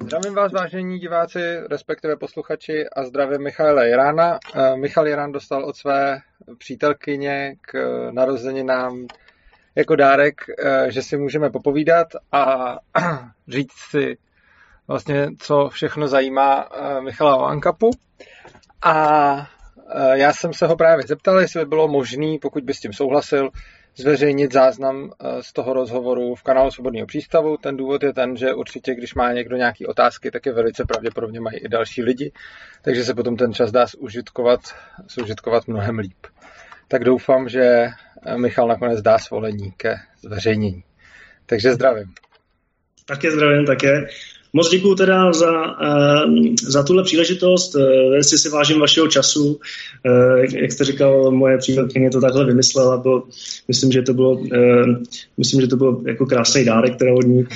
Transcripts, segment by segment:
Zdravím vás, vážení diváci, respektive posluchači, a zdravím Michaela Jirána. Michal Jirán dostal od své přítelkyně k narozeninám jako dárek, že si můžeme popovídat a říct si vlastně, co všechno zajímá Michala o ANCAPu. A já jsem se ho právě zeptal, jestli by bylo možné, pokud by s tím souhlasil, zveřejnit záznam z toho rozhovoru v kanálu Svobodného přístavu. Ten důvod je ten, že určitě, když má někdo nějaké otázky, tak je velice pravděpodobně mají i další lidi, takže se potom ten čas dá zužitkovat mnohem líp. Tak doufám, že Michal nakonec dá svolení ke zveřejnění. Takže zdravím. Také zdravím, také. Moc děkuju teda za tuhle příležitost. Velice si vážím vašeho času. Jak jste říkal, moje přítelkyně to takhle vymyslela. Myslím, že to bylo jako krásný dárek teda od ní.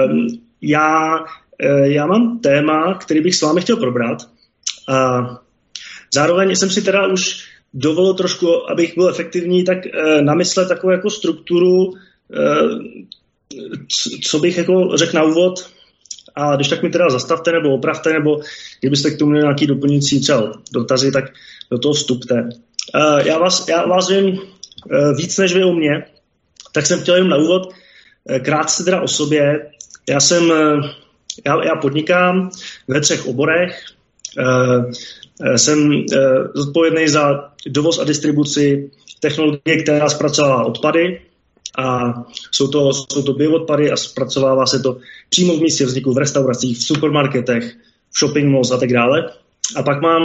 Já mám téma, který bych s vámi chtěl probrat. Zároveň jsem si teda už dovolil trošku, abych byl efektivní, tak namyslet takovou jako strukturu, co bych jako řekl na úvod. A když tak mi teda zastavte nebo opravte, nebo kdybyste k tomu měli nějaký doplňující třeba dotazy, tak do toho vstupte. Já vás vím víc než vy o mě, tak jsem chtěl jenom na úvod krátce teda o sobě. Já podnikám ve 3 oborech. Jsem zodpovědný za dovoz a distribuci technologie, která zpracovává odpady. A jsou to bioodpady a zpracovává se to přímo v místě vzniku v restauracích, v supermarketech, v shopping malls a tak dále. A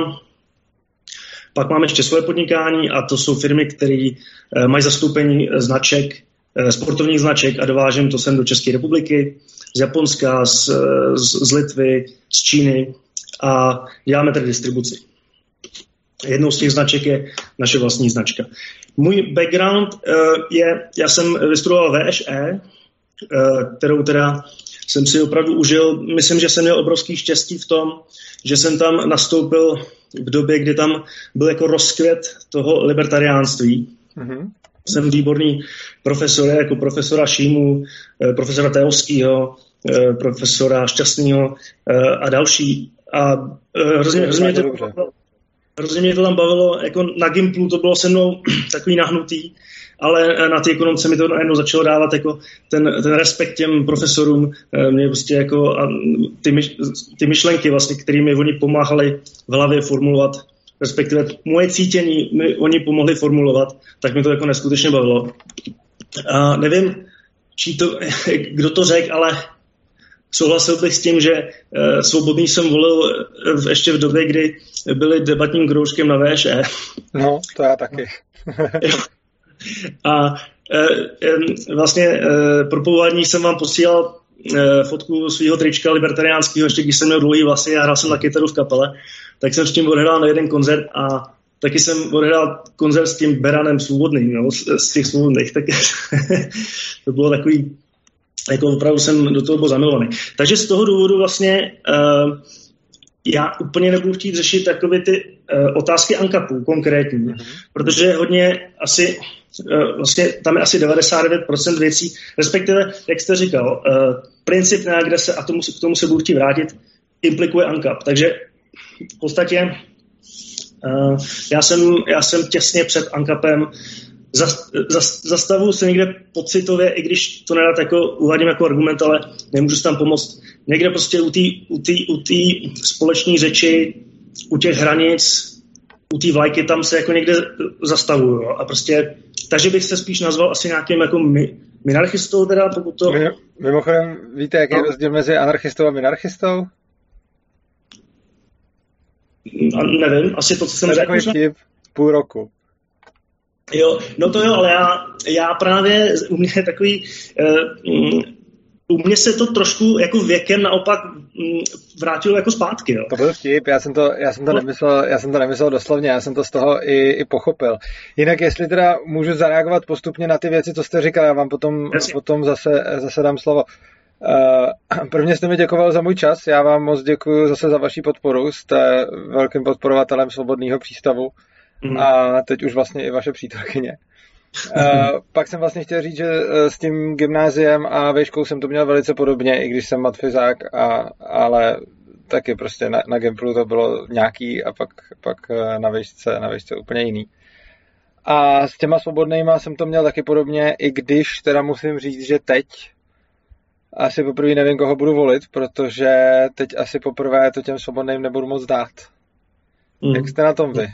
pak mám ještě svoje podnikání a to jsou firmy, které mají zastoupení značek, sportovních značek a dovážím to sem do České republiky, z Japonska, z Litvy, z Číny a děláme tedy distribuci. Jednou z těch značek je naše vlastní značka. Můj background je, já jsem vystudoval VŠE, kterou teda jsem si opravdu užil. Myslím, že jsem měl obrovský štěstí v tom, že jsem tam nastoupil v době, kdy tam byl jako rozkvět toho libertariánství. Mm-hmm. Jsem výborný profesor, jako profesora Šímu, profesora Teovského, profesora Šťastného a další. A hrozně mě to tam bavilo, jako na Gimplu to bylo se mnou takový nahnutý, ale na té ekonomce mi to najednou začalo dávat jako ten respekt těm profesorům, mě prostě jako a ty myšlenky vlastně, kterými oni pomáhali v hlavě formulovat, respektive moje cítění oni pomohli formulovat, tak mi to jako neskutečně bavilo. A nevím, kdo to řekl, ale souhlasil bych s tím, že Svobodný jsem volil ještě v době, kdy byli debatním kroužkem na VŠE. No, to já taky. A vlastně pro povolání jsem vám posílal fotku svého trička libertariánského, ještě když jsem měl dlouhý vlasy a hrál jsem na kytaru v kapele, tak jsem s tím odhrál na jeden koncert a taky jsem odhrál koncert s tím Beranem Svobodným, no, z těch Svobodných. Tak to bylo takový, jako opravdu jsem do toho byl zamilovaný. Takže z toho důvodu vlastně já úplně nebudu chtít řešit takové ty otázky ANCAPu konkrétní, protože hodně asi, vlastně tam je asi 99% věcí, respektive, jak jste říkal, princip neagrese, a k tomu se budu chtít vrátit, implikuje ANCAP. Takže v podstatě já jsem těsně před ANCAPem. Zastavuju se někde pocitově, i když to nedat jako uvádím jako argument, ale nemůžu si tam pomoct. Někde prostě u té společné řeči, u těch hranic, u té vlajky, tam se jako někde zastavuju. A prostě, takže bych se spíš nazval asi nějakým jako minarchistou, teda pokud to... Mimochodem, víte, jaký je rozdíl mezi anarchistou a minarchistou? Nevím, asi to, co jsem řekl. Takový vtip, půl roku. Jo, no to jo, ale já právě, u mě je takový, u mě se to trošku jako věkem naopak vrátilo jako zpátky, jo. To byl vtip, já jsem to nemyslel doslovně, já jsem to z toho i pochopil. Jinak jestli teda můžu zareagovat postupně na ty věci, co jste říkal, já vám potom zase dám slovo. Prvně jste mi děkoval za můj čas, já vám moc děkuju zase za vaši podporu, jste velkým podporovatelem Svobodného přístavu a teď už vlastně i vaše přítelkyně. Pak jsem vlastně chtěl říct, že s tím gymnáziem a výškou jsem to měl velice podobně, i když jsem matfyzák, ale taky prostě na Gimplu to bylo nějaký a pak na výšce úplně jiný. A s těma svobodnejma jsem to měl taky podobně, i když teda musím říct, že teď asi poprvé nevím, koho budu volit, protože teď asi poprvé to těm svobodným nebudu moc dát. Jak jste na tom vy?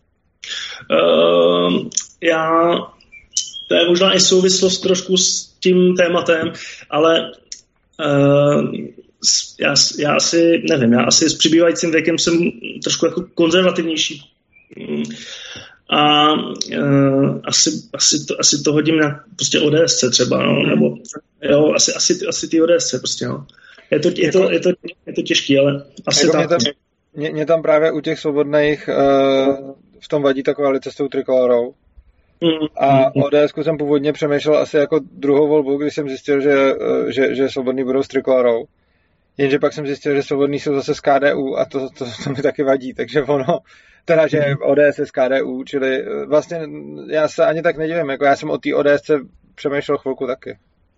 To je možná i souvislost trošku s tím tématem, ale já asi nevím, já asi s přibývajícím věkem jsem trošku jako konzervativnější a asi to hodím na prostě ODSC třeba, no, nebo jo, asi ty ODSC prostě, no. Je to těžký, ale asi jako tak. Mě tam právě u těch svobodných v tom vadí ta koalice s tou trikolorou. A ODSku jsem původně přemýšlel asi jako druhou volbu, když jsem zjistil, že svobodní budou s trikolorou. Jenže pak jsem zjistil, že svobodní jsou zase z KDU a to mi taky vadí, takže ono, teda, že ODS je z KDU, čili vlastně já se ani tak nedivím, jako já jsem o té ODSce přemýšlel chvilku taky.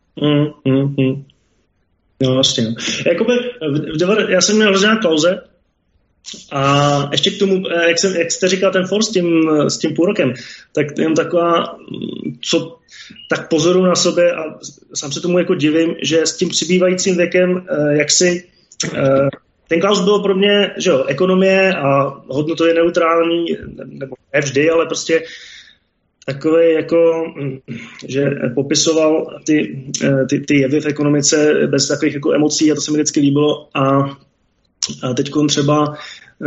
No vlastně. Jakoby, já jsem měl hrozně Klauze a ještě k tomu, jak jste říkal ten for s tím půlrokem, tak jenom taková, co tak pozoru na sobě a sám se tomu jako divím, že s tím přibývajícím věkem, jak si ten Klaus byl pro mě, že jo, ekonomie a hodnotově neutrální, nebo ne vždy, ale prostě takový jako, že popisoval ty jevy v ekonomice bez takových jako emocí a to se mi vždycky líbilo a teď třeba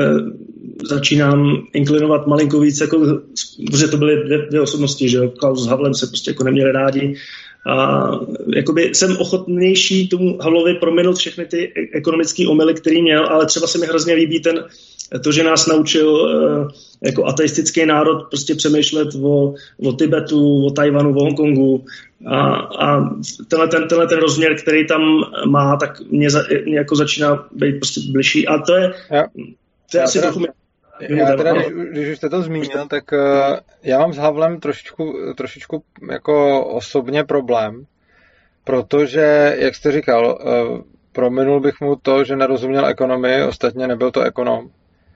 začínám inklinovat malinko víc, jako, protože to byly dvě osobnosti, že jo, Klaus s Havlem se prostě jako neměli rádi a jakoby jsem ochotnější tomu Havlovi prominout všechny ty ekonomické omyly, který měl, ale třeba se mi hrozně líbí to, že nás naučil jako ateistický národ prostě přemýšlet o Tibetu, o Tajvanu, o Hongkongu a tenhle ten rozměr, který tam má, tak mě jako začíná být prostě bližší a to je asi trochu... Já teda, když už jste to zmínil, tak já mám s Havlem trošičku jako osobně problém, protože, jak jste říkal, prominul bych mu to, že nerozuměl ekonomii, ostatně nebyl to ekonom.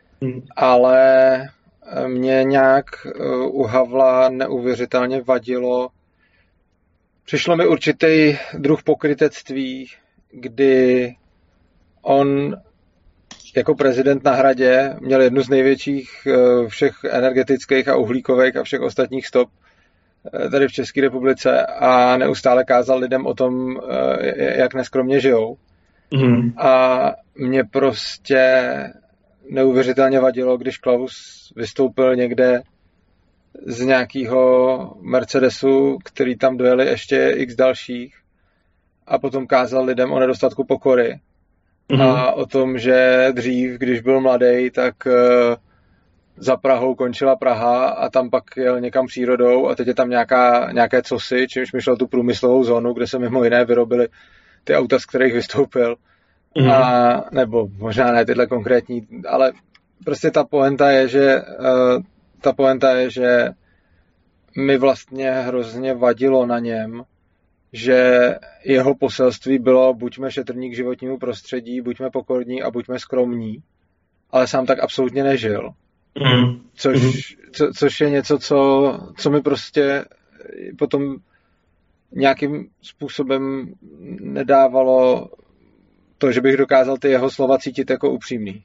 Ale mě nějak u Havla neuvěřitelně vadilo. Přišlo mi určitý druh pokrytectví, kdy on jako prezident na Hradě měl jednu z největších všech energetických a uhlíkových a všech ostatních stop tady v České republice a neustále kázal lidem o tom, jak neskromně žijou. A mě prostě neuvěřitelně vadilo, když Klaus vystoupil někde z nějakého Mercedesu, který tam dojeli ještě x dalších a potom kázal lidem o nedostatku pokory a o tom, že dřív, když byl mladý, tak za Prahou končila Praha a tam pak jel někam přírodou a teď je tam nějaké cosi, čímž myšlel tu průmyslovou zónu, kde se mimo jiné vyrobily ty auta, z kterých vystoupil. A, nebo možná ne tyhle konkrétní, ale prostě ta poenta je, že mi vlastně hrozně vadilo na něm, že jeho poselství bylo buďme šetrní k životnímu prostředí, buďme pokorní a buďme skromní, ale sám tak absolutně nežil. Což je něco, co mi prostě potom nějakým způsobem nedávalo to, že bych dokázal ty jeho slova cítit jako upřímný.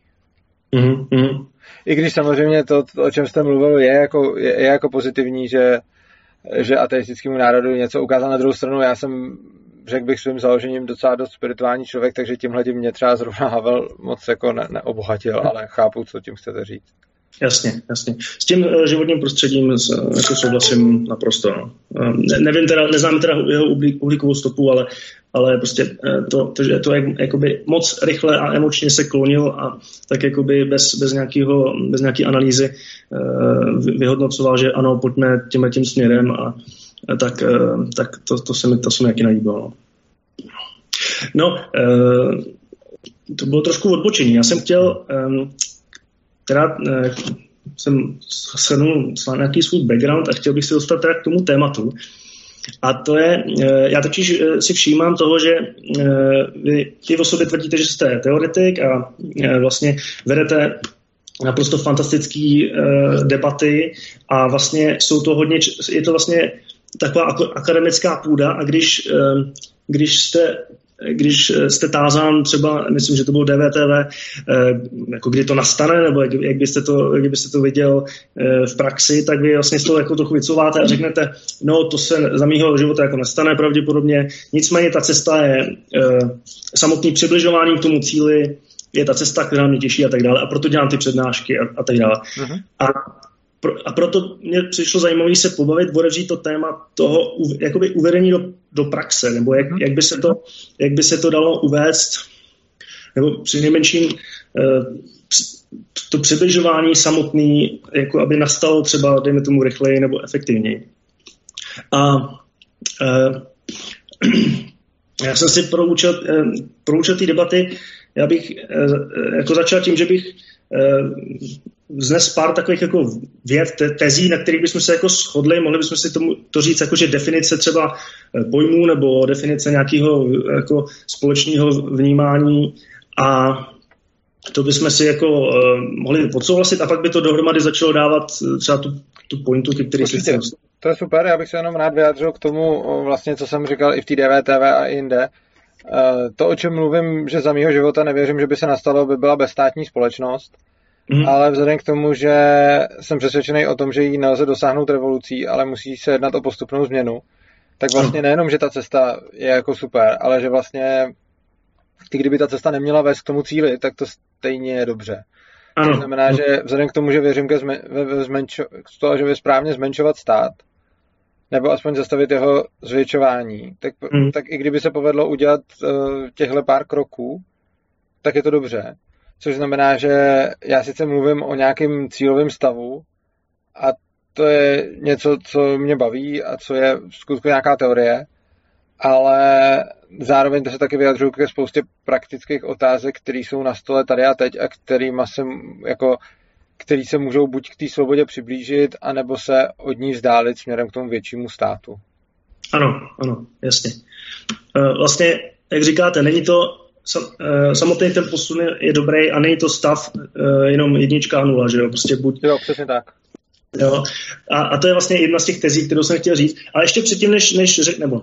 I když samozřejmě to, o čem jste mluvil, je jako pozitivní, že ateistickému národu něco ukázal. Na druhou stranu, já jsem, řekl bych, svým založením docela dost spirituální člověk, takže tímhledím mě třeba zrovna Havel moc jako neobohatil, ale chápu, co tím chcete říct. Jasně. S tím životním prostředím jako souhlasím naprosto. No. Neznám teda jeho uhlíkovou stopu, ale prostě to jakoby moc rychle a emočně se klonil a tak jakoby bez nějaký analýzy vyhodnocoval, že ano, pojďme tím směrem a tak to se mi jaký nelíbilo. No, to bylo trošku odbočení. Já jsem chtěl teda jsem shrnul nějaký svůj background a chtěl bych se dostat teda k tomu tématu. A to je, já totiž si všímám toho, že vy o sobě tvrdíte, že jste teoretik a vlastně vedete naprosto fantastický debaty a vlastně jsou to hodně, je to vlastně taková akademická půda a když jste tázán třeba, myslím, že to bylo DVTV, jako kdy to nastane, nebo jak byste to viděl v praxi, tak vy vlastně z toho jako trochu vycouváte a řeknete, no to se za mýho života jako nestane pravděpodobně, nicméně ta cesta je samotný přibližování k tomu cíli, je ta cesta, která mě těší a tak dále a proto dělám ty přednášky a tak dále. Uh-huh. A proto mě přišlo zajímavé se pobavit, otevřít to téma toho jakoby uvedení do praxe, nebo jak by se to dalo uvést, nebo přinejmenším to přibližování samotný, jako aby nastalo třeba, dejme tomu, rychleji nebo efektivněji. A já jsem si proučil ty debaty, já bych jako začal tím, že bych vznes pár takových jako věd, tezí, na kterých bychom se jako shodli, mohli bychom si to říct jako, že definice třeba pojmů nebo definice nějakého jako společného vnímání a to bychom si jako mohli podsouhlasit a pak by to dohromady začalo dávat třeba tu pointu, který si chci. To je super, já bych se jenom rád vyjádřil k tomu vlastně, co jsem říkal i v té DVTV a i jinde. To, o čem mluvím, že za mýho života nevěřím, že by se nastalo, by byla bezstátní společnost, ale vzhledem k tomu, že jsem přesvědčený o tom, že jí nelze dosáhnout revolucí, ale musí se jednat o postupnou změnu, tak vlastně nejenom, že ta cesta je jako super, ale že vlastně i kdyby ta cesta neměla vést k tomu cíli, tak to stejně je dobře. To znamená, že vzhledem k tomu, že věřím k tomu, že je správně zmenšovat stát, nebo aspoň zastavit jeho zvětšování, tak i kdyby se povedlo udělat těchto pár kroků, tak je to dobře. Což znamená, že já sice mluvím o nějakém cílovém stavu a to je něco, co mě baví a co je v skutku nějaká teorie, ale zároveň to se taky vyjadřuju ke spoustě praktických otázek, které jsou na stole tady a teď a který se můžou buď k té svobodě přiblížit, anebo se od ní vzdálit směrem k tomu většímu státu. Ano, jasně. Vlastně, jak říkáte, není to samotný ten posun je dobrý a není to stav jenom 1 a 0, že jo? Prostě buď... Jo, přesně tak. Jo. A to je vlastně jedna z těch tezí, kterou jsem chtěl říct. Ale ještě předtím, než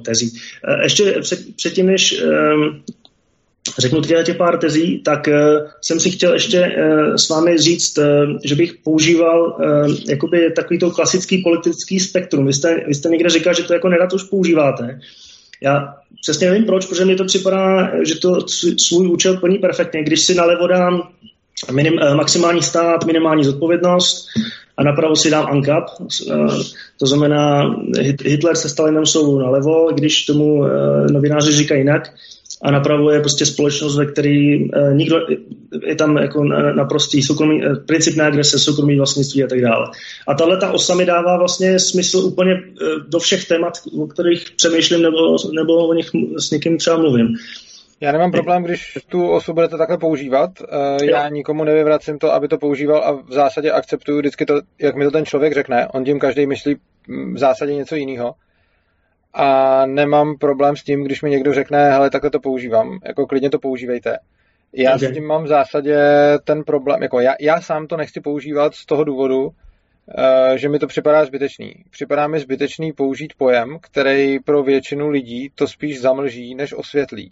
řeknu těch pár tezí, tak jsem si chtěl ještě s vámi říct, že bych používal jakoby takovýto klasický politický spektrum. Vy jste někde říkal, že to jako nerad už používáte. Já přesně nevím proč, protože mi to připadá, že to svůj účel plní perfektně. Když si nalevo dám maximální stát, minimální zodpovědnost a napravo si dám ANCAP, to znamená Hitler se Stalinem jsou nalevo, když tomu novináři říkají jinak, a napravo je prostě společnost, ve který nikdo je tam jako naprostý soukromý, princip neagrese, soukromý vlastnictví a tak dále. A tato osa mi dává vlastně smysl úplně do všech témat, o kterých přemýšlím nebo o nich s někým třeba mluvím. Já nemám problém, když tu osu budete takhle používat. Já nikomu nevyvracím to, aby to používal a v zásadě akceptuju vždycky to, jak mi to ten člověk řekne. On tím každý myslí v zásadě něco jiného. A nemám problém s tím, když mi někdo řekne, hele, takhle to používám, jako klidně to používejte. Já s tím mám v zásadě ten problém, jako já sám to nechci používat z toho důvodu, že mi to připadá zbytečný. Připadá mi zbytečný použít pojem, který pro většinu lidí to spíš zamlží, než osvětlí.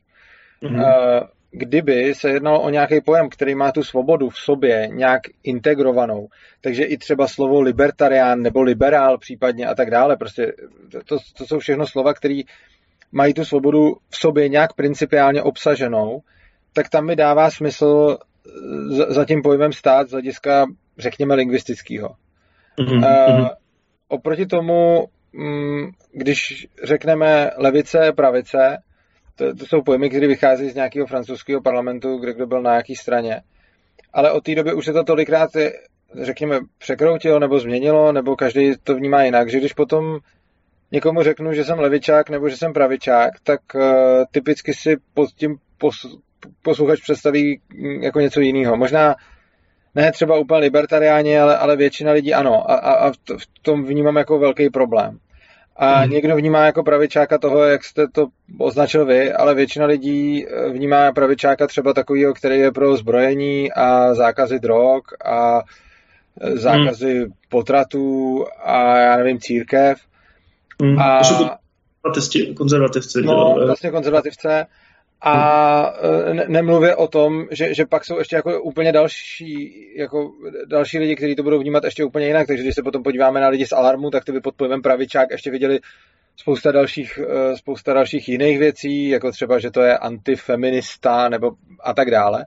Kdyby se jednalo o nějaký pojem, který má tu svobodu v sobě nějak integrovanou, takže i třeba slovo libertarián nebo liberál případně a tak dále, prostě to jsou všechno slova, které mají tu svobodu v sobě nějak principiálně obsaženou, tak tam mi dává smysl za tím pojmem stát z hlediska, řekněme, lingvistického. Oproti tomu, když řekneme levice, pravice, to jsou pojmy, které vychází z nějakého francouzského parlamentu, kde kdo byl na jaký straně. Ale od té doby už se to tolikrát, řekněme, překroutilo nebo změnilo, nebo každý to vnímá jinak, že když potom někomu řeknu, že jsem levičák nebo že jsem pravičák, tak typicky si pod tím posluchač představí jako něco jiného. Možná Ne třeba úplně libertariáni, ale většina lidí ano. A v tom vnímám jako velký problém. A někdo vnímá jako pravičáka toho, jak jste to označil vy, ale většina lidí vnímá pravičáka třeba takovýho, který je pro zbrojení a zákazy drog a zákazy potratů a já nevím, církev. A to jsou konzervativci. No, vlastně konzervativce. A nemluvě o tom, že pak jsou ještě jako úplně další lidi, kteří to budou vnímat ještě úplně jinak. Takže když se potom podíváme na lidi z Alarmu, tak ty by pod pojmem pravičák ještě viděli spousta dalších jiných věcí, jako třeba, že to je antifeminista nebo a tak dále.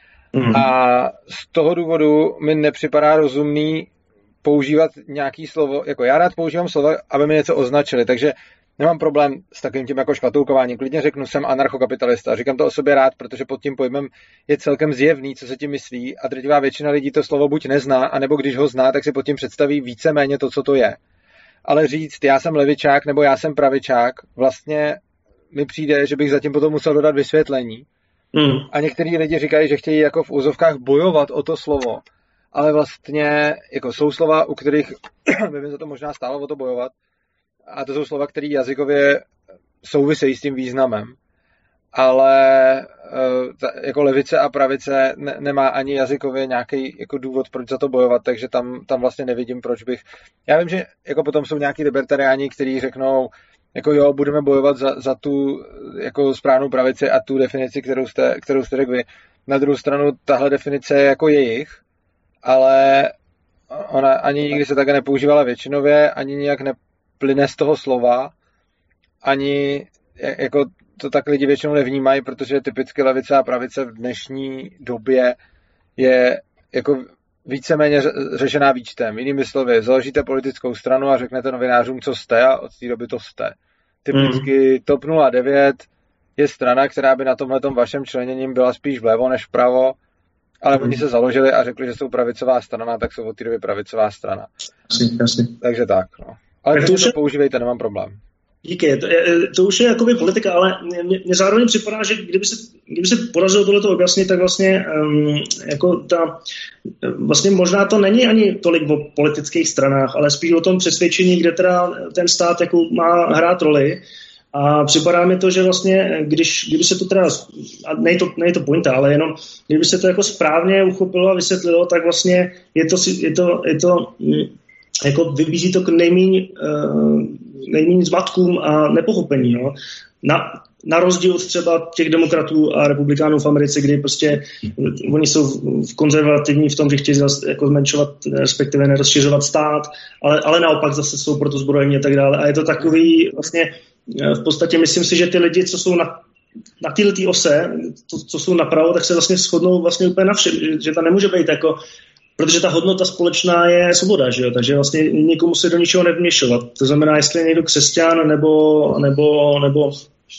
A z toho důvodu mi nepřipadá rozumný používat nějaký slovo, jako já rád používám slova, aby mi něco označili, takže nemám problém s takovým tím jako škatulkováním. Klidně řeknu, jsem anarchokapitalista. Říkám to o sobě rád, protože pod tím pojmem je celkem zjevný, co se tím myslí a drtivá většina lidí to slovo buď nezná, anebo když ho zná, tak si pod tím představí víceméně to, co to je. Ale říct, já jsem levičák nebo já jsem pravičák, vlastně mi přijde, že bych zatím potom musel dodat vysvětlení. A některý lidi říkají, že chtějí jako v úzovkách bojovat o to slovo. Ale vlastně jako jsou slova, u kterých by se to možná stálo o to bojovat. A to jsou slova, které jazykově souvisejí s tím významem. Ale jako levice a pravice nemá ani jazykově nějaký jako důvod, proč za to bojovat, takže tam vlastně nevidím, proč bych. Já vím, že jako potom jsou nějaký libertariáni, kteří řeknou, jako jo, budeme bojovat za tu jako správnou pravici a tu definici, kterou jste řekli. Na druhou stranu tahle definice je jako jejich, ale ona ani nikdy se také nepoužívala většinově, ani nijak neplyne z toho slova, ani jako to tak lidi většinou nevnímají, protože typicky levice a pravice v dnešní době je jako víceméně řešená výčtem. Jinými slovy, založíte politickou stranu a řeknete novinářům, co jste a od té doby to jste. Typicky TOP 09 je strana, která by na tomhletom vašem členěním byla spíš vlevo než vpravo, ale oni se založili a řekli, že jsou pravicová strana, tak jsou od té doby pravicová strana. Jasně. Takže tak, no. Ale když to používejte, nemám problém. Díky, to už je jakoby politika, ale mě zároveň připadá, že kdyby se podařilo tohleto objasnit, tak vlastně jako vlastně možná to není ani tolik o politických stranách, ale spíš o tom přesvědčení, kde teda ten stát jako má hrát roli. A připadá mi to, že vlastně, kdyby se to teda, a nej to pointa, ale jenom, kdyby se to jako správně uchopilo a vysvětlilo, tak vlastně je to jako vybízí to k nejméně zmatkům a nepochopení. Jo. Na rozdíl od třeba těch demokratů a republikánů v Americe, kdy prostě oni jsou konzervativní v tom, že chtějí jako zmenšovat, respektive nerozšiřovat stát, ale naopak zase jsou pro to zbrojení a tak dále. A je to takový vlastně v podstatě myslím si, že ty lidi, co jsou na této ose, co jsou napravo, tak se vlastně shodnou vlastně úplně na všem, že ta nemůže být jako, protože ta hodnota společná je svoboda, že jo? Takže vlastně nikomu se do ničeho nevměšovat. To znamená, jestli je někdo křesťan nebo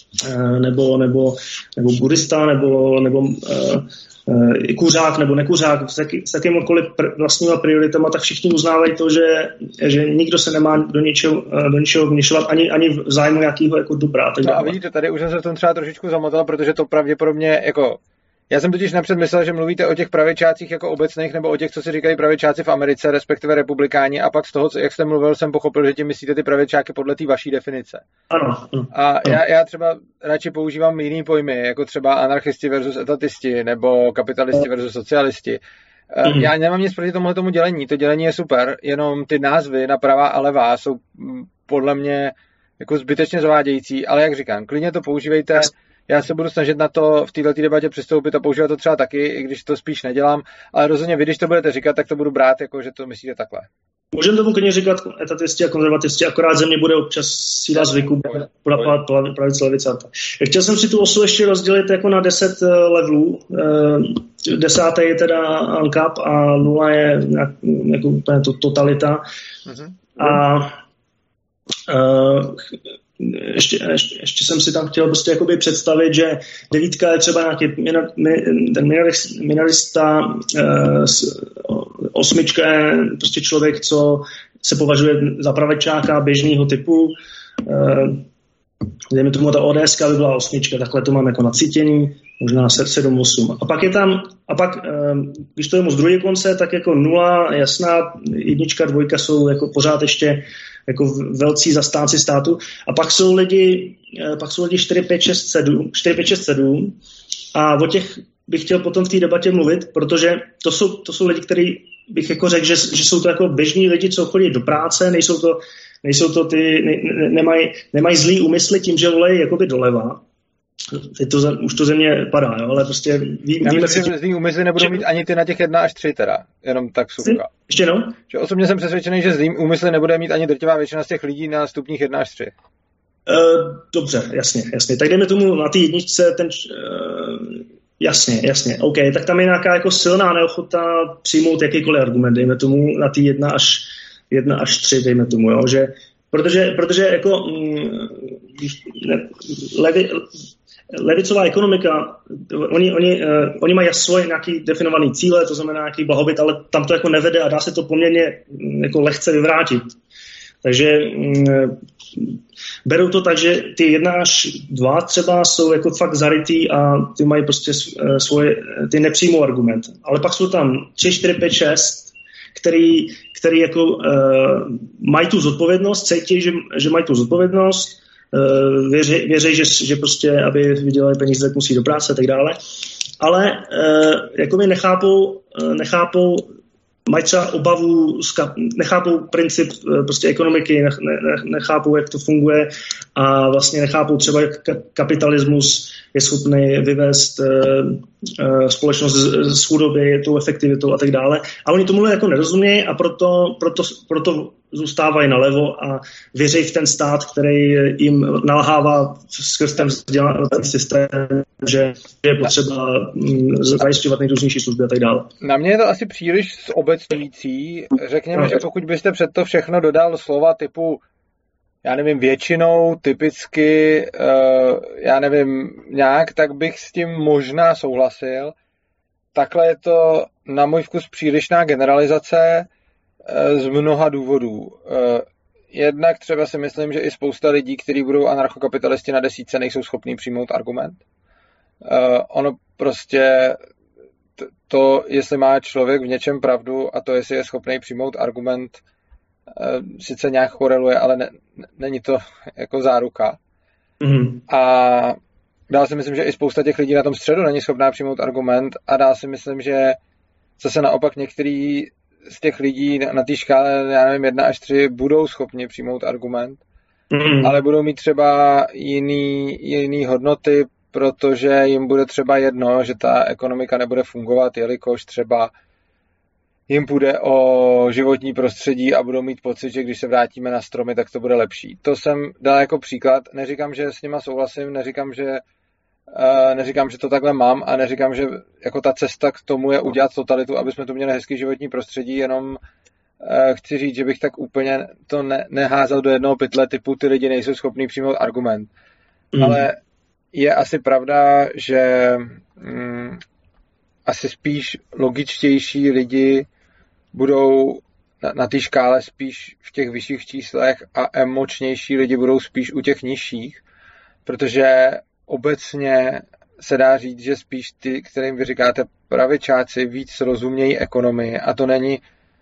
buddhista, nebo kuřák nebo nekuřák s jakýmkoliv vlastníma prioritama, tak všichni uznávají to, že nikdo se nemá do ničeho vměšovat ani v zájmu nějakého jako dobra. No a vidíte, tady už jsem se v tom třeba trošičku zamotal, protože to pravděpodobně jako já jsem totiž napřed myslel, že mluvíte o těch pravičácích jako obecných nebo o těch, co si říkají pravičáci v Americe, respektive republikáni, a pak z toho, jak jste mluvil, jsem pochopil, že tím myslíte ty pravičáky podle té vaší definice. Ano. A já třeba radši používám jiný pojmy, jako třeba anarchisti versus etatisti, nebo kapitalisti versus socialisti. Já nemám nic proti tomu dělení, to dělení je super, jenom ty názvy na pravá a levá jsou podle mě jako zbytečně zavádějící, ale jak říkám, klidně to používejte. Já se budu snažit na to v této debatě přistoupit a používat to třeba taky, i když to spíš nedělám, ale rozhodně vy, když to budete říkat, tak to budu brát, jako že to myslíte takhle. Můžeme tomu klidně říkat etatisti a konzervatisti, akorát země bude občas síla zvyku pravice levice. Chtěl jsem si tu osu ještě rozdělit jako na 10 levelů. 10. je teda UNCAP a 0 je jako totalita. A ještě jsem si tam chtěl prostě jakoby představit, že 9 je třeba nějaký minorista, 8 je prostě člověk, co se považuje za pravičáka běžného typu. Dejme tomu, ta ODS by byla 8, takhle to mám jako nacítění. možná 7-8. A pak, když to je z druhé konce, tak jako 0, jasná, 1, 2 jsou jako pořád ještě jako velcí zastánci státu. A pak jsou lidi 4, 5, 6, 7 a o těch bych chtěl potom v té debatě mluvit, protože to jsou lidi, kteří bych jako řekl, že jsou to jako běžní lidi, co chodí do práce, nejsou to ty, nemají zlý úmysly tím, že volejí jakoby doleva. Už to ze mě padá, jo, ale prostě Já myslím, že zlý úmysly nebudou mít ani ty na těch 1 až 3 teda, jenom tak vsuvka. Ještě no? Že osobně jsem přesvědčený, že zlý úmysly nebude mít ani drtivá většina z těch lidí na stupních 1 až 3. Dobře, jasně. Tak jdeme tomu na té jedničce, jasně, OK, tak tam je nějaká jako silná neochota přijmout jakýkoliv argument, dejme tomu na ty 1 až 3, dejme tomu, jo, že protože jako levicová ekonomika, oni mají svoje nějaký definovaný cíle, to znamená nějaký blahobyt, ale tam to jako nevede a dá se to poměrně jako lehce vyvrátit. Takže berou to tak, že ty 1 až 2 třeba jsou jako fakt zarytý a ty mají prostě ty nepřijmou argument. Ale pak jsou tam 3, 4, 5, 6, který jako mají tu zodpovědnost, cítí, že mají tu zodpovědnost, věří, že prostě, aby vydělali peníze, tak musí do práce a tak dále. Ale jako mi nechápou mají třeba obavu, nechápou princip prostě ekonomiky, nechápou, jak to funguje a vlastně nechápou třeba, jak kapitalismus je schopný vyvést společnost z chudoby, tou efektivitou a tak dále. A oni tomu jako nerozumějí a proto zůstávají nalevo a věří v ten stát, který jim nalhává skrz ten vzdělávací systém, že je potřeba zajišťovat nejrůznější služby a tak dále. Na mě je to asi příliš zobecňující. Řekněme, že pokud byste před to všechno dodal slova typu já nevím, většinou, typicky, já nevím, nějak, tak bych s tím možná souhlasil. Takhle je to na můj vkus přílišná generalizace z mnoha důvodů. Jednak třeba si myslím, že i spousta lidí, kteří budou anarchokapitalisti na desítce, nejsou schopní přijmout argument. Ono prostě to, jestli má člověk v něčem pravdu a to, jestli je schopný přijmout argument, sice nějak koreluje, ale není to jako záruka. Mm. A dál si myslím, že i spousta těch lidí na tom středu není schopná přijmout argument a dál si myslím, že zase naopak některý z těch lidí na té škále, já nevím, 1 až 3 budou schopni přijmout argument, ale budou mít třeba jiný hodnoty, protože jim bude třeba jedno, že ta ekonomika nebude fungovat, jelikož třeba jim půjde o životní prostředí a budou mít pocit, že když se vrátíme na stromy, tak to bude lepší. To jsem dal jako příklad. Neříkám, že s nima souhlasím, neříkám, že to takhle mám a neříkám, že jako ta cesta k tomu je udělat totalitu, aby jsme tu měli hezký životní prostředí, jenom chci říct, že bych tak úplně to neházel do jednoho pytle typu ty lidi nejsou schopní přijmout argument. Ale je asi pravda, že asi spíš logičtější lidi budou na té škále spíš v těch vyšších číslech a emočnější lidi budou spíš u těch nižších, protože obecně se dá říct, že spíš ty, kterým vy říkáte pravičáci, víc rozumějí ekonomii a to není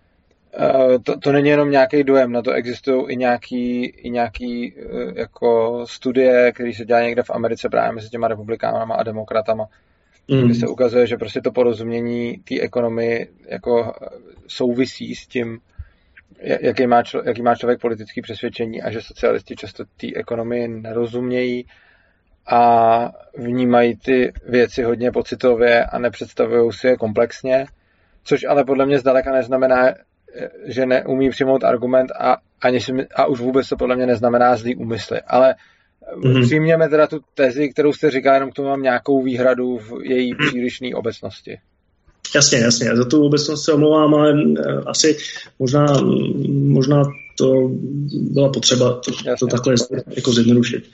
jenom nějaký dojem, na to existují i nějaký jako studie, které se dělají někde v Americe právě mezi těma republikánama a demokratama, kde se ukazuje, že prostě to porozumění té ekonomii jako souvisí s tím, jaký má člověk politický přesvědčení a že socialisti často té ekonomii nerozumějí a vnímají ty věci hodně pocitově a nepředstavují si je komplexně, což ale podle mě zdaleka neznamená, že neumí přijmout argument a už vůbec to podle mě neznamená zlý úmysly. Ale přijměme teda tu tezi, kterou jste říkal, jenom k tomu mám nějakou výhradu v její přílišné obecnosti. Jasně, za tu obecnost se omlouvám, ale asi možná to byla potřeba to takhle jako zjednodušit.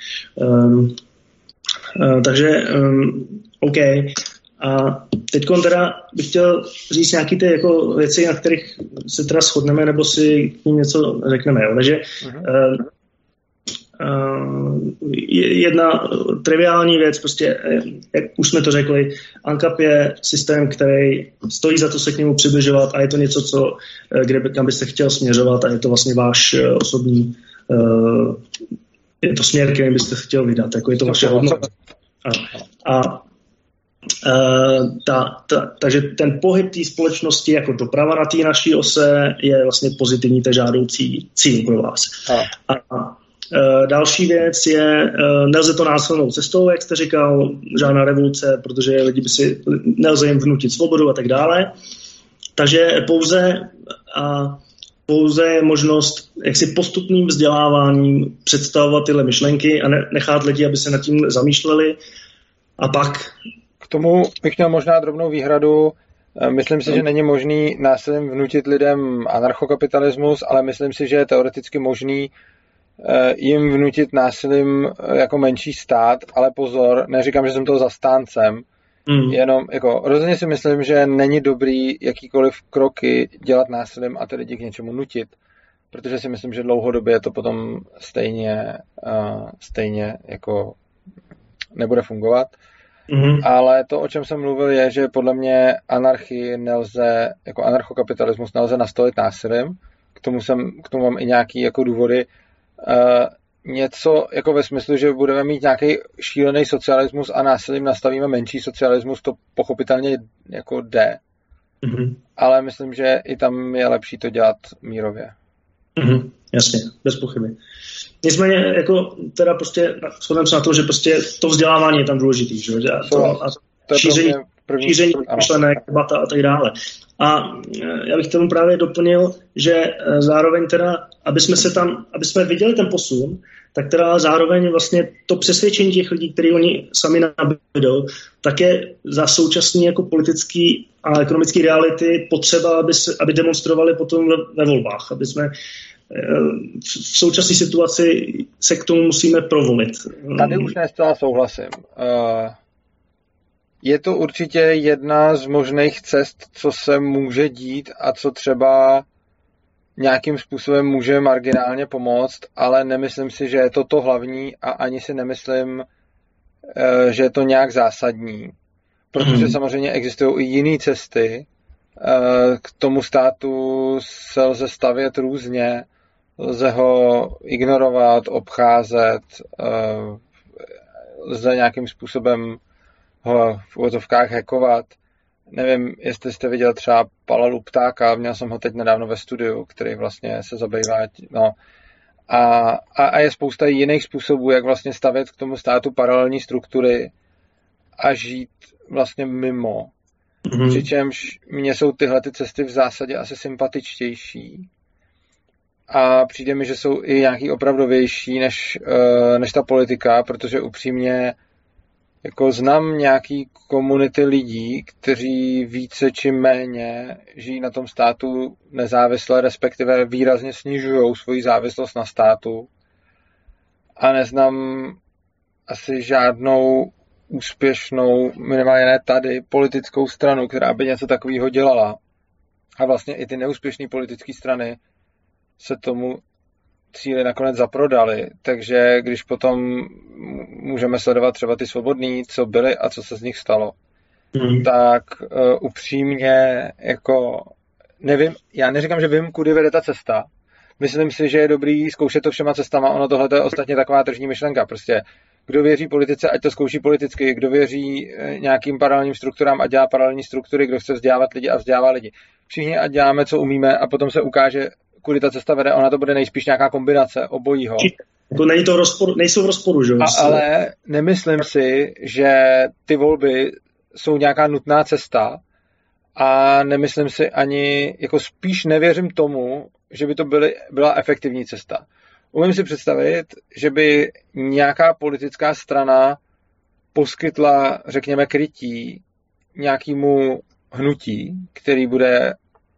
Takže OK. A teď teda bych chtěl říct nějaké ty jako věci, na kterých se teda shodneme, nebo si k ním něco řekneme. Jo? Takže jedna triviální věc, prostě, jak už jsme to řekli, ANCAP je systém, který stojí za to se k němu přibližovat a je to něco, kam byste chtěl směřovat a je to vlastně váš osobní, je to směr, kterým byste chtěl vydat, jako je to vaše hodnota. Takže ten pohyb té společnosti jako doprava na té naší ose je vlastně pozitivní, to žádoucí cíl pro vás. Další věc je, nelze to násilnou cestou, jak jste říkal, žádná revoluce, protože lidi nelze jim vnutit svobodu a tak dále. Takže pouze je možnost jaksi postupným vzděláváním představovat tyhle myšlenky a nechat lidi, aby se nad tím zamýšleli. A pak... K tomu bych měl možná drobnou výhradu. Myslím si, že není možný násilím vnutit lidem anarchokapitalismus, ale myslím si, že je teoreticky možný jim vnutit násilím jako menší stát, ale pozor, neříkám, že jsem toho zastáncem, jenom jako rozhodně si myslím, že není dobrý jakýkoliv kroky dělat násilím a ty lidi k něčemu nutit, protože si myslím, že dlouhodobě to potom stejně jako nebude fungovat. Ale to, o čem jsem mluvil, je, že podle mě anarchii nelze, jako anarchokapitalismus nelze nastolit násilím. K tomu mám i nějaký jako důvody. Něco jako ve smyslu, že budeme mít nějaký šílený socialismus a násilím nastavíme menší socialismus, to pochopitelně jako jde. Ale myslím, že i tam je lepší to dělat mírově. Jasně, bez pochyby. Nicméně, jako teda prostě shodneme se na to, že prostě to vzdělávání je tam důležitý, že? Šíření myšlenek, debata a tak dále. A já bych tomu právě doplnil, že zároveň teda, aby jsme viděli ten posun, tak teda zároveň vlastně to přesvědčení těch lidí, který oni sami nabídou, tak je za současný jako politický a ekonomický reality potřeba, aby demonstrovali potom ve volbách, aby jsme v současné situaci se k tomu musíme provolit. Tady už nescela souhlasím. Je to určitě jedna z možných cest, co se může dít a co třeba nějakým způsobem může marginálně pomoct, ale nemyslím si, že je to hlavní a ani si nemyslím, že je to nějak zásadní. Protože samozřejmě existují i jiné cesty. K tomu státu se lze stavět různě, lze ho ignorovat, obcházet, lze nějakým způsobem ho v úvodzovkách hackovat. Nevím, jestli jste viděl třeba Palalu Ptáka, měl jsem ho teď nedávno ve studiu, který vlastně se zabývá, no. A je spousta jiných způsobů, jak vlastně stavět k tomu státu paralelní struktury a žít vlastně mimo. Přičemž mně jsou tyhle ty cesty v zásadě asi sympatičtější. A přijde mi, že jsou i nějaký opravdovější než ta politika, protože upřímně jako znám nějaký komunity lidí, kteří více či méně žijí na tom státu nezávisle, respektive výrazně snižují svoji závislost na státu. A neznám asi žádnou úspěšnou, minimálně ne tady, politickou stranu, která by něco takového dělala. A vlastně i ty neúspěšné politické strany se tomu cíli nakonec zaprodali, takže když potom můžeme sledovat třeba ty svobodný, co byly a co se z nich stalo, tak upřímně jako nevím, já neříkám, že vím, kudy vede ta cesta. Myslím si, že je dobrý zkoušet to všema cestama, ono tohle je ostatně taková tržní myšlenka, prostě kdo věří politice, ať to zkouší politicky, kdo věří nějakým paralelním strukturám a dělá paralelní struktury, kdo chce vzdělávat lidi a vzdělává lidi. Všichni ať děláme, co umíme a potom se ukáže, kudy ta cesta vede, ona to bude nejspíš nějaká kombinace obojího. Jako nejsou v rozporu, že? Ale nemyslím si, že ty volby jsou nějaká nutná cesta a nemyslím si ani, jako spíš nevěřím tomu, že by to byla efektivní cesta. Umím si představit, že by nějaká politická strana poskytla, řekněme, krytí nějakému hnutí, který bude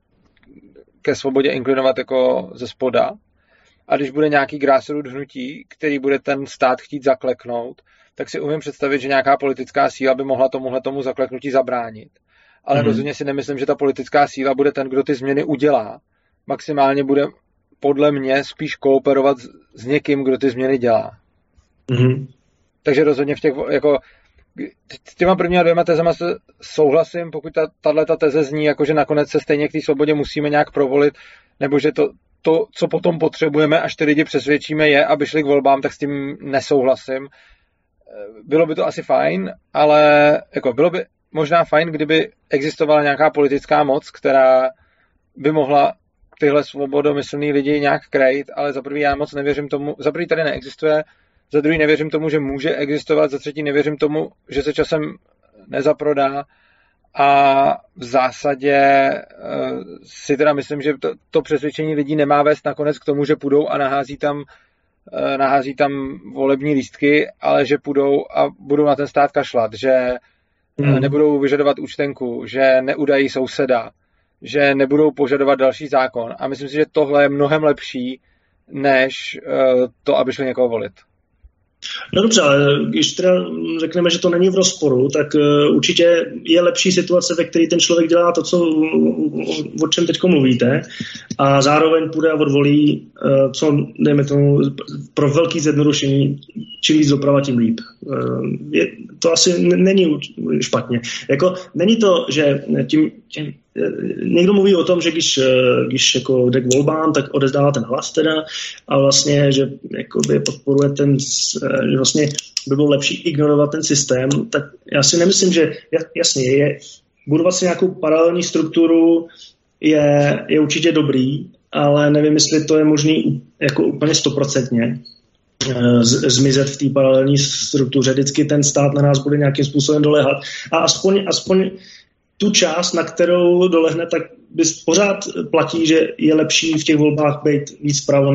ke svobodě inklinovat jako ze spoda. A když bude nějaký grassroot hnutí, který bude ten stát chtít zakleknout, tak si umím představit, že nějaká politická síla by mohla tomu zakleknutí zabránit. Ale rozhodně si nemyslím, že ta politická síla bude ten, kdo ty změny udělá. Maximálně bude podle mě spíš kooperovat s někým, kdo ty změny dělá. Mm-hmm. Takže rozhodně v těch, jako s těma prvníma dvěma tezema souhlasím, pokud tato teze zní, jako že nakonec se stejně k té svobodě musíme nějak provolit, nebo že to, co potom potřebujeme, až ty lidi přesvědčíme je, aby šli k volbám, tak s tím nesouhlasím. Bylo by to asi fajn, ale jako bylo by možná fajn, kdyby existovala nějaká politická moc, která by mohla tyhle svobodomyslný lidi nějak krejt, ale za prvý já moc nevěřím tomu, za prvý tady neexistuje, za druhý nevěřím tomu, že může existovat, za třetí nevěřím tomu, že se časem nezaprodá a v zásadě si teda myslím, že to přesvědčení lidí nemá vést nakonec k tomu, že půjdou a nahází tam volební lístky, ale že půjdou a budou na ten stát kašlat, že nebudou vyžadovat účtenku, že neudají souseda, že nebudou požadovat další zákon. A myslím si, že tohle je mnohem lepší, než to, aby šli někoho volit. No dobře, ale když teda řekneme, že to není v rozporu, tak určitě je lepší situace, ve které ten člověk dělá to, o čem teď mluvíte, a zároveň půjde a odvolí, co dejme tomu, pro velký zjednodušení, čím víc doprava, tím líp. To asi není špatně. Jako, není to, že tím někdo mluví o tom, že když jako jde k volbám, tak odezdává ten hlas teda a vlastně, že jakoby podporuje že vlastně by bylo lepší ignorovat ten systém, tak já si nemyslím, že jasně, budovat si nějakou paralelní strukturu je určitě dobrý, ale nevím, jestli to je možný jako úplně 100%. Zmizet v té paralelní struktuře. Vždycky ten stát na nás bude nějakým způsobem doléhat. A aspoň tu část, na kterou dolehne, tak pořád platí, že je lepší v těch volbách být víc pravo,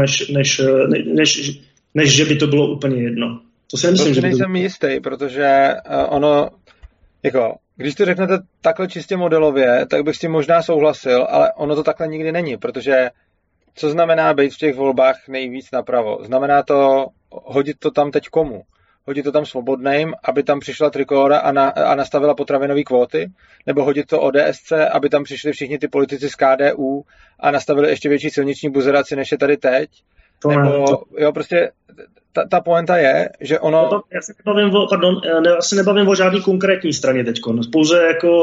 než že by to bylo úplně jedno. To si nemyslím, že nejsem jistý, protože ono, jako, když to řeknete takhle čistě modelově, tak bych s tím možná souhlasil, ale ono to takhle nikdy není, protože co znamená být v těch volbách nejvíc napravo? Znamená to hodit to tam teď komu? Hodit to tam svobodným, aby tam přišla Trikolora a nastavila potravinové kvóty? Nebo hodit to ODSC, aby tam přišli všichni ty politici z KDU a nastavili ještě větší silniční buzeraci, než je tady teď? Jo, prostě ta pointa je, že ono... Já se nebavím o žádný konkrétní straně teďko. Pouze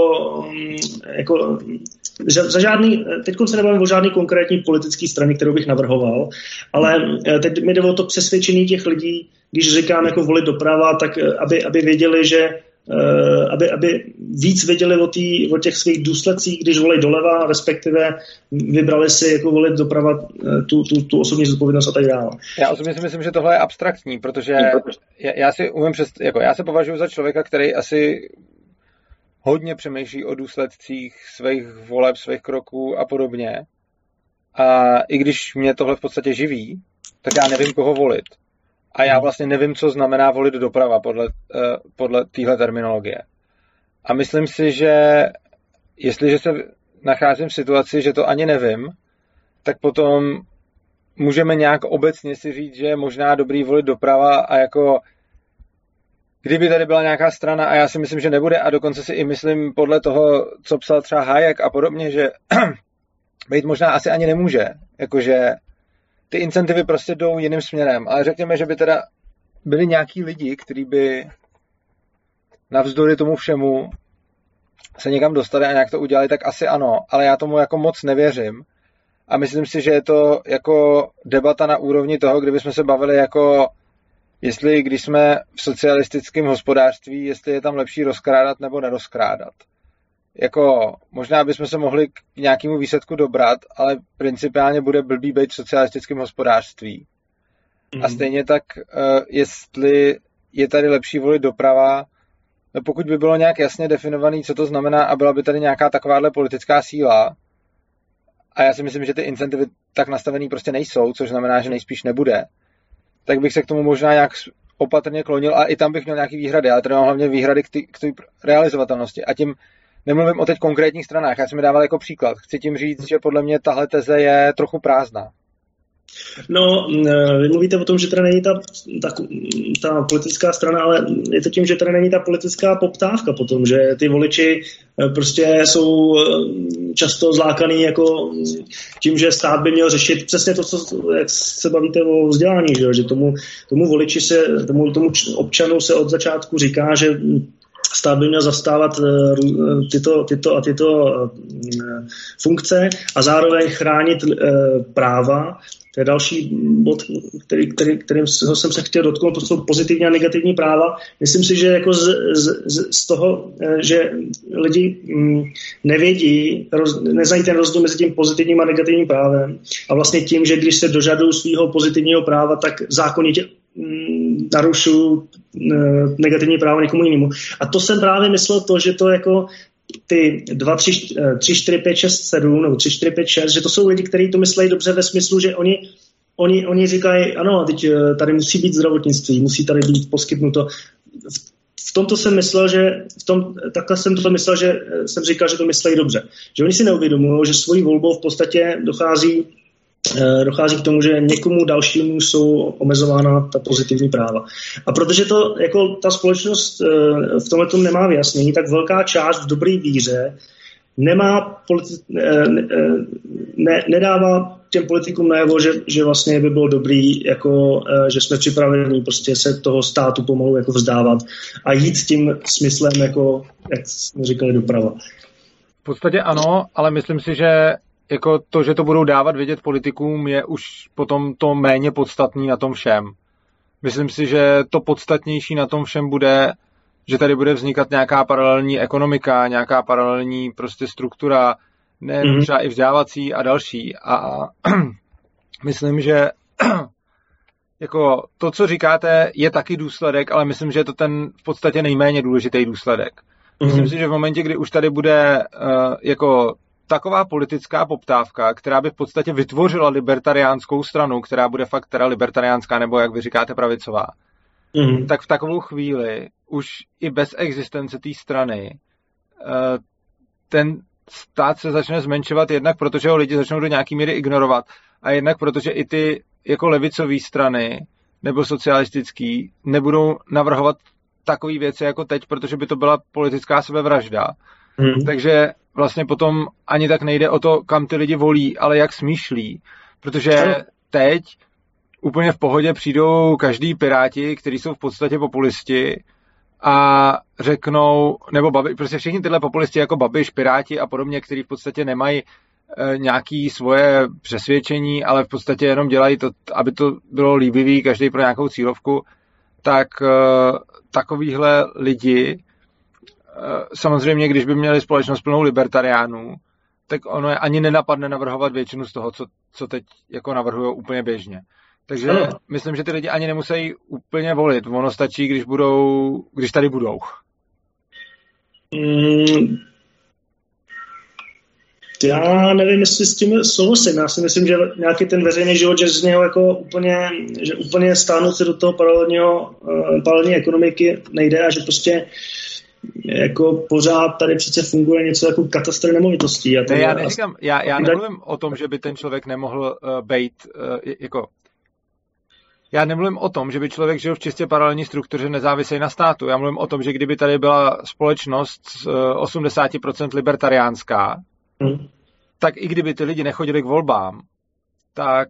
jako za žádný, teďko se nebavím o žádný konkrétní politický straně, kterou bych navrhoval, ale teď mi jde o to přesvědčení těch lidí, když říkám jako volit doprava, tak aby věděli, že aby víc věděli o těch svých důsledcích, když volí doleva, respektive vybrali si jako volit doprava tu osobní zodpovědnost a tak dále. Já osobně si myslím, že tohle je abstraktní, protože já se považuji za člověka, který asi hodně přemýšlí o důsledcích svých voleb, svých kroků a podobně. A i když mě tohle v podstatě živí, tak já nevím, koho volit. A já vlastně nevím, co znamená volit doprava podle téhle terminologie. A myslím si, že jestliže se nacházím v situaci, že to ani nevím, tak potom můžeme nějak obecně si říct, že je možná dobrý volit doprava a jako kdyby tady byla nějaká strana, a já si myslím, že nebude, a dokonce si i myslím podle toho, co psal třeba Hayek a podobně, že být možná asi ani nemůže. Jakože ty incentivy prostě jdou jiným směrem. Ale řekněme, že by teda byli nějaký lidi, kteří by navzdory tomu všemu se někam dostali a nějak to udělali, tak asi ano. Ale já tomu jako moc nevěřím. A myslím si, že je to jako debata na úrovni toho, kdyby jsme se bavili jako jestli, když jsme v socialistickém hospodářství, jestli je tam lepší rozkrádat nebo nerozkrádat. Jako, možná bychom se mohli k nějakému výsledku dobrat, ale principiálně bude blbý být v socialistickém hospodářství. A stejně tak, jestli je tady lepší volit doprava, no pokud by bylo nějak jasně definovaný, co to znamená a byla by tady nějaká takováhle politická síla, a já si myslím, že ty incentivy tak nastavený prostě nejsou, což znamená, že nejspíš nebude, tak bych se k tomu možná nějak opatrně klonil a i tam bych měl nějaký výhrady, ale tady mám hlavně výhrady k té realizovatelnosti. A tím nemluvím o teď konkrétních stranách, já jsem mi dával jako příklad. Chci tím říct, že podle mě tahle teze je trochu prázdná. No, vy mluvíte o tom, že tady není ta politická strana, ale je to tím, že tady není ta politická poptávka potom, že ty voliči prostě jsou často zlákaný jako tím, že stát by měl řešit přesně to, jak se bavíte o vzdělání, že tomu voliči tomu občanu se od začátku říká, že stát by měl zastávat tyto funkce a zároveň chránit práva. To je další bod, kterým jsem se chtěl dotknout, to jsou pozitivní a negativní práva. Myslím si, že jako z toho, že lidi neznají ten rozdíl mezi tím pozitivním a negativním právem a vlastně tím, že když se dožadují svého pozitivního práva, tak zákonitě narušují negativní právo někomu jinému. A to jsem právě myslel to, že to jako ty 2, 3, 4, 5, 6, 7 nebo 3, 4, 5, 6, že to jsou lidi, kteří to myslejí dobře ve smyslu, že oni říkají, ano, teď tady musí být zdravotnictví, musí tady být poskytnuto. V tomto jsem myslel, takhle jsem to myslel, že jsem říkal, že to myslejí dobře. Že oni si neuvědomují, že svojí volbou v podstatě dochází k tomu, že někomu dalšímu jsou omezována ta pozitivní práva. A protože to jako ta společnost v tomhle tom nemá vyjasnění, tak velká část v dobré víře nedává těm politikům najevo, že vlastně by bylo dobrý, jako, že jsme připraveni prostě se toho státu pomalu jako vzdávat a jít tím smyslem, jako, jak jsme říkali, doprava. V podstatě ano, ale myslím si, že jako to, že to budou dávat vědět politikům, je už potom to méně podstatný na tom všem. Myslím si, že to podstatnější na tom všem bude, že tady bude vznikat nějaká paralelní ekonomika, nějaká paralelní prostě struktura, třeba i vzdělávací a další. A myslím, že jako to, co říkáte, je taky důsledek, ale myslím, že je to ten v podstatě nejméně důležitý důsledek. Myslím si, že v momentě, kdy už tady bude jako taková politická poptávka, která by v podstatě vytvořila libertariánskou stranu, která bude fakt teda libertariánská, nebo jak vy říkáte pravicová, tak v takovou chvíli už i bez existence té strany ten stát se začne zmenšovat jednak, protože ho lidi začnou do nějaký míry ignorovat a jednak protože i ty jako levicové strany nebo socialistický nebudou navrhovat takové věci jako teď, protože by to byla politická sebevražda. Takže vlastně potom ani tak nejde o to, kam ty lidi volí, ale jak smýšlí. Protože teď úplně v pohodě přijdou každý piráti, kteří jsou v podstatě populisti a řeknou, nebo prostě všichni tyhle populisti jako Babiš, piráti a podobně, kteří v podstatě nemají nějaké svoje přesvědčení, ale v podstatě jenom dělají to, aby to bylo líbivý, každý pro nějakou cílovku, tak takovýhle lidi samozřejmě, když by měli společnost plnou libertariánů, tak ono je ani nenapadne navrhovat většinu z toho, co teď jako navrhují úplně běžně. Takže myslím, že ty lidi ani nemusí úplně volit. Ono stačí, když tady budou. Já nevím, jestli s tím souhlasím. Já si myslím, že nějaký ten veřejný život, že z něho jako úplně stáhnout se do toho paralelní ekonomiky nejde a že prostě jako pořád tady přece funguje něco jako katastr nemovitostí. Já nemluvím o tom, že by ten člověk nemohl bejt jako... Já nemluvím o tom, že by člověk žil v čistě paralelní struktuře nezávislý na státu. Já mluvím o tom, že kdyby tady byla společnost 80% libertariánská, tak i kdyby ty lidi nechodili k volbám, tak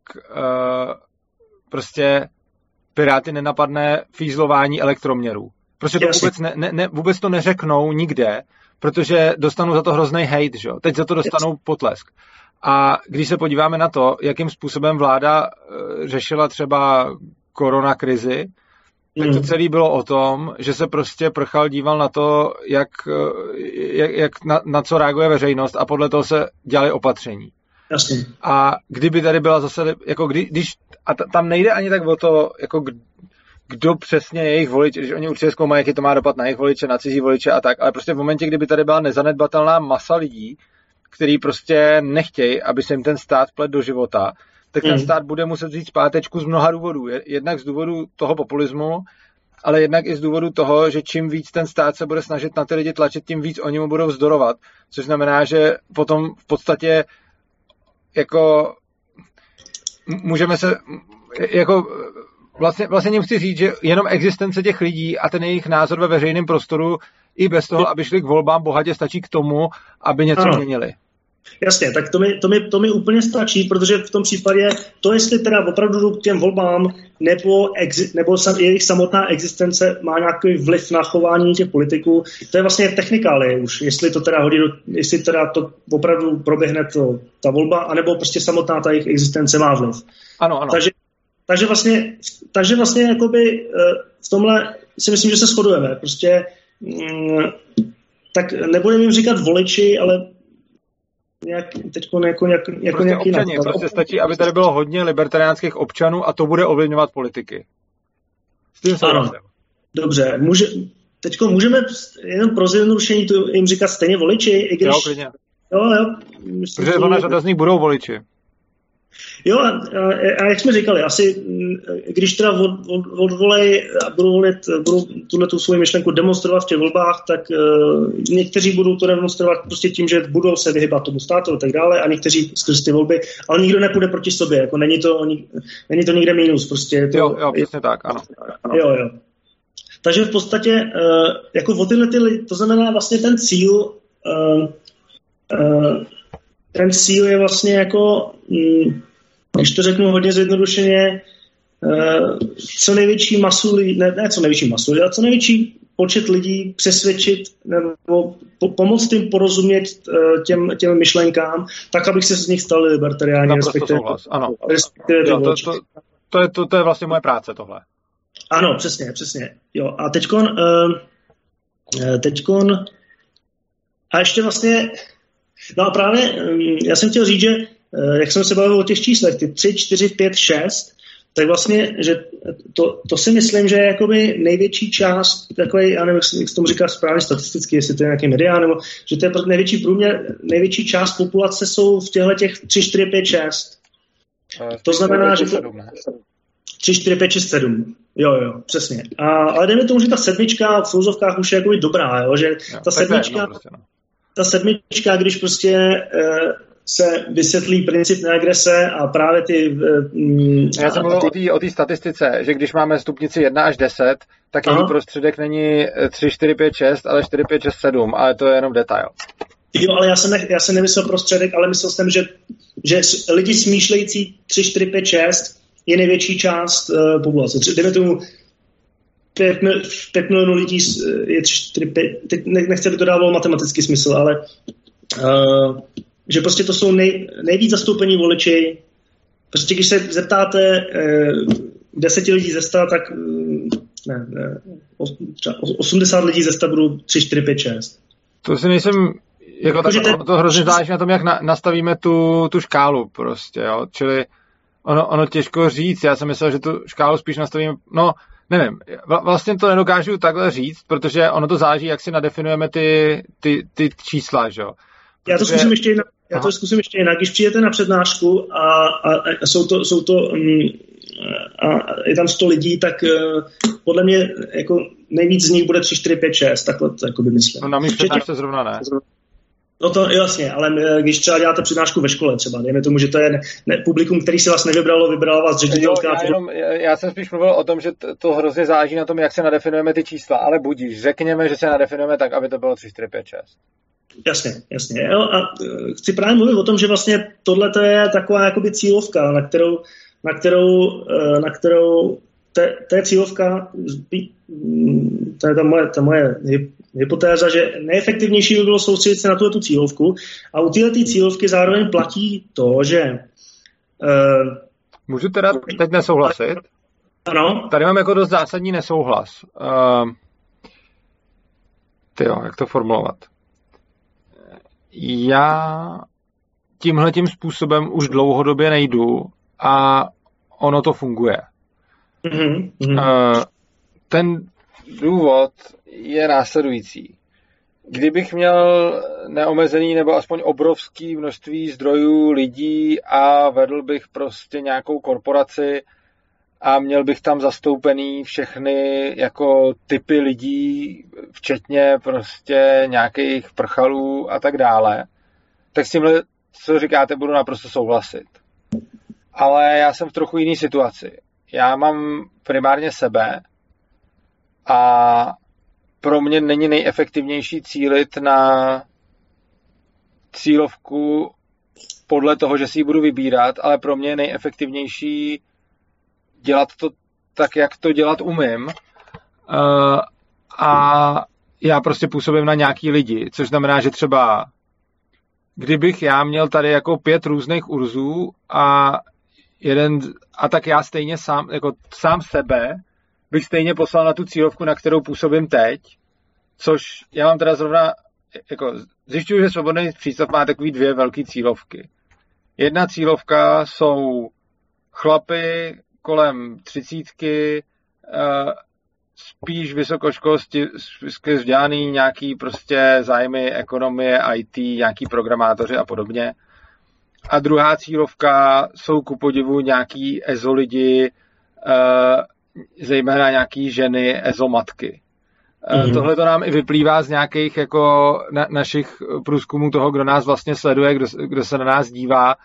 prostě Piráty nenapadne fízlování elektroměrů. Prostě to vůbec to neřeknou nikde, protože dostanou za to hrozný hejt, že jo? Teď za to dostanou potlesk. A když se podíváme na to, jakým způsobem vláda řešila třeba koronakrizi, tak to celé bylo o tom, že se prostě prchal, díval na to, jak na co reaguje veřejnost a podle toho se dělaly opatření. Jasně. A kdyby tady byla zase, jako tam nejde ani tak o to, jako kdo přesně je jejich volič, když oni určitě zkoumají, jaký to má dopad na jejich voliče, na cizí voliče a tak, ale prostě v momentě, kdyby tady byla nezanedbatelná masa lidí, který prostě nechtějí, aby se jim ten stát plet do života, tak ten stát bude muset vzít zpátečku z mnoha důvodů. Jednak z důvodu toho populismu, ale jednak i z důvodu toho, že čím víc ten stát se bude snažit na ty lidi tlačit, tím víc oni mu budou vzdorovat. Což znamená, že potom v podstatě jako můžeme se jako vlastně tím chci říct, že jenom existence těch lidí a ten jejich názor ve veřejném prostoru i bez toho, aby šli k volbám, bohatě stačí k tomu, aby něco měnili. Jasně, tak to mi úplně stačí, protože v tom případě to, jestli teda opravdu jdu k těm volbám, nebo jejich samotná existence má nějaký vliv na chování těch politiků, to je vlastně technikálie už, jestli to teda jestli teda to opravdu proběhne ta volba, anebo prostě samotná ta jejich existence má vliv. Ano. Takže vlastně jakoby v tomhle si myslím, že se shodujeme. Prostě tak nebudeme jim říkat voliči, ale nějaký občani. Prostě stačí, aby tady bylo hodně libertariánských občanů a to bude ovlivňovat politiky. S tím ano. Dobře. Teďko můžeme jenom pro zjednodušení jim říkat stejně voliči, i když... Jo, klidně. Jo. Protože ona řada z nich budou voliči. Jo, a jak jsme říkali, asi když teda odvolej a budou tuhletu svoji myšlenku demonstrovat v těch volbách, tak někteří budou to demonstrovat prostě tím, že budou se vyhybat tomu státu a tak dále, a někteří skrz ty volby, ale nikdo nepůjde proti sobě, jako není to nikde mínus, prostě. Jo, přesně tak, ano. Jo. Takže v podstatě jako o tyhle to znamená vlastně ten cíl je vlastně jako, když to řeknu hodně zjednodušeně, co největší masu lidí, ne co největší masu lidí, ale co největší počet lidí přesvědčit nebo pomoct jim porozumět těm myšlenkám, tak, abych se z nich stal libertariáni. Naprosto souhlas, ano. To je vlastně moje práce tohle. Ano, přesně. Jo, a teďkon a ještě vlastně no a právě já jsem chtěl říct, že jak jsem se bavil o těch číslech, ty 3, 4, 5, 6, tak vlastně, že to si myslím, že je jakoby největší část, takový, já nevím, jak se tomu říká správně statisticky, jestli to je nějaký medián, nebo že to je největší průměr, největší část populace jsou v těchto těch 3, 4, 5, 6. To znamená, že to... 3, 4, 5, 6, 7. Jo, přesně. Ale dejme tomu, že ta sedmička v filozofkách už je jakoby dobrá, jo, že ta sedmička... Ta sedmička, když prostě se vysvětlí princip neagrese a právě ty... Já jsem mluvil o té statistice, že když máme stupnici 1 až 10, tak její prostředek není 3, 4, 5, 6, ale 4, 5, 6, 7, ale to je jenom detail. Jo, ale já jsem nemyslel prostředek, ale myslel jsem, že lidi smýšlející 3, 4, 5, 6 je největší část populace. Dejme tomu 5 milionů lidí je 4, 5, teď nechci, aby to dávalo matematický smysl, ale že prostě to jsou nejvíc zastoupení voliči. Prostě když se zeptáte 10 lidí ze 100, tak třeba 80 lidí ze 100 budou 3, 4, 5, 6. To si nejsem, jako to hrozně záleží na tom, jak nastavíme tu škálu prostě, jo, čili ono těžko říct, já jsem myslel, že tu škálu spíš nastavíme, no, nevím, vlastně to nedokážu takhle říct, protože ono to záleží, jak si nadefinujeme ty čísla, že jo. Já to zkusím ještě jinak. Když přijdete na přednášku a jsou to je tam 100 lidí, tak podle mě jako nejvíc z nich bude 3, 4, 5, 6, takhle to jako by myslím. No na mých přednášce zrovna ne. No to jasně, ale když třeba děláte přednášku ve škole třeba, dejme tomu, že to je publikum, který se vás vybrala vás ředitelka. Já jsem spíš mluvil o tom, že to hrozně záleží na tom, jak se nadefinujeme ty čísla, ale budíš, řekněme, že se nadefinujeme tak, aby to bylo 3, 4, 5, 6. Jasně. Jo, a chci právě mluvit o tom, že vlastně tohle je taková jakoby cílovka, na kterou to je cílovka, to je ta moje hypotéza, že nejefektivnější by bylo soustředit se na tu cílovku a u této cílovky zároveň platí to, že... Můžu teda teď nesouhlasit? Ano. Tady mám jako dost zásadní nesouhlas. Jak to formulovat? Já tímhletím způsobem už dlouhodobě nejdu a ono to funguje. Ten důvod je následující. Kdybych měl neomezený nebo aspoň obrovský množství zdrojů lidí a vedl bych prostě nějakou korporaci a měl bych tam zastoupený všechny jako typy lidí, včetně prostě nějakých prchalů a tak dále, tak s tímhle, co říkáte, budu naprosto souhlasit. Ale já jsem v trochu jiný situaci. Já mám primárně sebe a pro mě není nejefektivnější cílit na cílovku podle toho, že si ji budu vybírat, ale pro mě je nejefektivnější dělat to tak, jak to dělat umím. A já prostě působím na nějaký lidi, což znamená, že třeba kdybych já měl tady jako 5 různých urzů a tak já stejně sám sebe bych stejně poslal na tu cílovku, na kterou působím teď, což já mám teda zrovna, jako zjišťuju, že Svobodný přístav má takový 2 velké cílovky. Jedna cílovka jsou chlapy kolem 30, spíš vysokoškolsky vzdělaný, nějaký prostě zájmy ekonomie, IT, nějaký programátoři a podobně. A druhá cílovka jsou ku podivu nějaký EZO lidi, zejména nějaký ženy, EZO matky. Tohle to nám i vyplývá z nějakých jako našich průzkumů toho, kdo nás vlastně sleduje, kdo se na nás dívá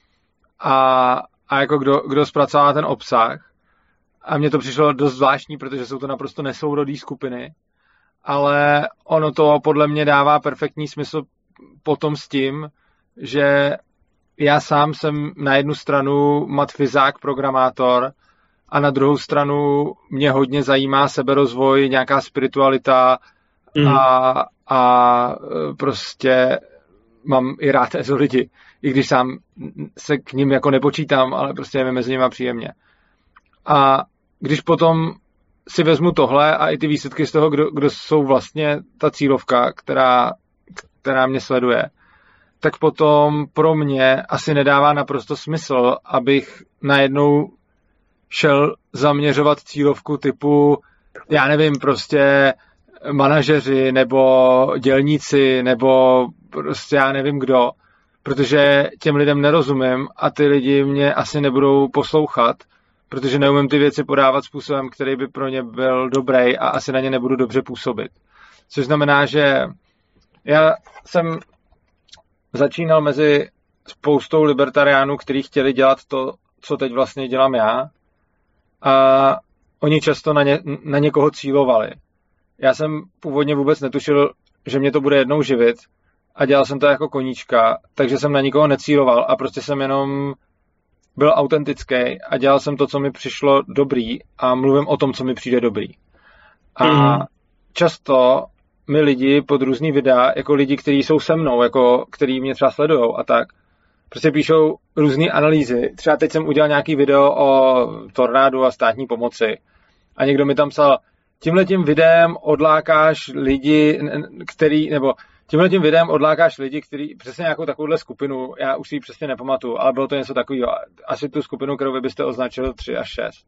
a jako kdo zpracová ten obsah. A mně to přišlo dost zvláštní, protože jsou to naprosto nesourodý skupiny, ale ono to podle mě dává perfektní smysl potom s tím, že já sám jsem na jednu stranu matfyzák, programátor a na druhou stranu mě hodně zajímá seberozvoj, nějaká spiritualita a prostě mám i rád EZO lidi, i když sám se k ním jako nepočítám, ale prostě je mi mezi nimi příjemně. A když potom si vezmu tohle a i ty výsledky z toho, kdo jsou vlastně ta cílovka, která mě sleduje, tak potom pro mě asi nedává naprosto smysl, abych najednou šel zaměřovat cílovku typu, já nevím, prostě manažeři nebo dělníci nebo prostě já nevím kdo, protože těm lidem nerozumím a ty lidi mě asi nebudou poslouchat, protože neumím ty věci podávat způsobem, který by pro ně byl dobrý a asi na ně nebudu dobře působit. Což znamená, že já jsem začínal mezi spoustou libertariánů, kteří chtěli dělat to, co teď vlastně dělám já, a oni často na někoho cílovali. Já jsem původně vůbec netušil, že mě to bude jednou živit a dělal jsem to jako koníčka, takže jsem na nikoho necíloval a prostě jsem jenom byl autentický a dělal jsem to, co mi přišlo dobrý a mluvím o tom, co mi přijde dobrý. A často mi lidi pod různý videa, jako lidi, kteří jsou se mnou, jako který mě třeba sledujou a tak, prostě píšou různé analýzy. Třeba teď jsem udělal nějaký video o tornádu a státní pomoci a někdo mi tam psal, tímhletím videem odlákáš lidi, tímhletím videem odlákáš lidi, který přesně nějakou takovouhle skupinu, já už si ji přesně nepamatuju, ale bylo to něco takového. Asi tu skupinu, kterou vy byste označil 3 až 6.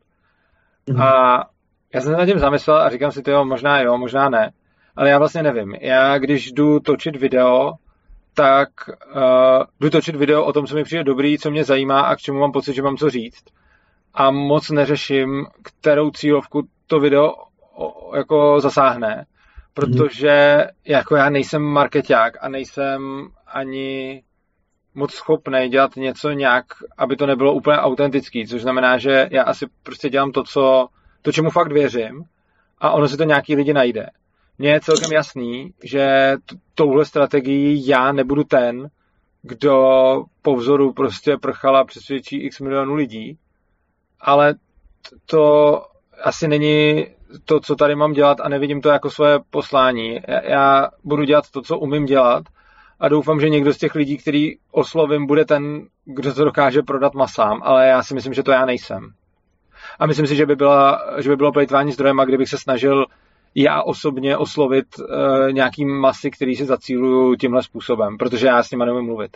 A já jsem se nad tím zamyslel a říkám si, jo, možná ne. Ale já vlastně nevím. Já když jdu točit video, tak jdu točit video o tom, co mi přijde dobrý, co mě zajímá a k čemu mám pocit, že mám co říct. A moc neřeším, kterou cílovku to video jako zasáhne. Protože jako já nejsem markeťák a nejsem ani moc schopný dělat něco nějak, aby to nebylo úplně autentický, což znamená, že já asi prostě dělám to, čemu fakt věřím a ono si to nějaký lidi najde. Mně je celkem jasný, že touhle strategií já nebudu ten, kdo po vzoru prostě prchala přesvědčí x milionů lidí, ale to asi není to, co tady mám dělat a nevidím to jako svoje poslání. Já budu dělat to, co umím dělat a doufám, že někdo z těch lidí, který oslovím, bude ten, kdo to dokáže prodat masám, ale já si myslím, že to já nejsem. A myslím si, že by bylo plejtvání zdrojema, kdybych se snažil já osobně oslovit nějaký masy, který si zacíluju tímhle způsobem, protože já s nima neumím mluvit.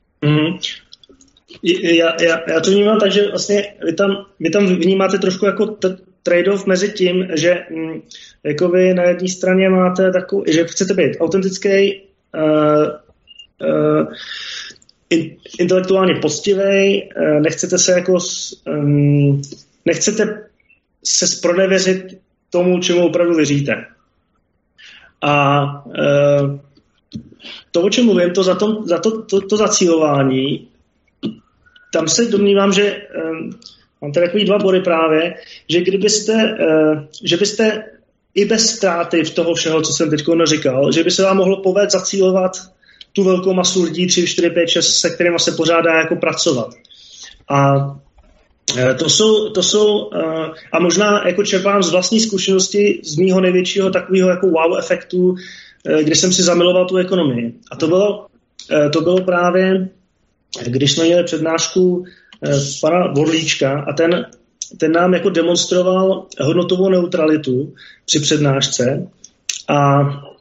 Já to vnímám tak, že vlastně vy tam vnímáte trošku jako trade-off mezi tím, že jako vy na jedné straně máte takový, že chcete být autentický, intelektuálně poctivý, nechcete se zpronevěřit tomu, čemu opravdu věříte. A to, o čem mluvím, to zacílování, tam se domnívám, že mám tady takový 2 body právě, že byste i bez ztráty v toho všeho, co jsem teď říkal, že by se vám mohlo povést zacílovat tu velkou masu lidí, 3, 4, 5, 6, se kterými se pořádá jako pracovat. A to jsou a možná jako čerpám z vlastní zkušenosti z mýho největšího takového jako wow efektu, kdy jsem si zamiloval tu ekonomii. A to bylo právě, když jsme měli přednášku pana Vorlíčka a ten nám jako demonstroval hodnotovou neutralitu při přednášce a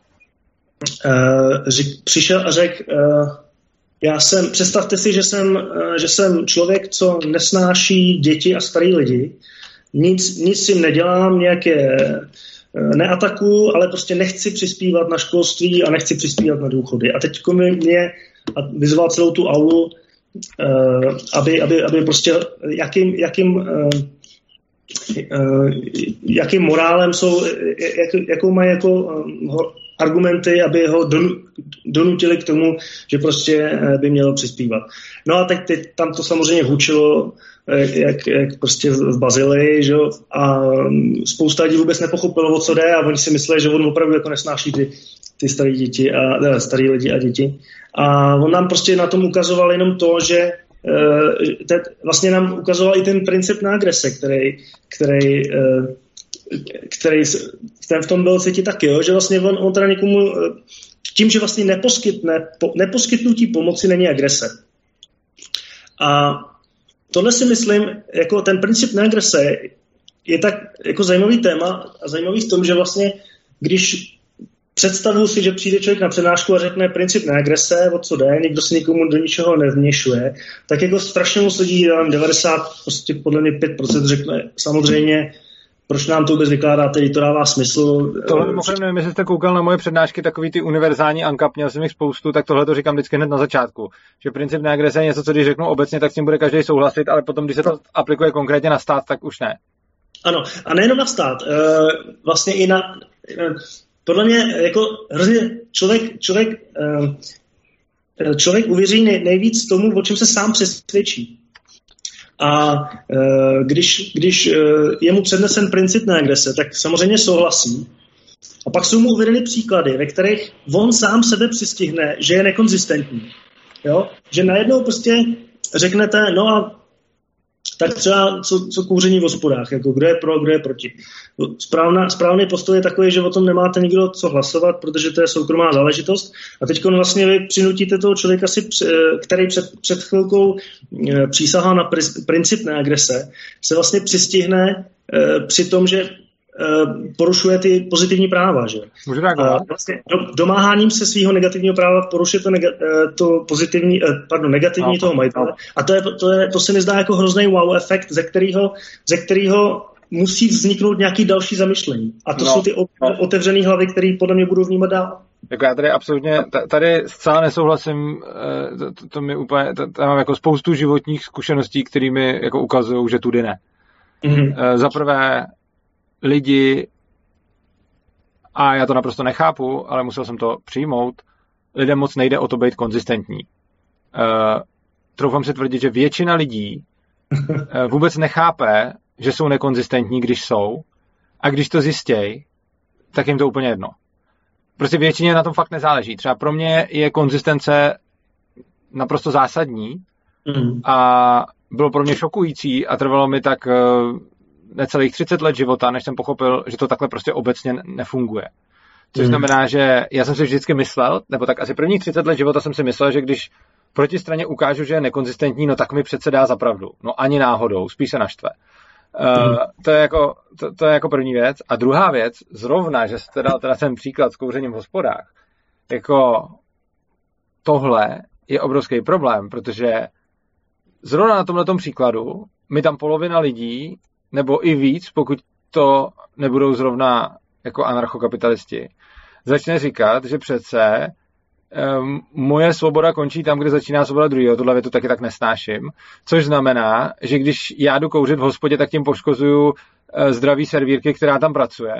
přišel a řekl, představte si, že jsem člověk, co nesnáší děti a starý lidi, nic jim nedělám, nějaké neatakuju, ale prostě nechci přispívat na školství a nechci přispívat na důchody. A teď mě vyzval celou tu aulu, aby prostě jakým morálem jsou, jakou mají jako argumenty, aby ho donutili k tomu, že prostě by mělo přispívat. No a teď tam to samozřejmě hučilo, jak prostě v Bazilii, že? A spousta lidí vůbec nepochopilo, o co jde, a oni si mysleli, že on opravdu jako nesnáší ty starý lidi a děti. A on nám prostě na tom ukazoval jenom to, že vlastně nám ukazoval i ten princip neagrese, který v tom byl cítit taky, jo? Že vlastně on teda někomu tím, že vlastně neposkytnutí pomoci není agrese. A tohle si myslím, jako ten princip neagrese je tak jako zajímavý téma a zajímavý v tom, že vlastně, když představuji si, že přijde člověk na přednášku a řekne princip neagrese, o co jde, nikdo se nikomu do ničeho nevměšuje, tak jako strašně moc lidí, 90, prostě podle mě 5% řekne samozřejmě, proč nám to vůbec vykládáte, to dává smysl. Tohle mimochodem, nevím, jestli jste koukal na moje přednášky, takový ty univerzální ANCAP, měl jsem jich spoustu, tak tohle to říkám vždycky hned na začátku, že princip neagrese je něco, co když řeknu obecně, tak s tím bude každý souhlasit, ale potom, když se to aplikuje konkrétně na stát, tak už ne. Ano, a nejenom na stát, vlastně i na... Podle mě jako hrozně člověk uvěří nejvíc tomu, o čem se sám přesvědčí. A když je mu přednesen princip neagrese, tak samozřejmě souhlasí. A pak jsou mu uvedeny příklady, ve kterých on sám sebe přistihne, že je nekonzistentní. Jo? Že najednou prostě řeknete, no a tak třeba co kouření v hospodách, jako kdo je pro, kdo je proti. Správný postoj je takový, že o tom nemáte nikdo co hlasovat, protože to je soukromá záležitost. A teď vlastně vy přinutíte toho člověka, který před chvilkou přísahal na princip neagrese, se vlastně přistihne při tom, že porušuje ty pozitivní práva. Že? Můžu reagovat? Vlastně domáháním se svého negativního práva porušuje to pozitivní, negativní toho majitele. A to se mi zdá jako hrozný wow efekt, ze kterého musí vzniknout nějaký další zamyšlení. A to jsou ty otevřené hlavy, které podle mě budou vnímat dál. Jako já tady absolutně, tady zcela nesouhlasím, to mi úplně, tam mám jako spoustu životních zkušeností, které mi jako ukazují, že tudy ne. Mm-hmm. Za prvé, lidi, a já to naprosto nechápu, ale musel jsem to přijmout, lidem moc nejde o to být konzistentní. Troufám si tvrdit, že většina lidí vůbec nechápe, že jsou nekonzistentní, když jsou, a když to zjistějí, tak jim to úplně jedno. Prostě většině na tom fakt nezáleží. Třeba pro mě je konzistence naprosto zásadní a bylo pro mě šokující a trvalo mi tak necelých 30 let života, než jsem pochopil, že to takhle prostě obecně nefunguje. Což znamená, že já jsem si vždycky myslel, nebo tak asi prvních 30 let života jsem si myslel, že když proti straně ukážu, že je nekonzistentní, no tak mi přece dá za pravdu. No ani náhodou, spíš se naštve. To je jako první věc. A druhá věc, zrovna, že jste dal teda ten příklad s kouřením v hospodách, jako tohle je obrovský problém, protože zrovna na tomhletom příkladu mi tam polovina lidí, nebo i víc, pokud to nebudou zrovna jako anarchokapitalisti, začne říkat, že přece moje svoboda končí tam, kde začíná svoboda druhého. Tohle větu taky tak nesnáším. Což znamená, že když já jdu kouřit v hospodě, tak tím poškozuju zdraví servírky, která tam pracuje.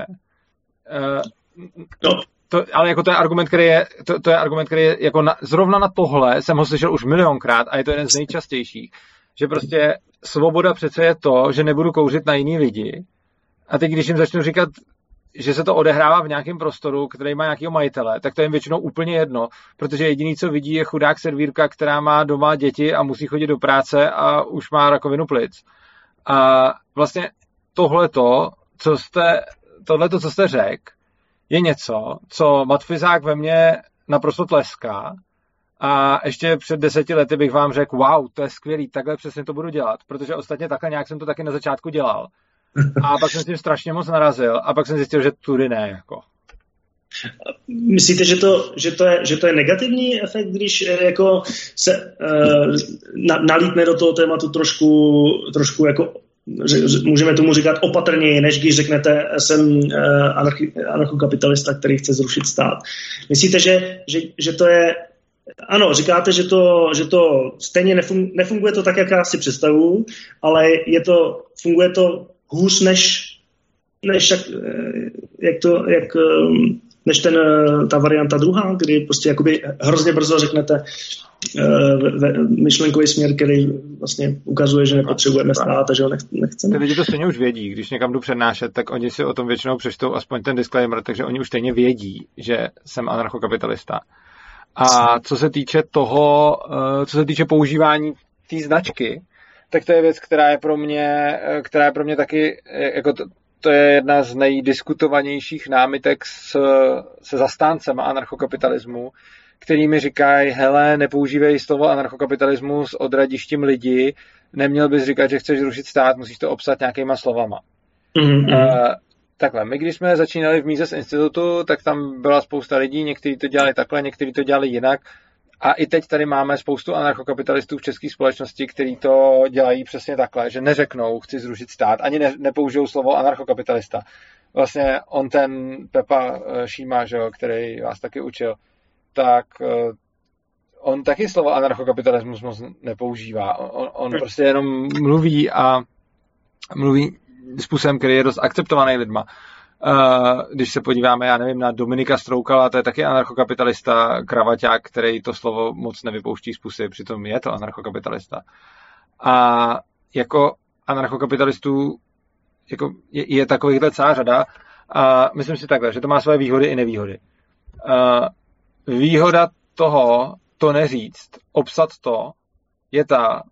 Ale jako to je argument, který je jako zrovna na tohle jsem ho slyšel už milionkrát a je to jeden z nejčastějších. Že prostě svoboda přece je to, že nebudu kouřit na jiný lidi. A teď, když jim začnu říkat, že se to odehrává v nějakém prostoru, který má nějakého majitele, tak to je jim většinou úplně jedno, protože jediný, co vidí, je chudák servírka, která má doma děti a musí chodit do práce a už má rakovinu plic. A vlastně tohleto, co jste řekl, je něco, co Matfizák ve mně naprosto tleská. A ještě před 10 lety bych vám řekl, wow, to je skvělý, takhle přesně to budu dělat, protože ostatně takhle nějak jsem to taky na začátku dělal. A pak jsem s tím strašně moc narazil a pak jsem zjistil, že tudy ne, jako. Myslíte, že to je negativní efekt, když jako se nalítne do toho tématu trošku jako, můžeme tomu říkat opatrněji, než když řeknete, jsem anarchokapitalista, který chce zrušit stát. Myslíte, že to je, ano, říkáte, že to stejně nefunguje to tak, jak já si představuju, ale funguje to hůř než ta varianta druhá, kdy prostě jakoby hrozně brzo řeknete myšlenkový směr, který vlastně ukazuje, že nepotřebujeme stát a že ho nechceme. Ty lidi to stejně už vědí, když někam jdu přednášet, tak oni si o tom většinou přečtou aspoň ten disclaimer, takže oni už stejně vědí, že jsem anarchokapitalista. A co se týče používání té značky, tak to je věc, která je pro mě taky, jako to je jedna z nejdiskutovanějších námitek se zastáncem anarchokapitalismu, který mi říkají, hele, nepoužívej slovo anarchokapitalismus, odradíš tím lidi, neměl bys říkat, že chceš zrušit stát, musíš to obsat nějakýma slovama. Mm-hmm. Takhle, my když jsme začínali v Mises institutu, tak tam byla spousta lidí, někteří to dělali takhle, někteří to dělali jinak. A i teď tady máme spoustu anarchokapitalistů v české společnosti, kteří to dělají přesně takhle, že neřeknou, chci zrušit stát, ani nepoužijou slovo anarchokapitalista. Vlastně on ten Pepa Šíma, že jo, který vás taky učil, tak on taky slovo anarchokapitalismus moc nepoužívá. On prostě jenom mluví způsobem, který je dost akceptovaný lidma. Když se podíváme, já nevím, na Dominika Stroukala, to je taky anarchokapitalista, kravaťák, který to slovo moc nevypouští z pusy, přitom je to anarchokapitalista. A jako anarchokapitalistů jako je takovýchhle celá řada a myslím si takhle, že to má své výhody i nevýhody. Výhoda toho, to neříct, obsat to, je ta,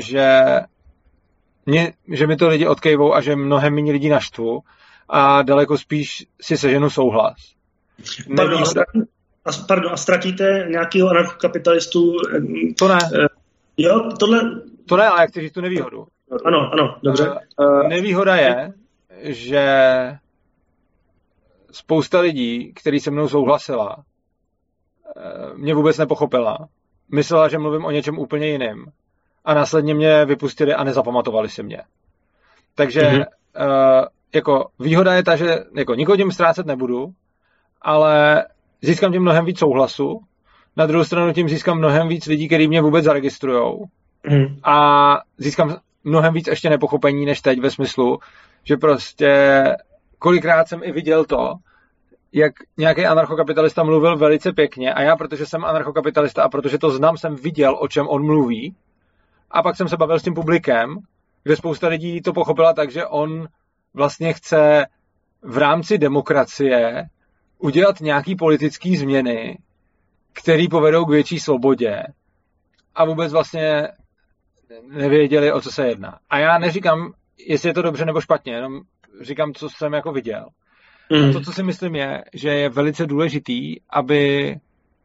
že mi to lidi odkejvou a že mnohem méně lidí naštvu a daleko spíš si seženu souhlas. Pardon, a ztratíte nějakého anarchokapitalistu? To ne. Jo, tohle... To ne, ale jak chci říct tu nevýhodu. Ano, dobře. Nevýhoda je, že spousta lidí, který se mnou souhlasila, mě vůbec nepochopila. Myslela, že mluvím o něčem úplně jiném. A následně mě vypustili a nezapamatovali si mě. Takže jako výhoda je ta, že jako nikoho tím ztrácet nebudu, ale získám tím mnohem víc souhlasu. Na druhou stranu tím získám mnohem víc lidí, kteří mě vůbec zaregistrujou. A získám mnohem víc ještě nepochopení než teď ve smyslu, že prostě kolikrát jsem i viděl to, jak nějaký anarchokapitalista mluvil velice pěkně a já, protože jsem anarchokapitalista a protože to znám, jsem viděl, o čem on mluví. A pak jsem se bavil s tím publikem, kde spousta lidí to pochopila tak, že on vlastně chce v rámci demokracie udělat nějaký politický změny, které povedou k větší svobodě a vůbec vlastně nevěděli, o co se jedná. A já neříkám, jestli je to dobře nebo špatně, jenom říkám, co jsem jako viděl. A to, co si myslím, je, že je velice důležitý, aby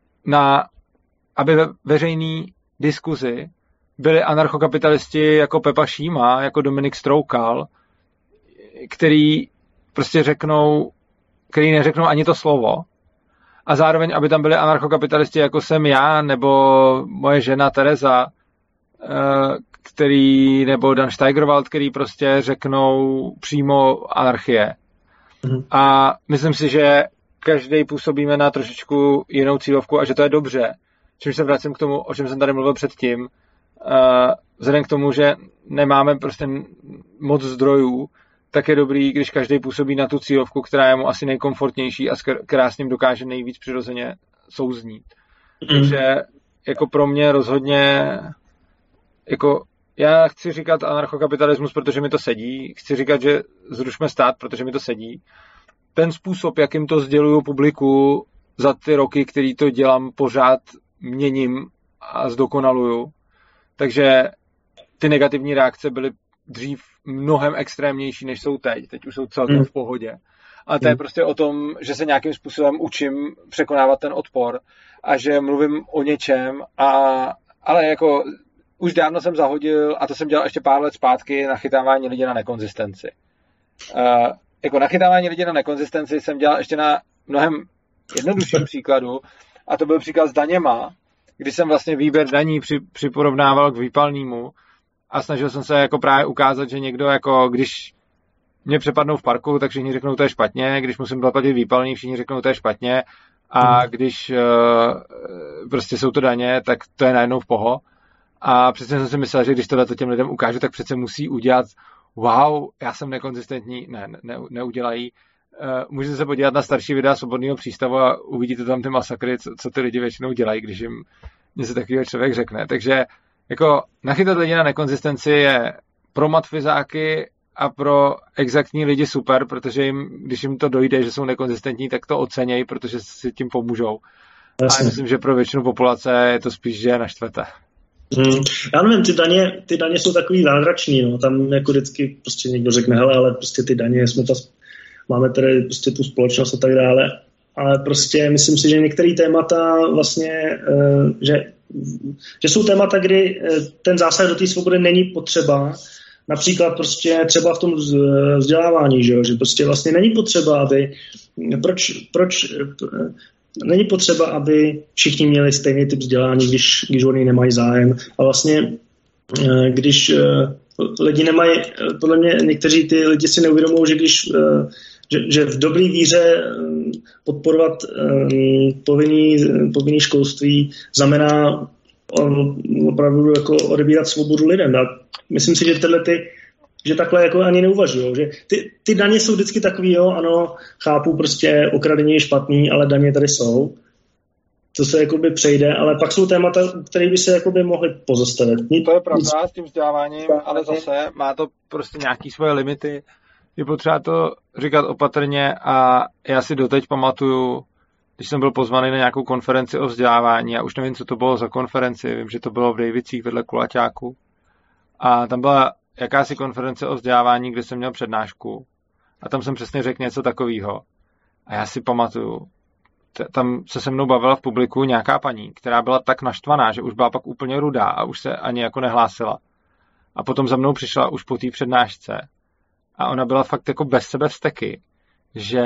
ve veřejné diskuzi byli anarchokapitalisti jako Pepa Šíma, jako Dominik Stroukal, který prostě neřeknou ani to slovo. A zároveň, aby tam byli anarchokapitalisti, jako jsem já, nebo moje žena Tereza, nebo Dan Steigerwald, který prostě řeknou přímo anarchie. A myslím si, že každý působíme na trošičku jinou cílovku a že to je dobře. Čímž se vracím k tomu, o čem jsem tady mluvil předtím. Vzhledem k tomu, že nemáme prostě moc zdrojů, tak je dobrý, když každý působí na tu cílovku, která je mu asi nejkomfortnější a která s ním dokáže nejvíc přirozeně souznít. Takže jako pro mě rozhodně jako já chci říkat anarchokapitalismus, protože mi to sedí, chci říkat, že zrušme stát, protože mi to sedí, ten způsob, jakým to sděluju publiku za ty roky, který to dělám, pořád měním a zdokonaluju. Takže ty negativní reakce byly dřív mnohem extrémnější, než jsou teď. Teď už jsou celkem v pohodě. A to je prostě o tom, že se nějakým způsobem učím překonávat ten odpor a že mluvím o něčem, ale jako už dávno jsem zahodil, a to jsem dělal ještě pár let zpátky, nachytávání lidí na nekonzistenci. Jako nachytávání lidí na nekonzistenci jsem dělal ještě na mnohem jednodušším příkladu, a to byl příklad s daněma, kdy jsem vlastně výběr daní připorovnával k výpalnému a snažil jsem se jako právě ukázat, že někdo jako, když mě přepadnou v parku, tak všichni řeknou, to je špatně, když musím zaplatit výpalný, všichni řeknou, to je špatně, a když prostě jsou to daně, tak to je najednou v poho. A přesně jsem si myslel, že když tohle těm lidem ukážu, tak přece musí udělat wow, já jsem nekonzistentní, neudělají. Můžete se podívat na starší videa Svobodného přístavu a uvidíte tam ty masakry, co ty lidi většinou dělají, když jim něco takového člověk řekne. Takže jako nachytat lidi na nekonzistenci je pro matfizáky a pro exaktní lidi super, protože když jim to dojde, že jsou nekonzistentní, tak to ocenějí, protože si tím pomůžou. A myslím, že pro většinu populace je to spíš, že je naštvete. Já nevím, ty daně jsou takový zázračný, no. Tam jako vždycky prostě někdo řekne, hele, ale prostě ty daně, máme tady prostě tu společnost a tak dále, ale prostě myslím si, že některé témata vlastně, že jsou témata, kdy ten zásah do té svobody není potřeba, například prostě třeba v tom vzdělávání, že prostě vlastně není potřeba, aby není potřeba, aby všichni měli stejný typ vzdělání, když oni nemají zájem. A vlastně, když lidi nemají, podle mě někteří ty lidi si neuvědomují, že v dobré víře podporovat povinný školství znamená opravdu jako odebírat svobodu lidem. A myslím si, že takhle jako ani neuvažují. Že ty daně jsou vždycky takový, jo, ano, chápu, prostě okradení je špatný, ale daně tady jsou. To se jakoby přejde, ale pak jsou témata, které by se jakoby mohly pozastavit. To je pravda s tím vzděláváním, ale zase má to prostě nějaký svoje limity. Je potřeba to říkat opatrně a já si doteď pamatuju, když jsem byl pozvaný na nějakou konferenci o vzdělávání, a už nevím, co to bylo za konferenci, vím, že to bylo v Dejvicích vedle Kulaťáku, a tam byla jakási konference o vzdělávání, kde jsem měl přednášku a tam jsem přesně řekl něco takového. A já si pamatuju, tam se mnou bavila v publiku nějaká paní, která byla tak naštvaná, že už byla pak úplně rudá a už se ani jako nehlásila. A potom za mnou přišla už po té přednášce a ona byla fakt jako bez sebe vzteky, že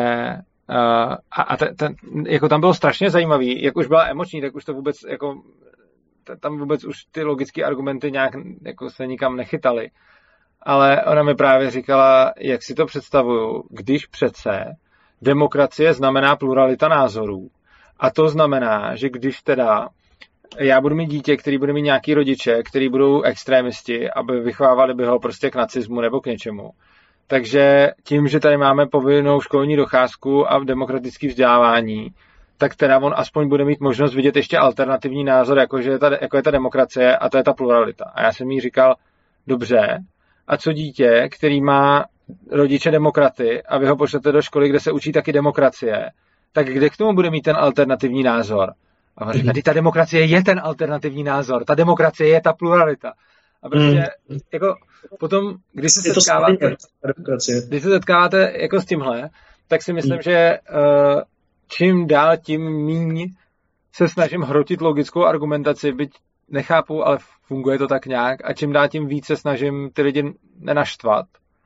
jako tam bylo strašně zajímavý, jak už byla emoční, tak už to vůbec jako tam vůbec už ty logické argumenty nějak jako se nikam nechytaly. Ale ona mi právě říkala, jak si to představuju, když přece demokracie znamená pluralita názorů. A to znamená, že když teda já budu mít dítě, který bude mít nějaký rodiče, který budou extrémisti, aby vychovávali by ho prostě k nacismu nebo k něčemu. Takže tím, že tady máme povinnou školní docházku a demokratické vzdělávání, tak teda on aspoň bude mít možnost vidět ještě alternativní názor, jako je ta demokracie, a to je ta pluralita. A já jsem jí říkal, dobře, a co dítě, který má rodiče demokraty a vy ho pošlete do školy, kde se učí taky demokracie, tak kde k tomu bude mít ten alternativní názor? A on říká, ta demokracie je ten alternativní názor, ta demokracie je ta pluralita. A prostě jako potom, když se setkáváte jako s tímhle, tak si myslím, že čím dál, tím míň se snažím hrotit logickou argumentaci, byť nechápu, ale funguje to tak nějak, a čím dál, tím víc se snažím ty lidi nenaštvat.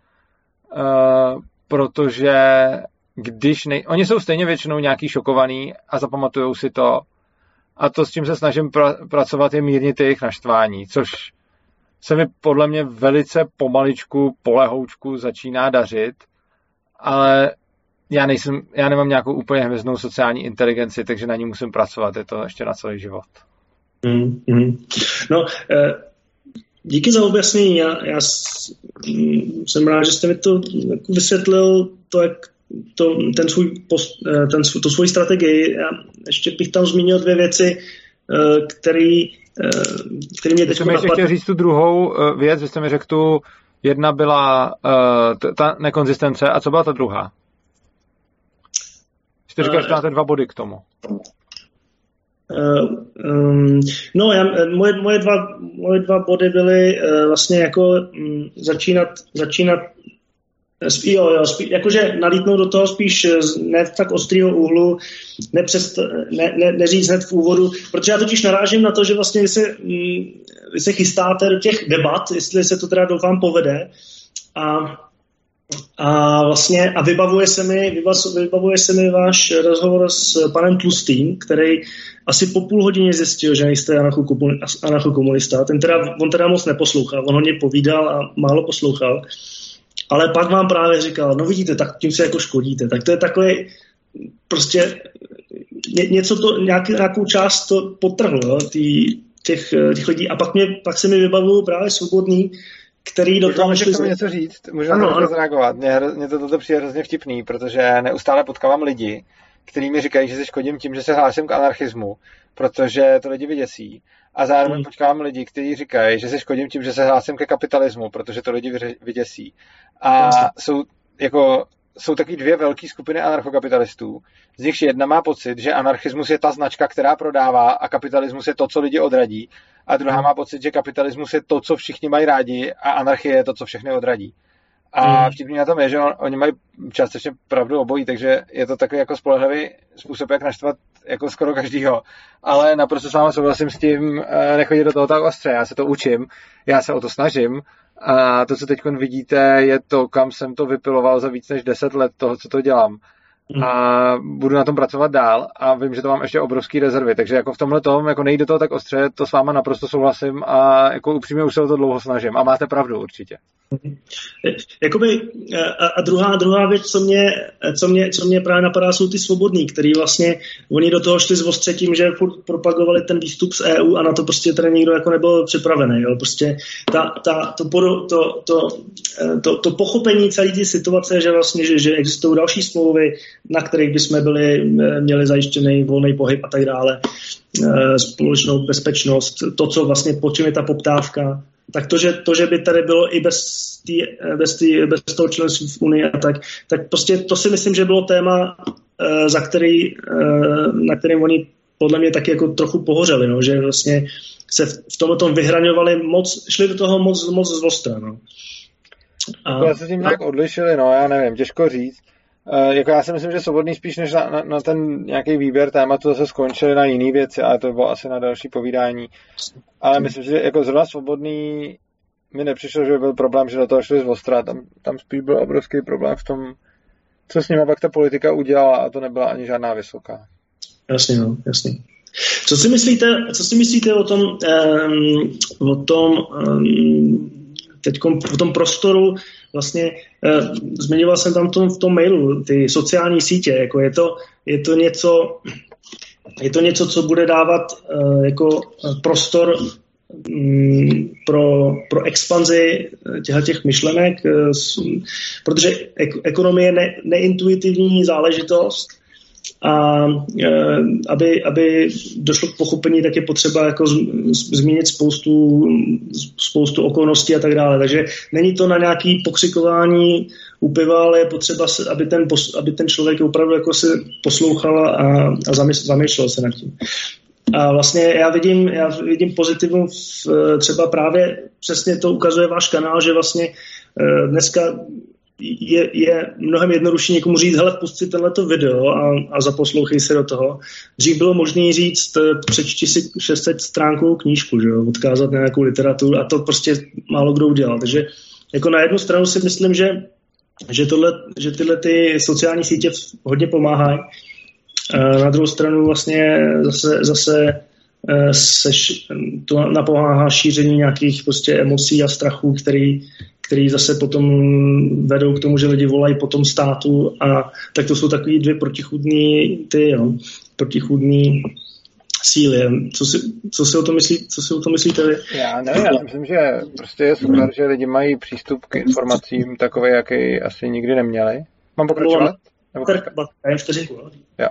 Protože oni jsou stejně většinou nějaký šokovaný a zapamatujou si to, a to, s čím se snažím pracovat, je mírnit jejich naštvání, což se mi podle mě velice pomaličku, polehoučku začíná dařit, ale já nemám nějakou úplně hvězdnou sociální inteligenci, takže na ní musím pracovat, je to ještě na celý život. No, díky za objasnění. Já jsem rád, že jste mi to vysvětlil, tu svoji strategii. Já ještě bych tam zmínil dvě věci, které mě teď napadly. Ještě chtěl říct tu druhou věc, že jste mi řekl tu, jedna byla ta nekonzistence, a co byla ta druhá? Jste říkal, že máte 2 body k tomu. Moje dva body byly vlastně jako začínat jakože nalítnout do toho spíš ne tak ostrýho úhlu, neříct hned v úvodu, protože já totiž narážím na to, že vlastně vy se chystáte do těch debat, jestli se to teda doufám povede a vybavuje se mi váš rozhovor s panem Tlustým, který asi po půl hodině zjistil, že nejste anarchokomunista. On teda moc neposlouchal, on hodně povídal a málo poslouchal. Ale pak vám právě říkal, no vidíte, tak tím se jako škodíte. Tak to je takový prostě nějakou část to potrhlo, těch lidí. A pak se mi vybavují právě Svobodný, který do toho... Můžu něco říct? Můžu na to zareagovat? Mně to přijde hrozně vtipný, protože neustále potkávám lidi, kteří mi říkají, že se škodím tím, že se hlásím k anarchismu, protože to lidi vyděsí. A zároveň potkávám lidi, kteří říkají, že se škodím tím, že se hlásím ke kapitalismu, protože to lidi vyděsí. A jsou taky 2 velké skupiny anarchokapitalistů. Z nichž jedna má pocit, že anarchismus je ta značka, která prodává a kapitalismus je to, co lidi odradí. A druhá má pocit, že kapitalismus je to, co všichni mají rádi a anarchie je to, co všechny odradí. A vtipný na tom je, že oni mají částečně pravdu obojí, takže je to takový jako spolehlivý způsob, jak naštvat jako skoro každýho. Ale naprosto s vámi souhlasím s tím, nechodit do toho tak ostře. Já se to učím, já se o to snažím. A to, co teď vidíte, je to, kam jsem to vypiloval za víc než 10 let toho, co to dělám. A budu na tom pracovat dál a vím, že to mám ještě obrovský rezervy, takže jako v tomhle tom, jako nejde do toho tak ostře, to s váma naprosto souhlasím a jako upřímně už se o to dlouho snažím a máte pravdu určitě. Jakoby, a druhá věc, co mě právě napadá, jsou ty Svobodný, který vlastně, oni do toho šli zostře tím, že furt propagovali ten výstup z EU a na to prostě teda nikdo jako nebyl připravený. Jo? Prostě to pochopení celé té situace, že vlastně, že existují další smlouvy, na kterých bychom měli zajištěný volný pohyb a tak dále, společnou bezpečnost, to, co vlastně po čem je ta poptávka, tak to, že by tady bylo i bez toho členství v Unii a tak prostě to si myslím, že bylo téma, na kterým oni podle mě taky jako trochu pohořeli, no, že vlastně se v tomhle vyhraňovali šli do toho moc zvostra. No. Já se tím nějak odlišili, no, já nevím, těžko říct. Jako já si myslím, že Svobodný spíš než na ten nějaký výběr tématu zase skončili na jiný věci, ale to bylo asi na další povídání. Ale myslím, že jako zrovna Svobodný mi nepřišlo, že by byl problém, že do toho šli z ostra. Tam spíš byl obrovský problém v tom, co s nima pak ta politika udělala a to nebyla ani žádná vysoká. Jasně, no, jasně. Co si myslíte o tom prostoru, vlastně zmiňoval jsem tam v tom mailu, ty sociální sítě, jako je to něco, co bude dávat jako prostor pro expanzi těch myšlenek, protože ekonomie je neintuitivní záležitost a aby došlo k pochopení, tak je potřeba jako změnit spoustu okolností a tak dále. Takže není to na nějaký pokřikování u piva, ale je potřeba, aby ten člověk opravdu jako se poslouchal a zamýšlel se nad tím. A vlastně já vidím pozitivum třeba právě přesně to ukazuje váš kanál, že vlastně dneska je mnohem jednodušší někomu říct, hele, pust si tenhleto video a zaposlouchej se do toho. Dřív bylo možné říct, přečti si 600 stránkovou knížku, že jo, odkázat na nějakou literaturu a to prostě málo kdo udělal. Takže jako na jednu stranu si myslím, že tyhle ty sociální sítě hodně pomáhají. Na druhou stranu vlastně zase to napomáhá šíření nějakých prostě emocí a strachů, který zase potom vedou k tomu, že lidi volají po tom státu a tak to jsou takový 2 protichůdný síly. Co si o tom myslíte vy? Já nevím, já myslím, že prostě je super, že lidi mají přístup k informacím takový, jaký asi nikdy neměli. Mám pokračovat? Jo.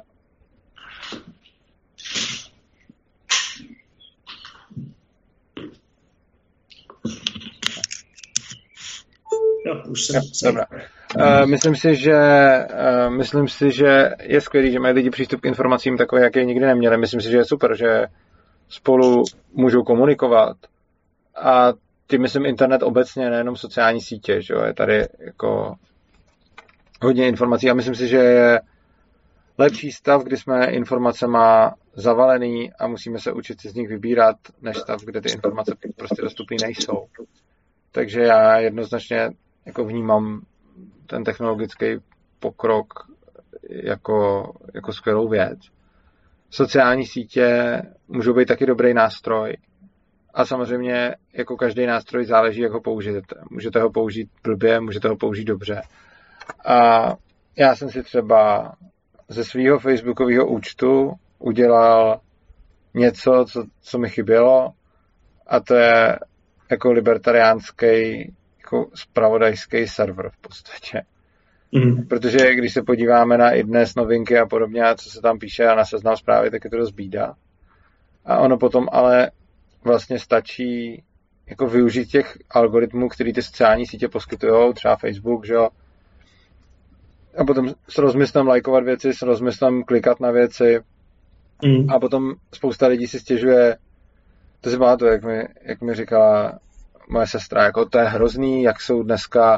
Jo, už jsem. Dobrá. Myslím si, že je skvělý, že mají lidi přístup k informacím takové, jak je nikdy neměli. Myslím si, že je super, že spolu můžou komunikovat. A tím myslím internet obecně, nejenom sociální sítě, že jo? Je tady jako hodně informací a myslím si, že je lepší stav, kdy jsme informacema zavalený a musíme se učit si z nich vybírat, než stav, kde ty informace prostě dostupné nejsou. Takže já jednoznačně jako vnímám ten technologický pokrok jako skvělou věc. Sociální sítě můžou být taky dobrý nástroj a samozřejmě jako každý nástroj záleží, jak ho použijete. Můžete ho použít blbě, můžete ho použít dobře. A já jsem si třeba ze svého facebookového účtu udělal něco, co mi chybělo, a to je jako libertariánský jako zpravodajský server v podstatě. Protože když se podíváme na i dnes novinky a podobně, a co se tam píše a na Seznam Zprávy, tak je to dost bída. A ono potom ale vlastně stačí jako využít těch algoritmů, který ty sociální sítě poskytují, třeba Facebook, že jo, a potom s rozmyslem lajkovat věci, s rozmyslem klikat na věci a potom spousta lidí si stěžuje, to si pamatuju, jak mi říkala moje sestra, jako to je hrozný, jak jsou dneska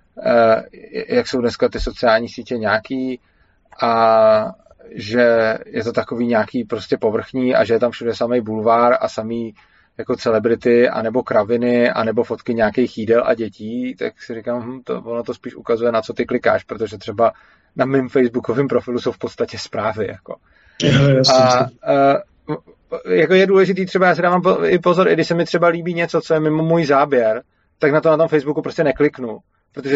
ty sociální sítě nějaký a že je to takový nějaký prostě povrchní a že je tam všude samý bulvár a samý jako celebrity, anebo kraviny, anebo fotky nějakých jídel a dětí, tak si říkám, ono to spíš ukazuje, na co ty klikáš, protože třeba na mém facebookovém profilu jsou v podstatě zprávy. Jako. Jako je důležitý třeba, já si dávám i pozor, i když se mi třeba líbí něco, co je mimo můj záběr, tak na to na tom Facebooku prostě nekliknu, protože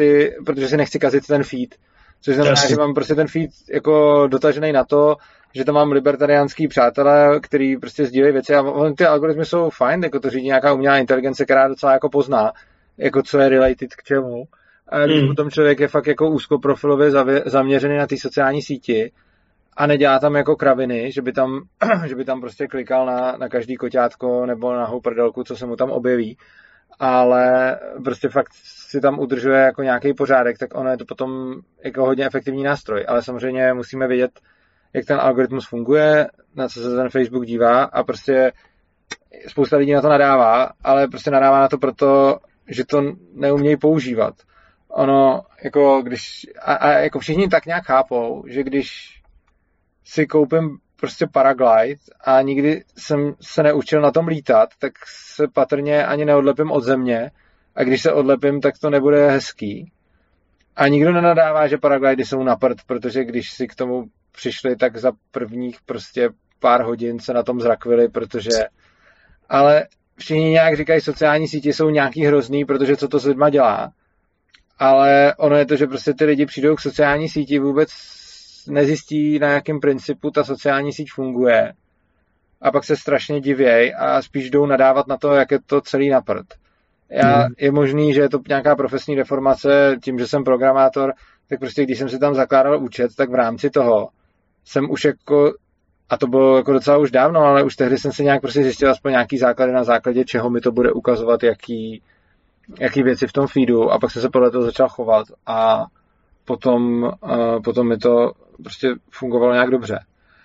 si nechci kazit ten feed. Což znamená, že mám prostě ten feed jako dotažený na to, že tam mám libertariánský přátelé, který prostě sdílejí věci a ty algoritmy jsou fajn, jako to řídí nějaká umělá inteligence, která docela jako pozná, jako co je related k čemu. A když potom člověk je fakt jako úzkoprofilově zaměřený na ty sociální síti a nedělá tam jako kraviny, že by tam prostě klikal na každý koťátko nebo na houprdelku, co se mu tam objeví, ale prostě fakt si tam udržuje jako nějaký pořádek, tak ono je to potom jako hodně efektivní nástroj. Ale samozřejmě musíme vědět, jak ten algoritmus funguje, na co se ten Facebook dívá a prostě spousta lidí na to nadává, ale prostě nadává na to proto, že to neumějí používat. Ono, jako když, a jako všichni tak nějak chápou, že když si koupím prostě paraglide a nikdy jsem se neučil na tom lítat, tak se patrně ani neodlepím od země a když se odlepím, tak to nebude hezký. A nikdo nenadává, že paraglidy jsou na prd, protože když si k tomu přišli, tak za prvních prostě pár hodin se na tom zrakvili, protože... Ale všichni nějak říkají, sociální sítě jsou nějaký hrozný, protože co to s lidma dělá. Ale ono je to, že prostě ty lidi přijdou k sociální síti, vůbec nezjistí, na jakém principu ta sociální síť funguje. A pak se strašně divěj a spíš jdou nadávat na to, jak je to celý na prd. Je možný, že je to nějaká profesní deformace, tím, že jsem programátor, tak prostě když jsem si tam zakládal účet, tak v rámci toho jsem už jako, a to bylo jako docela už dávno, ale už tehdy jsem si nějak prostě zjistil aspoň nějaký základy, na základě čeho mi to bude ukazovat, jaký věci v tom feedu, a pak jsem se podle toho začal chovat a potom mi to prostě fungovalo nějak dobře.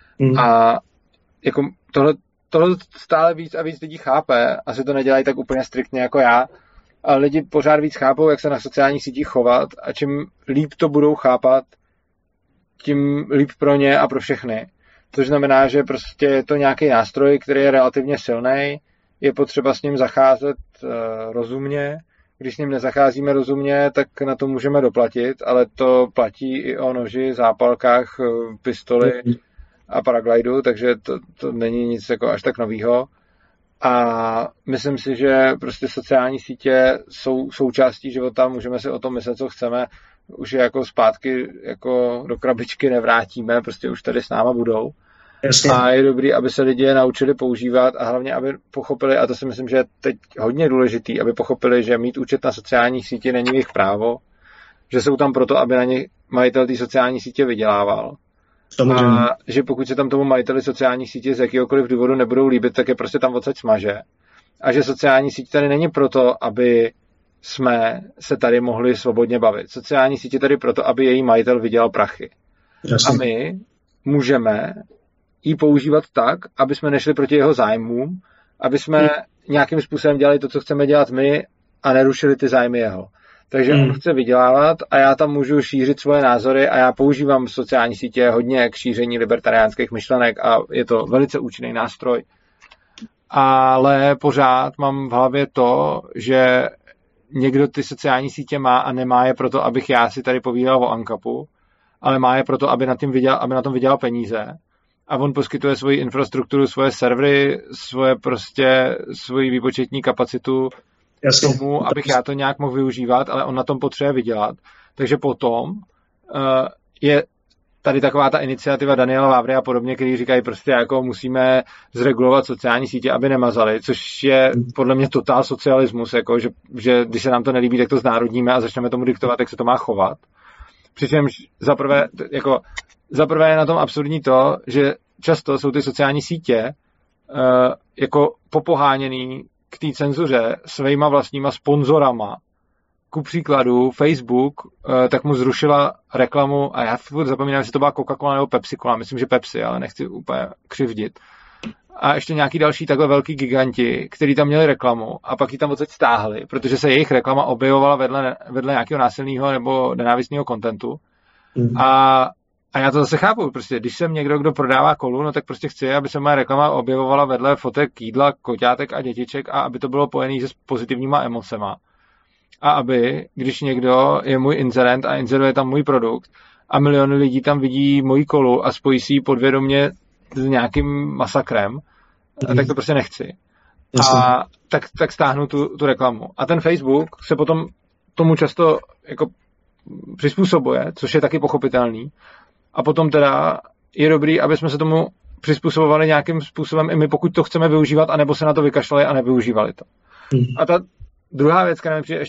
A jako tohle stále víc a víc lidí chápe, asi to nedělají tak úplně striktně jako já, ale lidi pořád víc chápou, jak se na sociálních sítích chovat a čím líp to budou chápat, tím líp pro ně a pro všechny. Což znamená, že prostě je to nějaký nástroj, který je relativně silný, je potřeba s ním zacházet rozumně. Když s ním nezacházíme rozumně, tak na to můžeme doplatit, ale to platí i o noži, zápalkách, pistoli a paraglidu, takže to není nic jako až tak novýho. A myslím si, že prostě sociální sítě jsou součástí života, můžeme si o tom myslet, co chceme, už je jako zpátky jako do krabičky nevrátíme, prostě už tady s náma budou. Jasně. A je dobrý, aby se lidi naučili používat a hlavně, aby pochopili, a to si myslím, že je teď hodně důležitý, aby pochopili, že mít účet na sociálních sítích není jejich právo, že jsou tam proto, aby na ně majitel té sociální sítě vydělával. A že pokud se tam tomu majiteli sociálních sítí z jakýhokoliv důvodu nebudou líbit, tak je prostě tam odsaď smaže. A že sociální síť tady není proto, aby jsme se tady mohli svobodně bavit. Sociální sítě tady proto, aby její majitel vydělal prachy. Jasně. A my můžeme ji používat tak, aby jsme nešli proti jeho zájmům, aby jsme nějakým způsobem dělali to, co chceme dělat my a nerušili ty zájmy jeho. Takže on chce vydělávat a já tam můžu šířit svoje názory a já používám sociální sítě hodně k šíření libertariánských myšlenek a je to velice účinný nástroj. Ale pořád mám v hlavě to, že někdo ty sociální sítě má a nemá je proto, abych já si tady povídal o ANCAPu, ale má je proto, aby na tom vydělal peníze. A on poskytuje svoji infrastrukturu, svoje servery, svoji výpočetní kapacitu k tomu, abych já to nějak mohl využívat, ale on na tom potřebuje vydělat. Takže potom je tady taková ta iniciativa Daniela Vávry a podobně, který říkají prostě jako musíme zregulovat sociální sítě, aby nemazaly, což je podle mě totál socialismus, jako, že když se nám to nelíbí, tak to znárodníme a začneme tomu diktovat, jak se to má chovat. Přičemž zaprvé je na tom absurdní to, že často jsou ty sociální sítě jako popoháněný k té cenzuře svýma vlastníma sponzorama. Ku příkladu Facebook tak mu zrušila reklamu a já furt zapomínám, jestli to byla Coca-Cola nebo Pepsi-Cola, myslím, že Pepsi, ale nechci úplně křivdit. A ještě nějaký další takhle velký giganti, kteří tam měli reklamu a pak ji tam odsaď stáhli, protože se jejich reklama objevovala vedle nějakého násilného nebo nenávistného kontentu. A já to zase chápu, prostě když jsem někdo, kdo prodává kolu, no tak prostě chci, aby se moje reklama objevovala vedle fotek jídla, koťátek a dětiček a aby to bylo pojené s pozitivníma emocema. A aby, když někdo je můj inzerent a inzeruje tam můj produkt a miliony lidí tam vidí moji kolu a spojí si ji podvědomě s nějakým masakrem, tak to prostě nechci. A tak stáhnu tu reklamu. A ten Facebook se potom tomu často jako přizpůsobuje, což je taky pochopitelný. A potom teda je dobrý, aby jsme se tomu přizpůsobovali nějakým způsobem i my, pokud to chceme využívat, anebo se na to vykašlali a nevyužívali to. A ta druhá věc, která mi přijde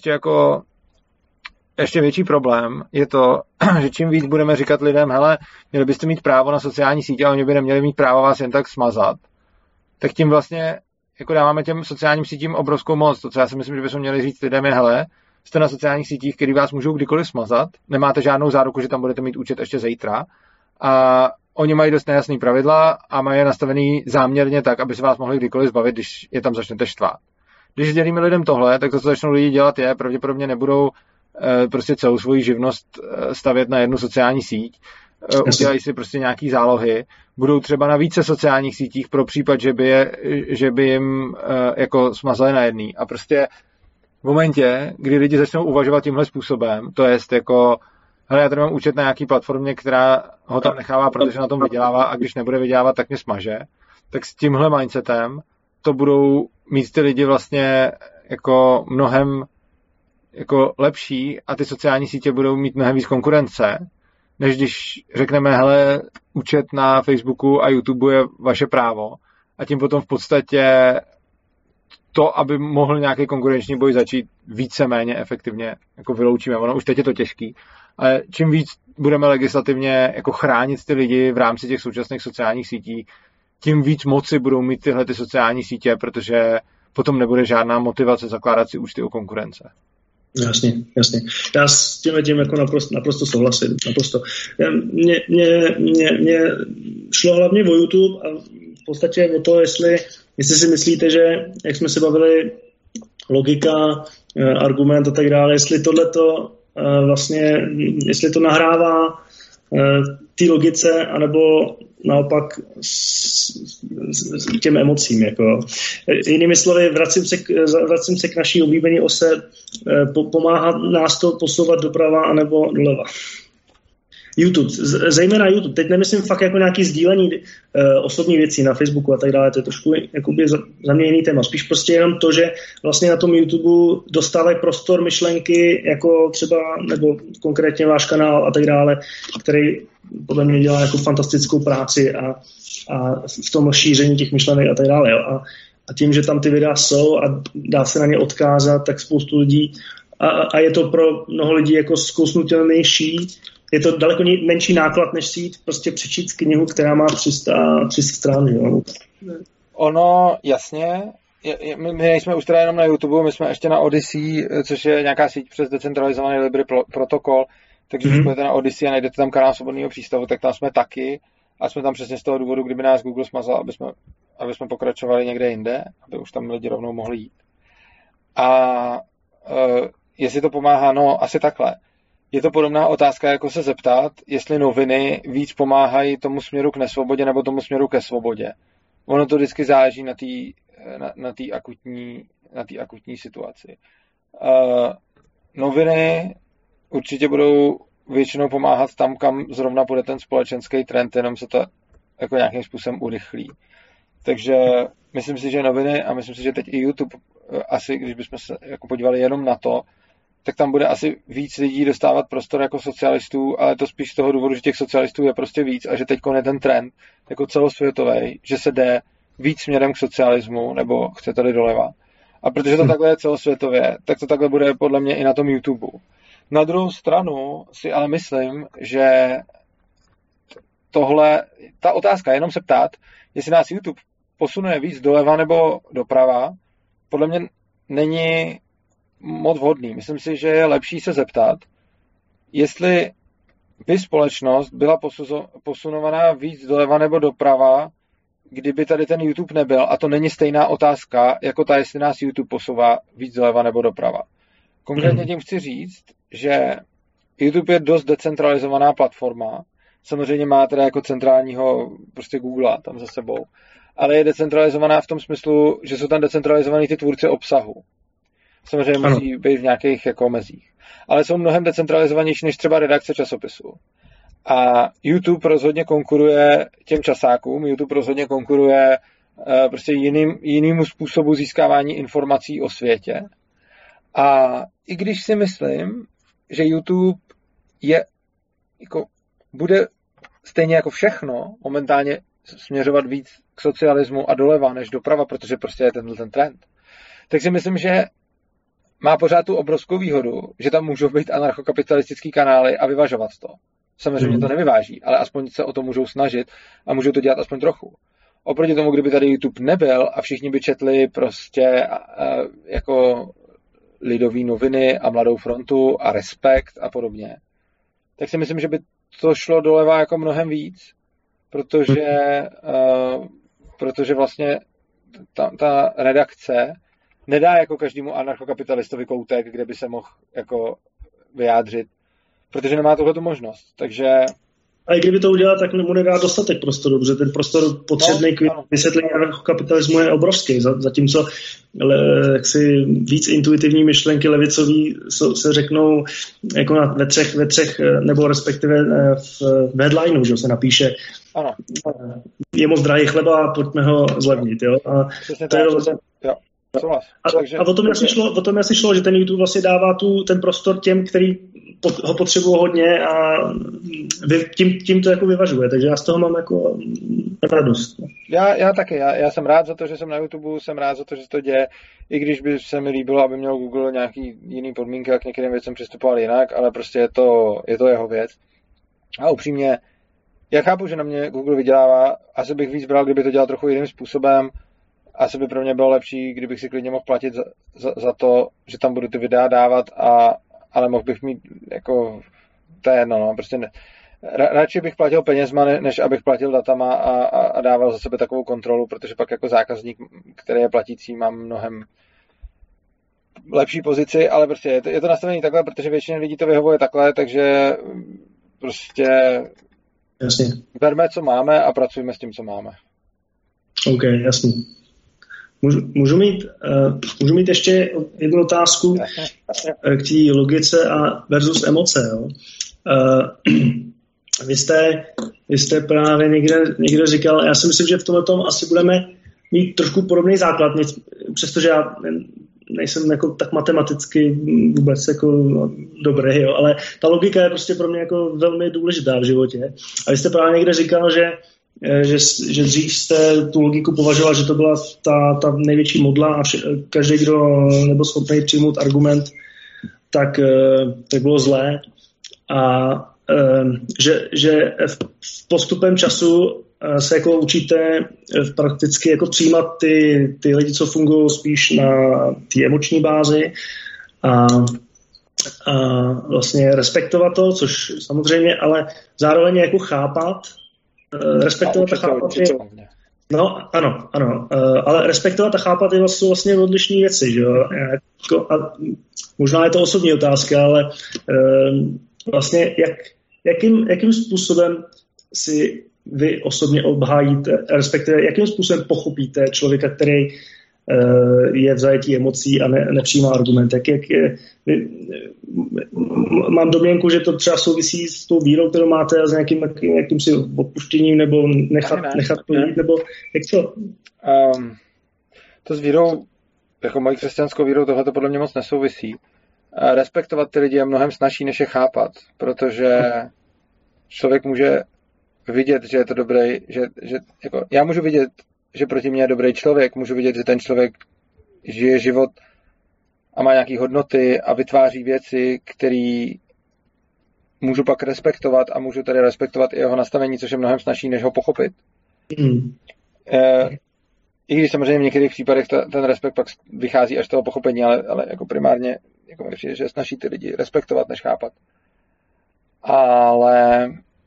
ještě větší problém, je to, že čím víc budeme říkat lidem, hele, měli byste mít právo na sociální sítě a oni by neměli mít právo vás jen tak smazat, tak tím vlastně jako dáváme těm sociálním sítím obrovskou moc. To, co já si myslím, že bychom měli říct lidem je, hele, jste na sociálních sítích, který vás můžou kdykoliv smazat, nemáte žádnou záruku, že tam budete mít účet ještě zítra a oni mají dost nejasný pravidla a mají je nastavený záměrně tak, aby se vás mohli kdykoliv zbavit, když je tam začnete štvát. Když dělíme lidem tohle, tak to, co začnou lidi dělat, je, pravděpodobně nebudou prostě celou svoji živnost stavět na jednu sociální síť, udělají si prostě nějaký zálohy, budou třeba na více sociálních sítích pro případ, že by jim jako smazali na jedný. A prostě v momentě, kdy lidi začnou uvažovat tímhle způsobem, to jest jako, hele, já tady mám účet na nějaký platformě, která ho tam nechává, protože na tom vydělává a když nebude vydělávat, tak mě smaže, tak s tímhle mindsetem to budou mít ty lidi vlastně jako mnohem jako lepší a ty sociální sítě budou mít mnohem víc konkurence, než když řekneme, hele, účet na Facebooku a YouTube je vaše právo a tím potom v podstatě to, aby mohl nějaký konkurenční boj začít víceméně efektivně jako vyloučíme. Ono už teď je to těžký, ale čím víc budeme legislativně jako chránit ty lidi v rámci těch současných sociálních sítí, tím víc moci budou mít tyhle ty sociální sítě, protože potom nebude žádná motivace zakládat si účty o konkurence. Jasně. Já s tím jako naprosto souhlasím. Naprosto. Mě šlo hlavně o YouTube a v podstatě o to, jestli si myslíte, že, jak jsme se bavili, logika, argument a tak dále, jestli tohleto vlastně, jestli to nahrává té logice, anebo naopak těm emocím. Jako. Jinými slovy, vracím se k naší oblíbené ose, pomáhá nás to posouvat doprava anebo doleva. YouTube, zejména YouTube, teď nemyslím fakt jako nějaký sdílení osobní věcí na Facebooku a tak dále, to je trošku jakoby za mě jiný téma, spíš prostě jenom to, že vlastně na tom YouTube dostávají prostor myšlenky, jako třeba, nebo konkrétně váš kanál a tak dále, který podle mě dělá jako fantastickou práci a v tom šíření těch myšlenek a tak dále. Jo. A tím, že tam ty videa jsou a dá se na ně odkázat, tak spoustu lidí a je to pro mnoho lidí jako zkousnutelnější. Je to daleko menší náklad, než si jít prostě přečíst knihu, která má 300 stran. Jo? Ono, jasně, my nejsme už teda jenom na YouTube, my jsme ještě na Odyssey, což je nějaká síť přes decentralizovaný Libry protokol, takže když budete na Odyssey a najdete tam kanál Svobodného přístavu, tak tam jsme taky a jsme tam přesně z toho důvodu, kdyby nás Google smazal, aby jsme pokračovali někde jinde, aby už tam lidi rovnou mohli jít. A jestli to pomáhá, no asi takhle. Je to podobná otázka, jako se zeptat, jestli noviny víc pomáhají tomu směru k nesvobodě nebo tomu směru ke svobodě. Ono to vždycky záleží na té akutní situaci. Noviny určitě budou většinou pomáhat tam, kam zrovna bude ten společenský trend, jenom se to jako nějakým způsobem urychlí. Takže myslím si, že noviny a myslím si, že teď i YouTube, asi když bychom se jako podívali jenom na to, tak tam bude asi víc lidí dostávat prostor jako socialistů, ale to spíš z toho důvodu, že těch socialistů je prostě víc a že teď je ten trend jako celosvětový, že se jde víc směrem k socialismu, nebo chcete-li doleva. A protože to takhle je celosvětově, tak to takhle bude podle mě i na tom YouTube. Na druhou stranu si ale myslím, že ta otázka, jenom se ptát, jestli nás YouTube posunuje víc doleva nebo doprava, podle mě není moc vhodný. Myslím si, že je lepší se zeptat, jestli by společnost byla posunovaná víc doleva nebo doprava, kdyby tady ten YouTube nebyl. A to není stejná otázka, jako ta, jestli nás YouTube posouvá víc doleva nebo doprava. Konkrétně tím chci říct, že YouTube je dost decentralizovaná platforma. Samozřejmě má teda jako centrálního prostě Google tam za sebou. Ale je decentralizovaná v tom smyslu, že jsou tam decentralizovaní ty tvůrci obsahu. Samozřejmě musí být v nějakých jako mezích. Ale jsou mnohem decentralizovanější než třeba redakce časopisu. A YouTube rozhodně konkuruje těm časákům, YouTube rozhodně konkuruje prostě jinému způsobu získávání informací o světě. A i když si myslím, že YouTube bude stejně jako všechno momentálně směřovat víc k socialismu a doleva než doprava, protože prostě je ten trend, tak si myslím, že má pořád tu obrovskou výhodu, že tam můžou být anarchokapitalistický kanály a vyvažovat to. Samozřejmě to nevyváží, ale aspoň se o to můžou snažit a můžou to dělat aspoň trochu. Oproti tomu, kdyby tady YouTube nebyl a všichni by četli prostě jako Lidové noviny a Mladou frontu a Respekt a podobně, tak si myslím, že by to šlo doleva jako mnohem víc, protože vlastně ta redakce nedá jako každému anarchokapitalistovi koutek, kde by se mohl jako vyjádřit, protože nemá tuhletu možnost. Takže... A i kdyby to udělal, tak mu nedá dostatek prostoru, protože ten prostor potřebný k vysvětlení anarchokapitalismu je obrovský, zatímco jaksi víc intuitivní myšlenky levicový se řeknou jako ve třech nebo respektive v headlineu, že se napíše ano. Je moc drahý chleba, pojďme ho zlevnit. Jo? A to je A o tom asi šlo, že ten YouTube vlastně dává ten prostor těm, který ho potřebují hodně a tím to jako vyvažuje, takže já z toho mám jako radost. Já taky, já jsem rád za to, že jsem na YouTube, jsem rád za to, že se to děje, i když by se mi líbilo, aby měl Google nějaký jiný podmínky a k některým věcem přistupoval jinak, ale prostě je to jeho věc. A upřímně, já chápu, že na mě Google vydělává, asi bych víc bral, kdyby to dělal trochu jiným způsobem. Asi by pro mě bylo lepší, kdybych si klidně mohl platit za to, že tam budu ty videa dávat, ale mohl bych mít jako, to je jedno, no, prostě ne. Radši bych platil penězma, než abych platil datama a dával za sebe takovou kontrolu, protože pak jako zákazník, který je platící, mám mnohem lepší pozici, ale prostě je to nastavený takhle, protože většině lidí to vyhovuje takhle, takže prostě jasně. Berme, co máme a pracujeme s tím, co máme. OK, jasně. Můžu mít ještě jednu otázku k té logice a versus emoce. Jo? Vy jste právě někde říkal, já si myslím, že v tomhle asi budeme mít trošku podobný základ, přestože já nejsem jako tak matematicky vůbec jako dobrý, jo? Ale ta logika je prostě pro mě jako velmi důležitá v životě. A vy jste právě někde říkal, že dřív jste tu logiku považoval, že to byla ta největší modla a každý, kdo nebyl schopný přijmout argument, tak bylo zlé. A že v postupem času se jako učíte prakticky jako přijímat ty lidi, co fungují spíš na té emoční bázi a vlastně respektovat to, což samozřejmě, ale zároveň jako chápat, respektovat a chápat je, no, ano, ale respektovat a chápat jsou vlastně odlišné věci, že jo? A možná je to osobní otázka, ale vlastně jakým způsobem si vy osobně obhájíte, respektive jakým způsobem pochopíte člověka, který je v zajetí emocí a nepřijímá argument. Mám domněnku, že to třeba souvisí s tou vírou, kterou máte a s nějakým jakýmsi odpuštěním nebo nechat to jít, nebo jak to? To s vírou, jako mojí křesťanskou vírou, tohle to podle mě moc nesouvisí. Respektovat ty lidi je mnohem snazší, než je chápat, protože člověk může vidět, že je to dobrý, že jako, já můžu vidět, že proti mně je dobrý člověk, můžu vidět, že ten člověk žije život a má nějaké hodnoty a vytváří věci, které můžu pak respektovat a můžu tedy respektovat i jeho nastavení, což je mnohem snazší, než ho pochopit. I když samozřejmě v některých případech ten respekt pak vychází až z toho pochopení, ale jako primárně jako mi přijde, že je snazší ty lidi respektovat, než chápat. Ale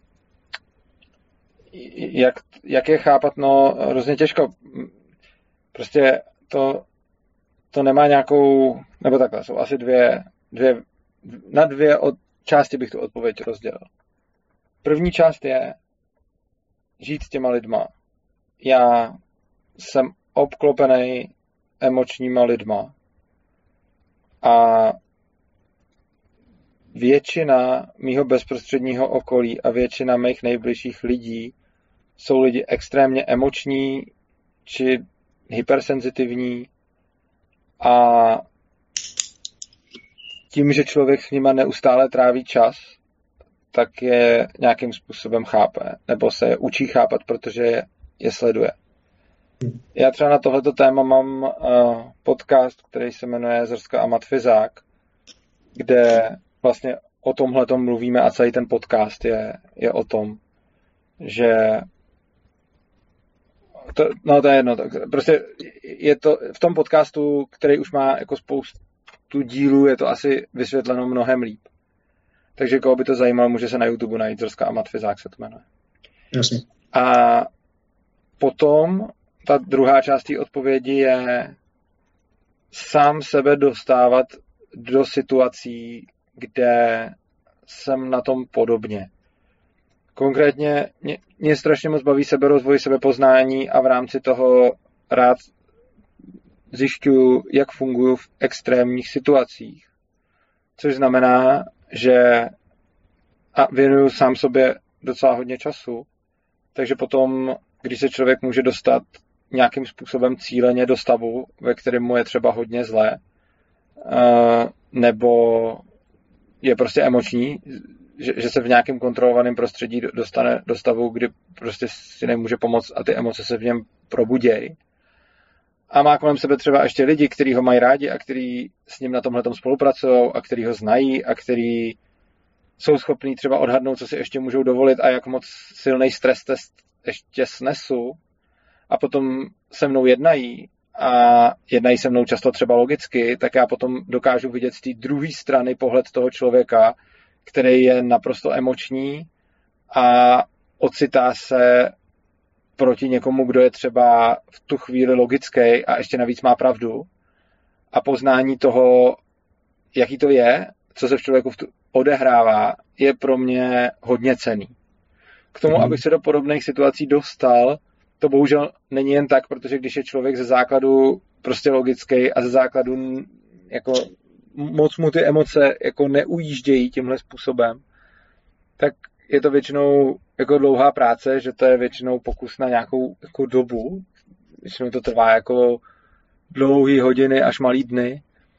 jak je chápat, no hrozně těžko. Prostě to nemá nějakou, nebo takhle, jsou asi na dvě části bych tu odpověď rozdělil. První část je žít s těma lidma. Já jsem obklopený emočníma lidma a většina mýho bezprostředního okolí a většina mých nejbližších lidí jsou lidi extrémně emoční či hypersenzitivní a tím, že člověk s nima neustále tráví čas, tak je nějakým způsobem chápe, nebo se učí chápat, protože je sleduje. Já třeba na tohleto téma mám podcast, který se jmenuje Zrska a Matfizák, kde vlastně o tomhletom mluvíme a celý ten podcast je o tom, že to je jedno. Prostě je to v tom podcastu, který už má jako spoustu dílů, je to asi vysvětleno mnohem líp. Takže koho by to zajímalo, může se na YouTube najít Zrska a Matfizák se to jmenuje. Jasně. A potom ta druhá část té odpovědi je sám sebe dostávat do situací, kde jsem na tom podobně. Konkrétně mě strašně moc baví seberozvoj, sebepoznání a v rámci toho rád zjišťuju, jak funguju v extrémních situacích. Což znamená, že věnuju sám sobě docela hodně času, takže potom, když se člověk může dostat nějakým způsobem cíleně do stavu, ve kterém mu je třeba hodně zlé, nebo je prostě emoční, že se v nějakém kontrolovaném prostředí dostane do stavu, kdy prostě si nemůže pomoct a ty emoce se v něm probudějí. A má kolem sebe třeba ještě lidi, kteří ho mají rádi a kteří s ním na tomhletom spolupracují a kteří ho znají a kteří jsou schopní třeba odhadnout, co si ještě můžou dovolit a jak moc silný stres test ještě snesu a potom se mnou jednají a jednají se mnou často třeba logicky, tak já potom dokážu vidět z té druhé strany pohled toho člověka, který je naprosto emoční a ocitá se proti někomu, kdo je třeba v tu chvíli logický a ještě navíc má pravdu. A poznání toho, jaký to je, co se v člověku odehrává, je pro mě hodně cenný. K tomu, abych se do podobných situací dostal, to bohužel není jen tak, protože když je člověk ze základu prostě logický a ze základu jako moc mu ty emoce jako neujíždějí tímhle způsobem, tak je to většinou jako dlouhá práce, že to je většinou pokus na nějakou jako dobu. Většinou to trvá jako dlouhý hodiny až malý dny.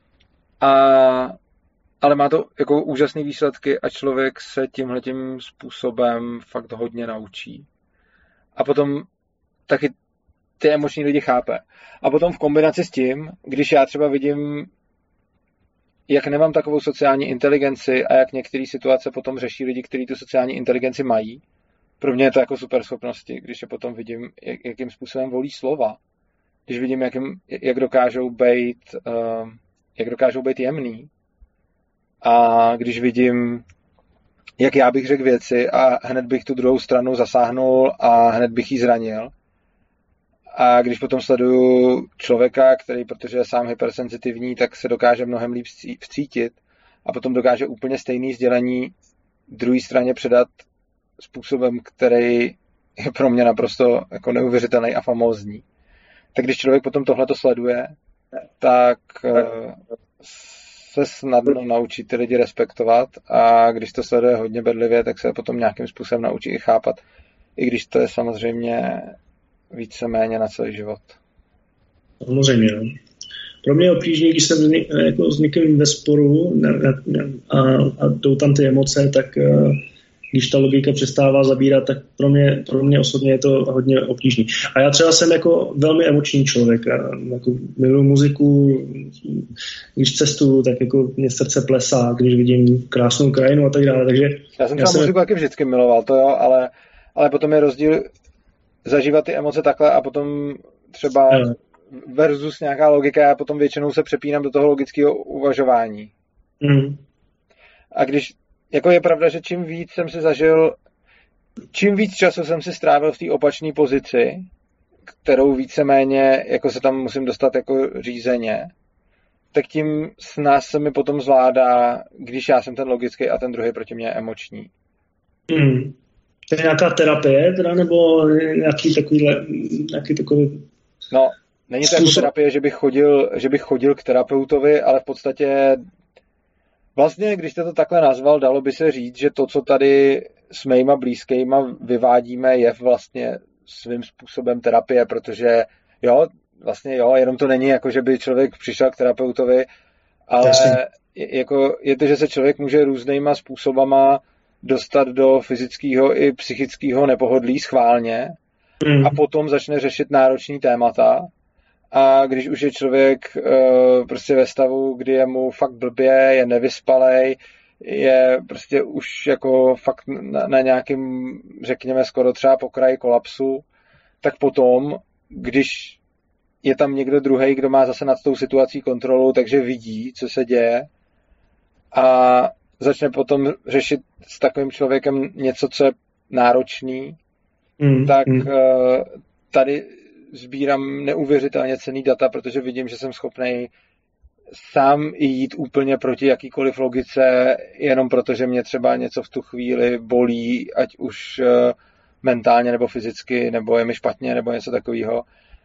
Ale má to jako úžasné výsledky a člověk se tímhletím způsobem fakt hodně naučí. A potom taky ty emoční lidi chápe. A potom v kombinaci s tím, když já třeba vidím, jak nemám takovou sociální inteligenci a jak některé situace potom řeší lidi, kteří tu sociální inteligenci mají, pro mě je to jako super schopnosti, když je potom vidím, jakým způsobem volí slova. Když vidím, jak dokážou být jemný. A když vidím, jak já bych řekl věci a hned bych tu druhou stranu zasáhnul a hned bych ji zranil. A když potom sleduju člověka, který, protože je sám hypersenzitivní, tak se dokáže mnohem líp vcítit a potom dokáže úplně stejný sdělení druhé straně předat způsobem, který je pro mě naprosto jako neuvěřitelný a famózní. Tak když člověk potom tohleto sleduje, tak se snadno naučí ty lidi respektovat a když to sleduje hodně bedlivě, tak se potom nějakým způsobem naučí i chápat, i když to je samozřejmě víceméně na celý život. Samozřejmě, no. Pro mě je obtížné, když jsem jako s někým ve sporu a jdou tam ty emoce, tak když ta logika přestává zabírat, tak pro mě osobně je to hodně obtížný. A já třeba jsem jako velmi emoční člověk. Jako miluji muziku, když cestuju, tak jako mě srdce plesá, když vidím krásnou krajinu a tak dále. Takže já jsem muziku taky vždycky miloval, to jo, ale potom je rozdíl zažívat ty emoce takhle a potom třeba versus nějaká logika, já potom většinou se přepínám do toho logického uvažování. A když jako je pravda, že čím víc jsem si zažil, čím víc času jsem si strávil v té opačné pozici, kterou víceméně jako se tam musím dostat jako řízeně, tak tím s nás se mi potom zvládá, když já jsem ten logický a ten druhý proti mě je emoční. To je nějaká terapie teda, nebo nějaký takový... No, není to jako terapie, že bych chodil k terapeutovi, ale v podstatě vlastně, když jste to takhle nazval, dalo by se říct, že to, co tady s mýma blízkýma vyvádíme, je vlastně svým způsobem terapie, protože jenom to není jako, že by člověk přišel k terapeutovi, ale je to, že se člověk může různýma způsobama dostat do fyzického i psychického nepohodlí schválně a potom začne řešit náročný témata. A když už je člověk prostě ve stavu, kdy je mu fakt blbě, je nevyspalej, je prostě už jako fakt na nějakým, řekněme, skoro třeba pokraji kolapsu, tak potom, když je tam někdo druhej, kdo má zase nad tou situací kontrolu, takže vidí, co se děje a začne potom řešit s takovým člověkem něco, co je náročný, tak tady sbírám neuvěřitelně cenný data, protože vidím, že jsem schopnej sám jít úplně proti jakýkoliv logice, jenom protože mě třeba něco v tu chvíli bolí, ať už mentálně nebo fyzicky, nebo je mi špatně, nebo něco takového.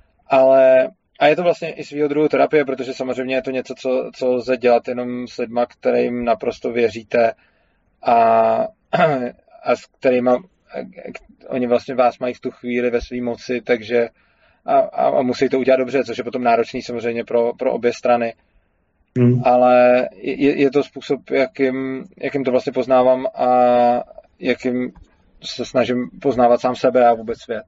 A je to vlastně i svýho druhu terapie, protože samozřejmě je to něco, co lze dělat jenom s lidma, kterým naprosto věříte a s kterýma oni vlastně vás mají v tu chvíli ve své moci, takže a musí to udělat dobře, což je potom náročný samozřejmě pro obě strany. Ale je to způsob, jakým to vlastně poznávám a jakým se snažím poznávat sám sebe a vůbec svět.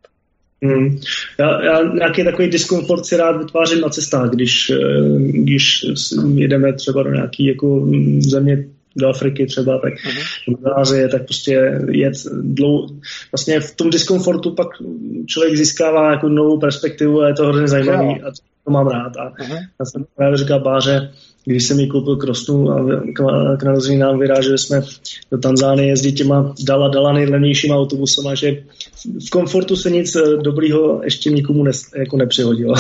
Já nějaký takový diskomfort si rád vytvářím na cestách, když jedeme třeba do nějaký jako země, do Afriky třeba, tak do Asie, tak prostě vlastně v tom diskomfortu pak člověk získává jako novou perspektivu a je to hrozně zajímavý a to mám rád. A já jsem právě říkal Báře, když jsem jí koupil krosnu a k narozeninám vyráželi jsme do Tanzánie s dětěma, dala nejlevnějšíma autobusama, že v komfortu se nic dobrýho ještě nikomu jako nepřihodilo.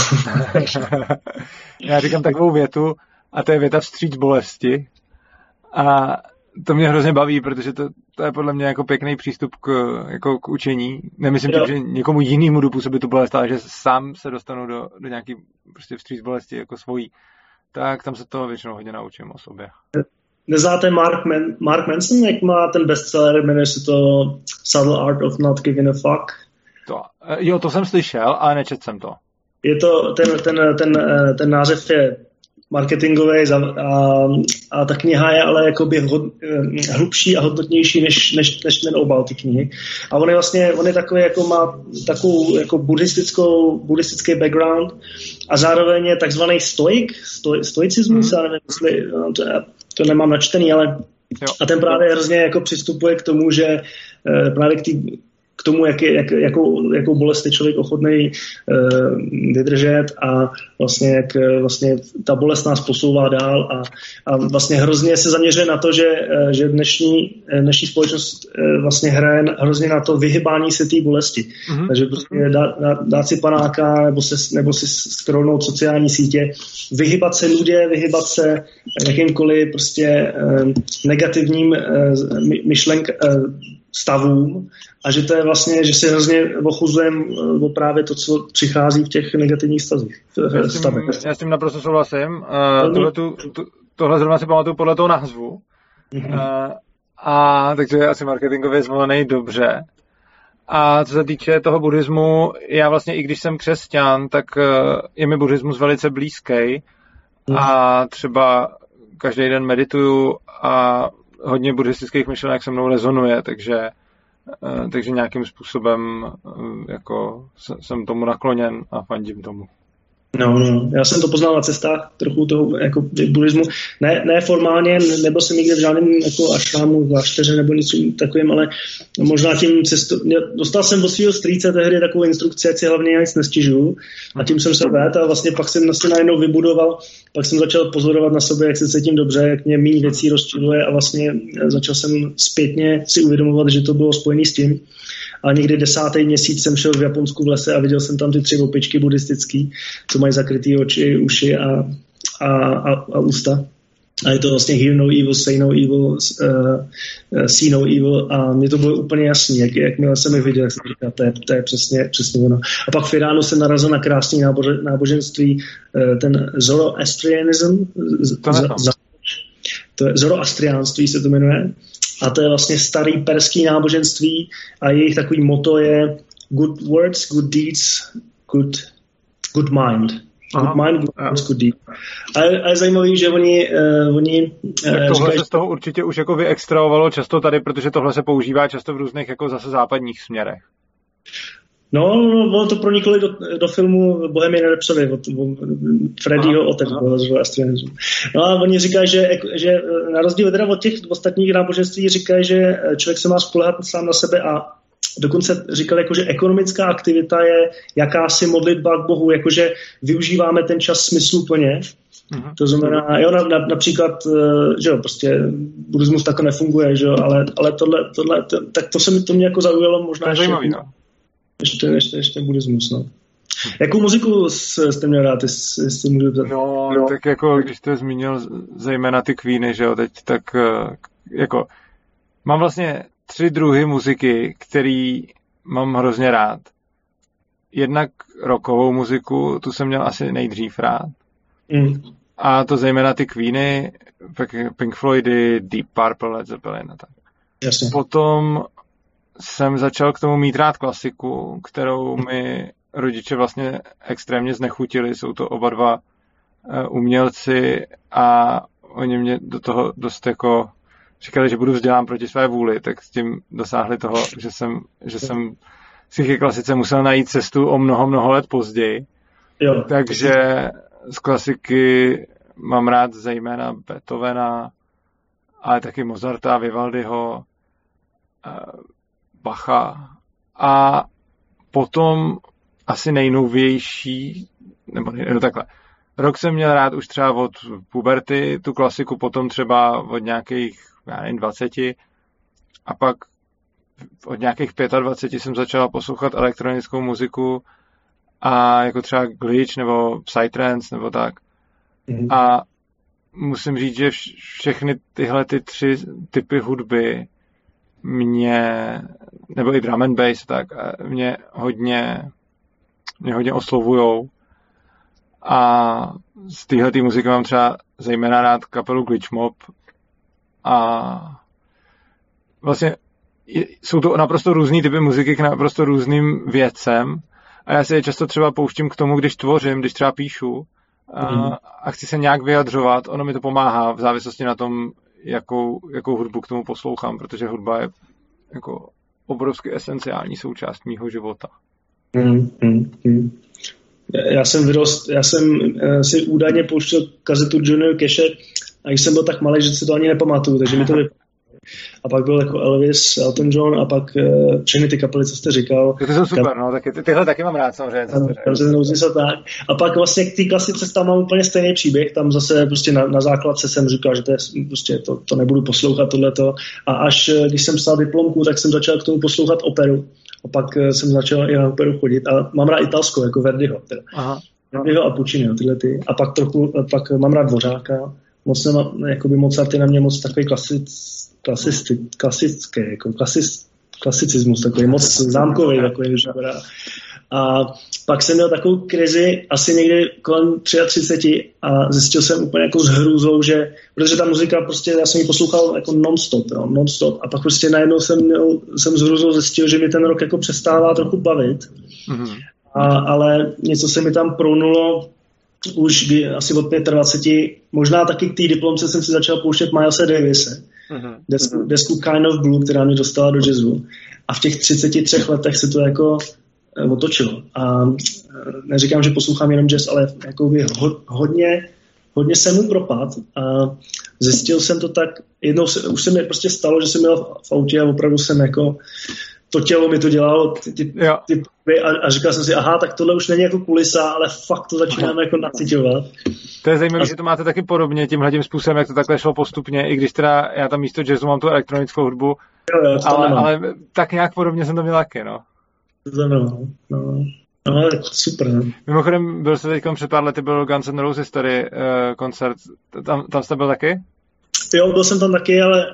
Já říkám takovou větu a to je věta vstříc bolesti. A to mě hrozně baví, protože to je podle mě jako pěkný přístup k učení. Nemyslím tím, že někomu jinému dopůsobí tu bolest, ale že sám se dostanu do nějaký prostě vstříc bolesti jako svojí. Tak tam se toho většinou hodně naučím o sobě. Neznáte Mark Manson, jak má ten bestseller, jmenuje se to Subtle Art of Not Giving a Fuck? To jsem slyšel, ale nečetl jsem to. Je to, ten název je marketingový a ta kniha je ale jakoby hlubší a hodnotnější než ten obal ty knihy. A on je takový, jako má takovou jako buddhistický background a zároveň je takzvaný stoicismus, já nevím, jestli to nemám načtený, ale a ten právě hrozně jako přistupuje k tomu, že právě k tomu, jakou bolest je člověk ochotný vydržet a vlastně jak vlastně ta bolest nás posouvá dál a vlastně hrozně se zaměřuje na to, že dnešní společnost vlastně hraje hrozně na to vyhybání se té bolesti. Takže prostě dát si panáka nebo si scrollnout sociální sítě, vyhybat se nudě, vyhybat se jakýmkoliv prostě negativním stavům a že to je vlastně, že si hrozně ochuzujeme právě to, co přichází v těch negativních stavech. Já s tím naprosto souhlasím. Tohle zrovna si pamatuju podle toho názvu. Takže je asi marketingově zvolený dobře. A co se týče toho buddhismu, já vlastně i když jsem křesťan, tak je mi buddhismus velice blízký a třeba každý den medituju a hodně buddhistických myšlenek se mnou rezonuje, takže nějakým způsobem jako jsem tomu nakloněn a fandím tomu. No, já jsem to poznal na cestách trochu toho jako buddhismu. Ne formálně, nebyl jsem nikde v žádném jako ašrámu, klášteře nebo něco takovým, ale možná tím dostal jsem od svého strýce tehdy takovou instrukci, ať si hlavně nic nestěžuju a tím jsem se vedl a vlastně pak jsem si najednou vybudoval, pak jsem začal pozorovat na sobě, jak se cítím dobře, jak mě méně věcí rozčiluje a vlastně začal jsem zpětně si uvědomovat, že to bylo spojené s tím. A někdy 10. měsíc jsem šel v Japonsku v lese a viděl jsem tam ty 3 opičky buddhistický, co mají zakrytý oči, uši a ústa. A je to vlastně hear no evil, say no evil, see no evil a mně to bylo úplně jasný, jakmile jsem je viděl, jak jsem říkal, to je přesně ono. A pak v Iránu jsem narazil na krásný náboženství, ten Zoroastrianism, to je Zoroastriánství se to jmenuje. A to je vlastně starý perský náboženství a jejich takový motto je good words, good deeds, good mind. Good mind, good words, good deeds. A je zajímavý, že oni tohle se z toho určitě už jako vyextrahovalo často tady, protože tohle se používá často v různých jako zase západních směrech. No, bylo to proniklo do filmu Bohemian Rhapsody od Freddyho otec. No a oni říkají, že na rozdíl teda od těch ostatních náboženství říkají, že člověk se má spoléhat sám na sebe a dokonce říkali, jako, že ekonomická aktivita je jakási modlitba k Bohu, jakože využíváme ten čas smysluplně. To znamená, jo, například, že jo, prostě buddhismus tak nefunguje, že jo, ale tohle tak to mě jako zaujalo možná ještě. Zajímavý, no. Ještě buddhismus, no. Jakou muziku jste měl rád, jestli můžu ptát? No, tak jako, když jste zmínil zejména ty Queeny, že jo, teď, tak jako mám vlastně 3 druhy muziky, který mám hrozně rád. Jednak rockovou muziku, tu jsem měl asi nejdřív rád. A to zejména ty Queeny, Pink Floydy, Deep Purple, Led Zeppelin a tak. Jasně. Potom jsem začal k tomu mít rád klasiku, kterou mi rodiče vlastně extrémně znechutili. Jsou to oba dva umělci a oni mě do toho dost jako říkali, že budu vzdělán proti své vůli, tak s tím dosáhli toho, že jsem si ke klasice musel najít cestu o mnoho let později. Jo. Takže z klasiky mám rád zejména Beethovena, ale taky Mozarta, Vivaldiho, Bacha a potom asi nejnovější, nebo takhle. Rock jsem měl rád už třeba od puberty, tu klasiku potom třeba od nějakých, 20 a pak od nějakých 25 jsem začal poslouchat elektronickou muziku a jako třeba glitch nebo psytrance nebo tak. A musím říct, že všechny tyhle 3 typy hudby nebo i drum and bass, tak mě hodně oslovujou. A z téhletý muziky mám třeba zejména rád kapelu Glitch Mob a vlastně jsou to naprosto různý typy muziky k naprosto různým věcem a já si je často třeba pouštím k tomu, když tvořím, když třeba píšu a chci se nějak vyjadřovat, ono mi to pomáhá v závislosti na tom, jakou hudbu k tomu poslouchám, protože hudba je jako obrovsky esenciální součást mýho života. Já jsem si údajně pouštěl kazetu Johnnyho Cashe a když jsem byl tak malý, že si to ani nepamatuju, takže mi to A pak byl jako Elvis, Elton John a pak všechny ty kapely, co jste říkal. To jsou super, no, tyhle taky mám rád samozřejmě. A pak vlastně k té klasice tam mám úplně stejný příběh, tam zase prostě na základce jsem říkal, že to je, prostě to nebudu poslouchat tohleto. A až když jsem psal diplomku, tak jsem začal k tomu poslouchat operu. A pak jsem začal i na operu chodit. A mám rád italskou, jako Verdiho. Teda. Aha. Verdiho a Pucciniho, tyhle ty. A pak mám rád Dvořáka. Moc nemám, jakoby Mozart je na mě moc takový klasický, jako klasicismus, takový moc zámkový, takový, a pak jsem měl takovou krizi asi někdy kolem 33 a zjistil jsem úplně jako s hrůzou, že, protože ta muzika prostě, já jsem ji poslouchal jako non-stop a pak prostě najednou jsem s hrůzou zjistil, že mi ten rok jako přestává trochu bavit, ale něco se mi tam prounulo už asi od 25, možná taky k té diplomce jsem si začal pouštět Milese Davise, desku Kind of Blue, která mě dostala do jazzu. A v těch 33 letech se to jako otočilo. A neříkám, že poslouchám jenom jazz, ale jako hodně jsem mu propad a zjistil jsem to tak, jednou už se mi prostě stalo, že jsem měl v autě a opravdu jsem jako to tělo mi to dělalo a říkal jsem si, aha, tak tohle už není jako kulisa, ale fakt to začínám jako nacitovat. To je zajímavé, že to máte taky podobně tímhletím způsobem, jak to takhle šlo postupně, i když teda já tam místo jazzu mám tu elektronickou hudbu, ale tak nějak podobně jsem to měl taky, no. No, super, ne? Mimochodem, byl jste teďkom před pár lety, byl Guns N' Roses tady koncert, tam jste byl taky? Jo, byl jsem tam taky, ale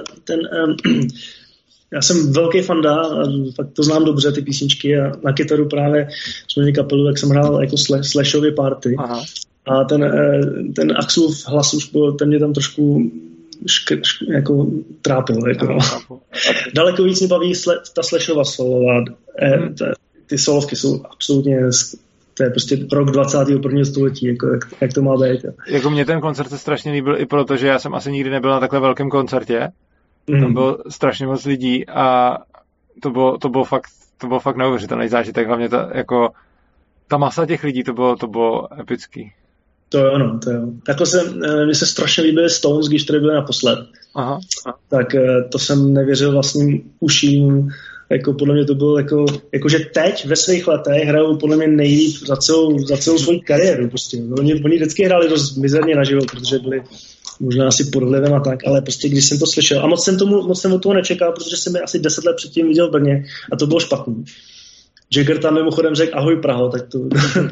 já jsem velký fanda, fakt to znám dobře, ty písničky a na kytaru právě jsme měli kapelu, tak jsem hrál jako Slashovy party. Aha. A ten Axelův hlas už byl, ten mě tam trošku jako trápil. Jako. Daleko víc mě baví ta Slashová solová. Ty solovky jsou absolutně, to je prostě rok 21. století, jako jak to má být. Jako mě ten koncert se strašně líbil i proto, že já jsem asi nikdy nebyl na takhle velkém koncertě. Tam bylo strašně moc lidí a to bylo fakt neuvěřitelný zážitek, hlavně ta masa těch lidí, to bylo epický. To jo. Takhle mně se strašně líbily Stones, když tady byli naposled. Aha. Tak to jsem nevěřil vlastním uším, jako podle mě to bylo že teď ve svých letech hrajou podle mě nejlíp za celou svou kariéru prostě. Oni vždycky hráli dost mizerně naživo, protože byli možná asi pod vlivem a tak, ale prostě když jsem to slyšel a moc jsem od toho nečekal, protože jsem je asi 10 let předtím viděl v Brně a to bylo špatný. Jagger tam mimochodem řekl ahoj Praho, tak to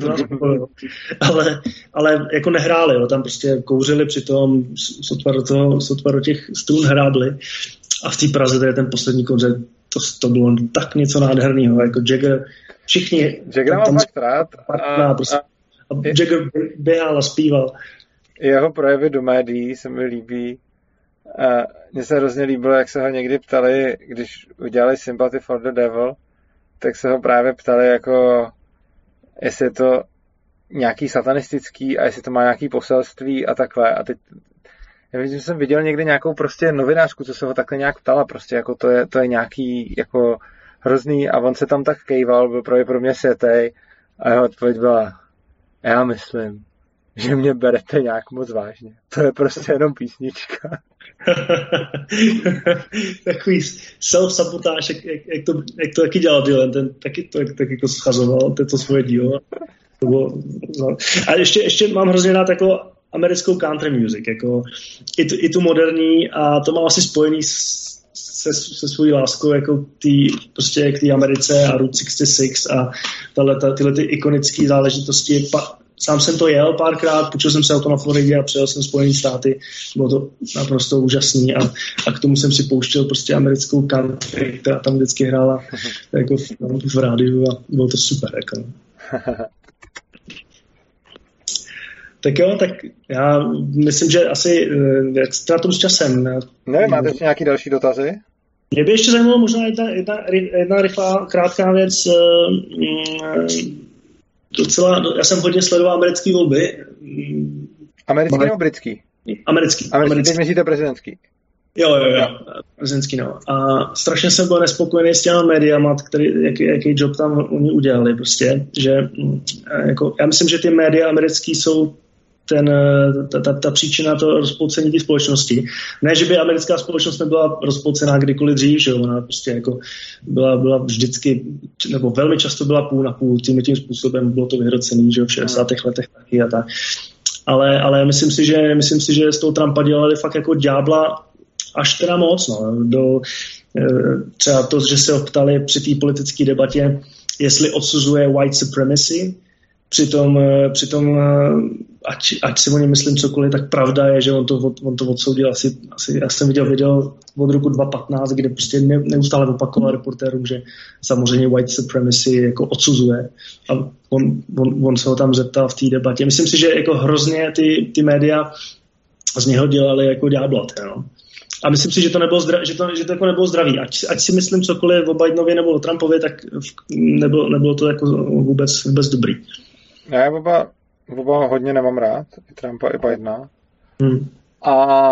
ale jako nehráli, jo, tam prostě kouřili přitom, sotva do těch strun hrábli a v té Praze tady ten poslední koncert, to bylo tak něco nádherného, jako Jagger, všichni Jagger mám fakt rád a Jagger běhal a zpíval. Jeho projevy do médií se mi líbí. Mně se hrozně líbilo, jak se ho někdy ptali, když udělali Sympathy for the Devil, tak se ho právě ptali, jako jestli je to nějaký satanistický a jestli to má nějaký poselství a takhle. A teď já vím, že jsem viděl někde nějakou prostě novinářku, co se ho takhle nějak ptala, prostě jako to je nějaký jako hrozný a on se tam tak kejval, byl pro mě světej a jeho odpověď byla, já myslím, že mě berete nějak moc vážně. To je prostě jenom písnička. Takový self-sabotáž, jak to taky dělal Dylan, ten taky jako schazoval to svoje dílo. To bylo, no. A ještě mám hrozně rád jako americkou country music, jako i tu moderní a to mám asi spojený se svojí láskou jako prostě k té Americe a Route 66 a tyhle ty ikonické záležitosti. Sám jsem to jel párkrát, počul jsem se auto na Floridě a přijel jsem Spojené státy. Bylo to naprosto úžasný a k tomu jsem si pouštěl prostě americkou country, která tam vždycky hrála jako v rádiu a bylo to super. Jako. Tak jo, tak já myslím, že asi jak jste na tom s časem. Nevím, máte ještě nějaký další dotazy? Mě by ještě zajímalo možná jedna rychlá, krátká věc. Já jsem hodně sledoval americké volby. Americký nebo britský? Americký. Teď myslíte prezidentský? Jo. Prezidentský, no. A strašně jsem byl nespokojený s těma médiama, jaký job tam oni udělali prostě, že jako, já myslím, že ty média americký jsou ta příčina to rozpolcení té společnosti. Ne, že by americká společnost nebyla rozpolcená kdykoliv dřív, že ona prostě jako byla vždycky, nebo velmi často byla půl na půl, tím způsobem bylo to vyhrocený, že v 60. letech taky a tak. Ale myslím si, že z toho Trumpa dělali fakt jako ďábla až teda moc, no. Třeba to, že se ho ptali při té politické debatě, jestli odsuzuje white supremacy, přitom ať si o něm myslím cokoliv, tak pravda je, že on to odsoudil asi já jsem viděl video od roku 2015, kde prostě neustále opakoval reportérům, že samozřejmě white supremacy jako odsuzuje. A on se ho tam zeptal v té debatě. Myslím si, že jako hrozně ty média z něho dělali jako ďáblat, no. A myslím si, že to jako nebylo zdravý. Ať si myslím cokoliv o Bidenovi nebo o Trumpovi, tak nebylo to jako vůbec dobrý. Já oba hodně nemám rád, i Trumpa, i Bidena. A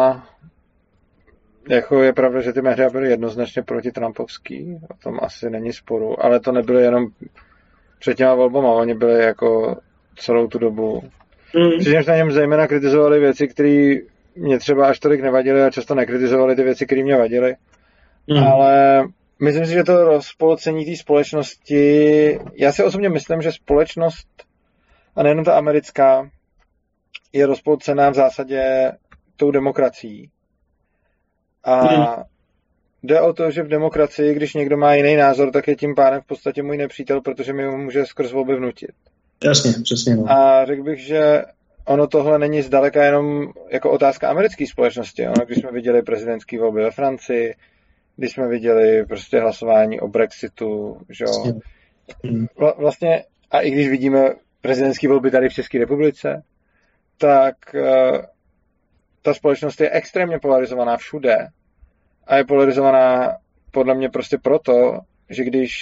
jako je pravda, že ty média byly jednoznačně proti Trumpovský, o tom asi není sporu, ale to nebyly jenom před těma volbama, oni byli jako celou tu dobu. Přičemž na něm zejména kritizovali věci, které mě třeba až tolik nevadily a často nekritizovali ty věci, které mě vadily. Ale myslím si, že to rozpolcení té společnosti, já si osobně myslím, že společnost, a nejenom ta americká, je rozpolcená v zásadě tou demokracií. A jde o to, že v demokracii, když někdo má jiný názor, tak je tím pádem v podstatě můj nepřítel, protože mi ho může skrz volby vnutit. Jasně, přesně. No. A řekl bych, že ono tohle není zdaleka jenom jako otázka americké společnosti. Ono, když jsme viděli prezidentské volby ve Francii, když jsme viděli prostě hlasování o Brexitu, že jo. Vlastně, a i když vidíme prezidentské volby tady v České republice, tak ta společnost je extrémně polarizovaná všude. A je polarizovaná podle mě prostě proto, že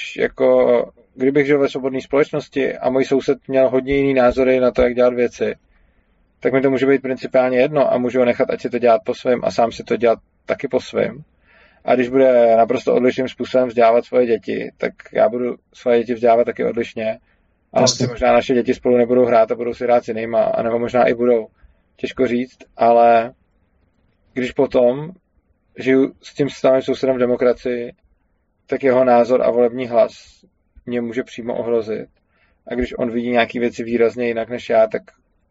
kdybych žil ve svobodné společnosti a můj soused měl hodně jiný názory na to, jak dělat věci, tak mi to může být principiálně jedno a můžu ho nechat, ať si to dělat po svém a sám si to dělat taky po svém. A když bude naprosto odlišným způsobem vzdělávat svoje děti, tak já budu svoje děti vzdělávat taky odlišně. A vlastně možná naše děti spolu nebudou hrát a budou si hrát s jinýma, anebo možná i budou. Těžko říct, ale když potom žiju s tím stálým sousedem v demokracii, tak jeho názor a volební hlas mě může přímo ohrozit. A když on vidí nějaké věci výrazně jinak než já, tak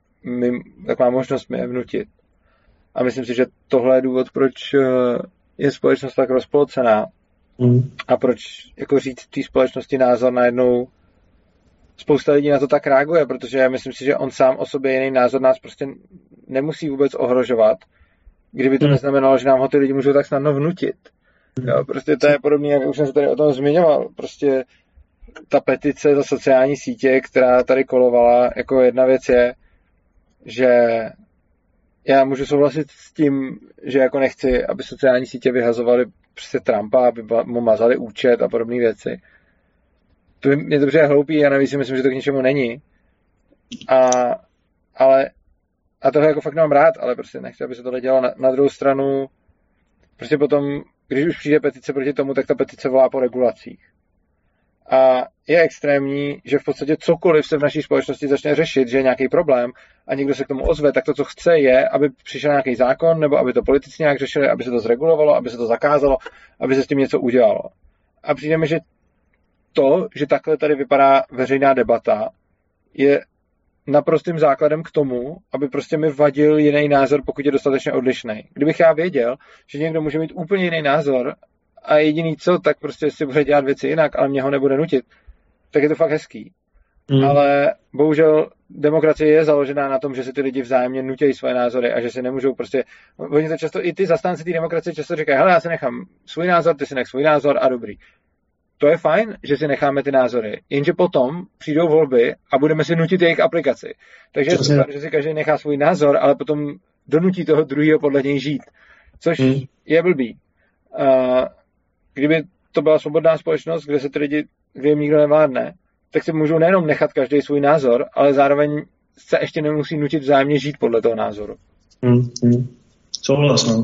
má možnost mi je vnutit. A myslím si, že tohle je důvod, proč je společnost tak rozpolcená. A proč jako říct té společnosti názor najednou spousta lidí na to tak reaguje, protože myslím si, že on sám o sobě jiný názor nás prostě nemusí vůbec ohrožovat, kdyby to neznamenalo, že nám ho ty lidi můžou tak snadno vnutit. Jo, prostě to je podobné, jak už jsem se tady o tom zmiňoval. Prostě ta petice za sociální sítě, která tady kolovala, jako jedna věc je, že já můžu souhlasit s tím, že jako nechci, aby sociální sítě vyhazovaly prostě Trumpa, aby mu mazali účet a podobné věci. Mě to přijde hloupý a navíc si myslím, že to k ničemu není. A tohle jako fakt nemám rád, ale prostě nechci, aby se tohle dělalo. Na druhou stranu, prostě potom, když už přijde petice proti tomu, tak ta petice volá po regulacích. A je extrémní, že v podstatě cokoliv se v naší společnosti začne řešit, že je nějaký problém a někdo se k tomu ozve, tak to, co chce, je, aby přišel nějaký zákon, nebo aby to politici nějak řešili, aby se to zregulovalo, aby se to zakázalo, aby se s tím něco udělalo. A přijde mi, že to, že takhle tady vypadá veřejná debata, je naprostým základem k tomu, aby prostě mi vadil jiný názor, pokud je dostatečně odlišný. Kdybych já věděl, že někdo může mít úplně jiný názor a jediný co, tak prostě si bude dělat věci jinak, ale mě ho nebude nutit, tak je to fakt hezký. Ale bohužel demokracie je založená na tom, že si ty lidi vzájemně nutějí svoje názory a že si nemůžou prostě, oni to často, i ty zastánci té demokracie často říkají, hele, já si nechám svůj názor, ty si nech svůj názor a dobrý. To je fajn, že si necháme ty názory, jenže potom přijdou volby a budeme si nutit jejich aplikaci. Takže je super, že si každý nechá svůj názor, ale potom donutí toho druhého podle něj žít. Což je blbý. Kdyby to byla svobodná společnost, kde se ty lidi, kde jim nikdo nevládne, tak si můžou nejenom nechat každý svůj názor, ale zároveň se ještě nemusí nutit vzájemně žít podle toho názoru. Souhlas.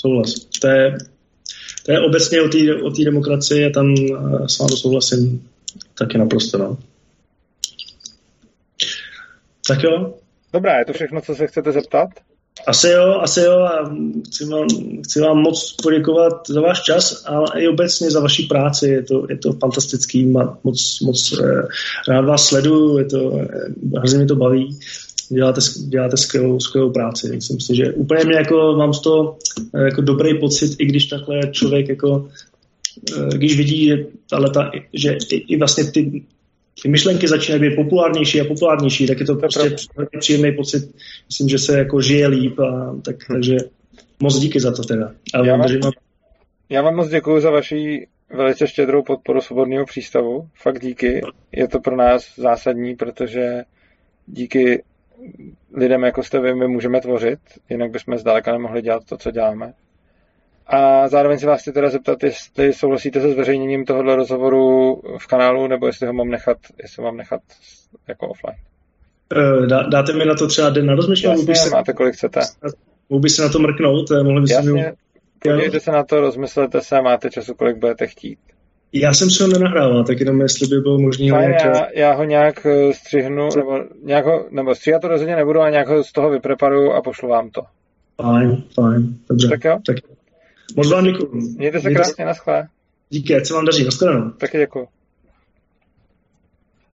To je obecně o té demokracii a tam s vámi souhlasím taky naprosto. No. Tak jo. Dobrá, je to všechno, co se chcete zeptat? Asi jo a chci vám moc poděkovat za váš čas, ale i obecně za vaši práci, je to fantastický, moc rád vás sleduju, hrozně mě to baví, děláte skvělou práci, myslím si, že úplně mě jako mám z toho jako dobrý pocit, i když takhle člověk jako, když vidí, že i vlastně ty myšlenky začínají být populárnější a populárnější, tak je to prostě příjemný pocit. Myslím, že se jako žije líp takže moc díky za to teda. Já vám moc děkuji za vaši velice štědrou podporu Svobodného přístavu. Fakt díky. Je to pro nás zásadní, protože díky lidem, jako jste vy, my můžeme tvořit, jinak bychom zdaleka nemohli dělat to, co děláme. A zároveň se vás chci teda zeptat, jestli souhlasíte se zveřejněním tohoto rozhovoru v kanálu, nebo jestli ho mám nechat jako offline. Dáte mi na to třeba den na rozmyšlení? Jasně, máte kolik chcete. Mohl by se na to mrknout? Jasně, podívejte se na to, rozmyslete se, máte času, kolik budete chtít. Já jsem si ho nenahrával, tak jenom jestli by bylo možný... Já ho nějak střihnu, nebo stříhat to rozhodně nebudu, a nějak ho z toho vypreparuju a pošlu vám to. Fajn, dobře. Tak jo? Tak moc vám děkuju. Mějte se krásně, naschle. Díky, ať se vám daří, nashledanou. Taky děkuju.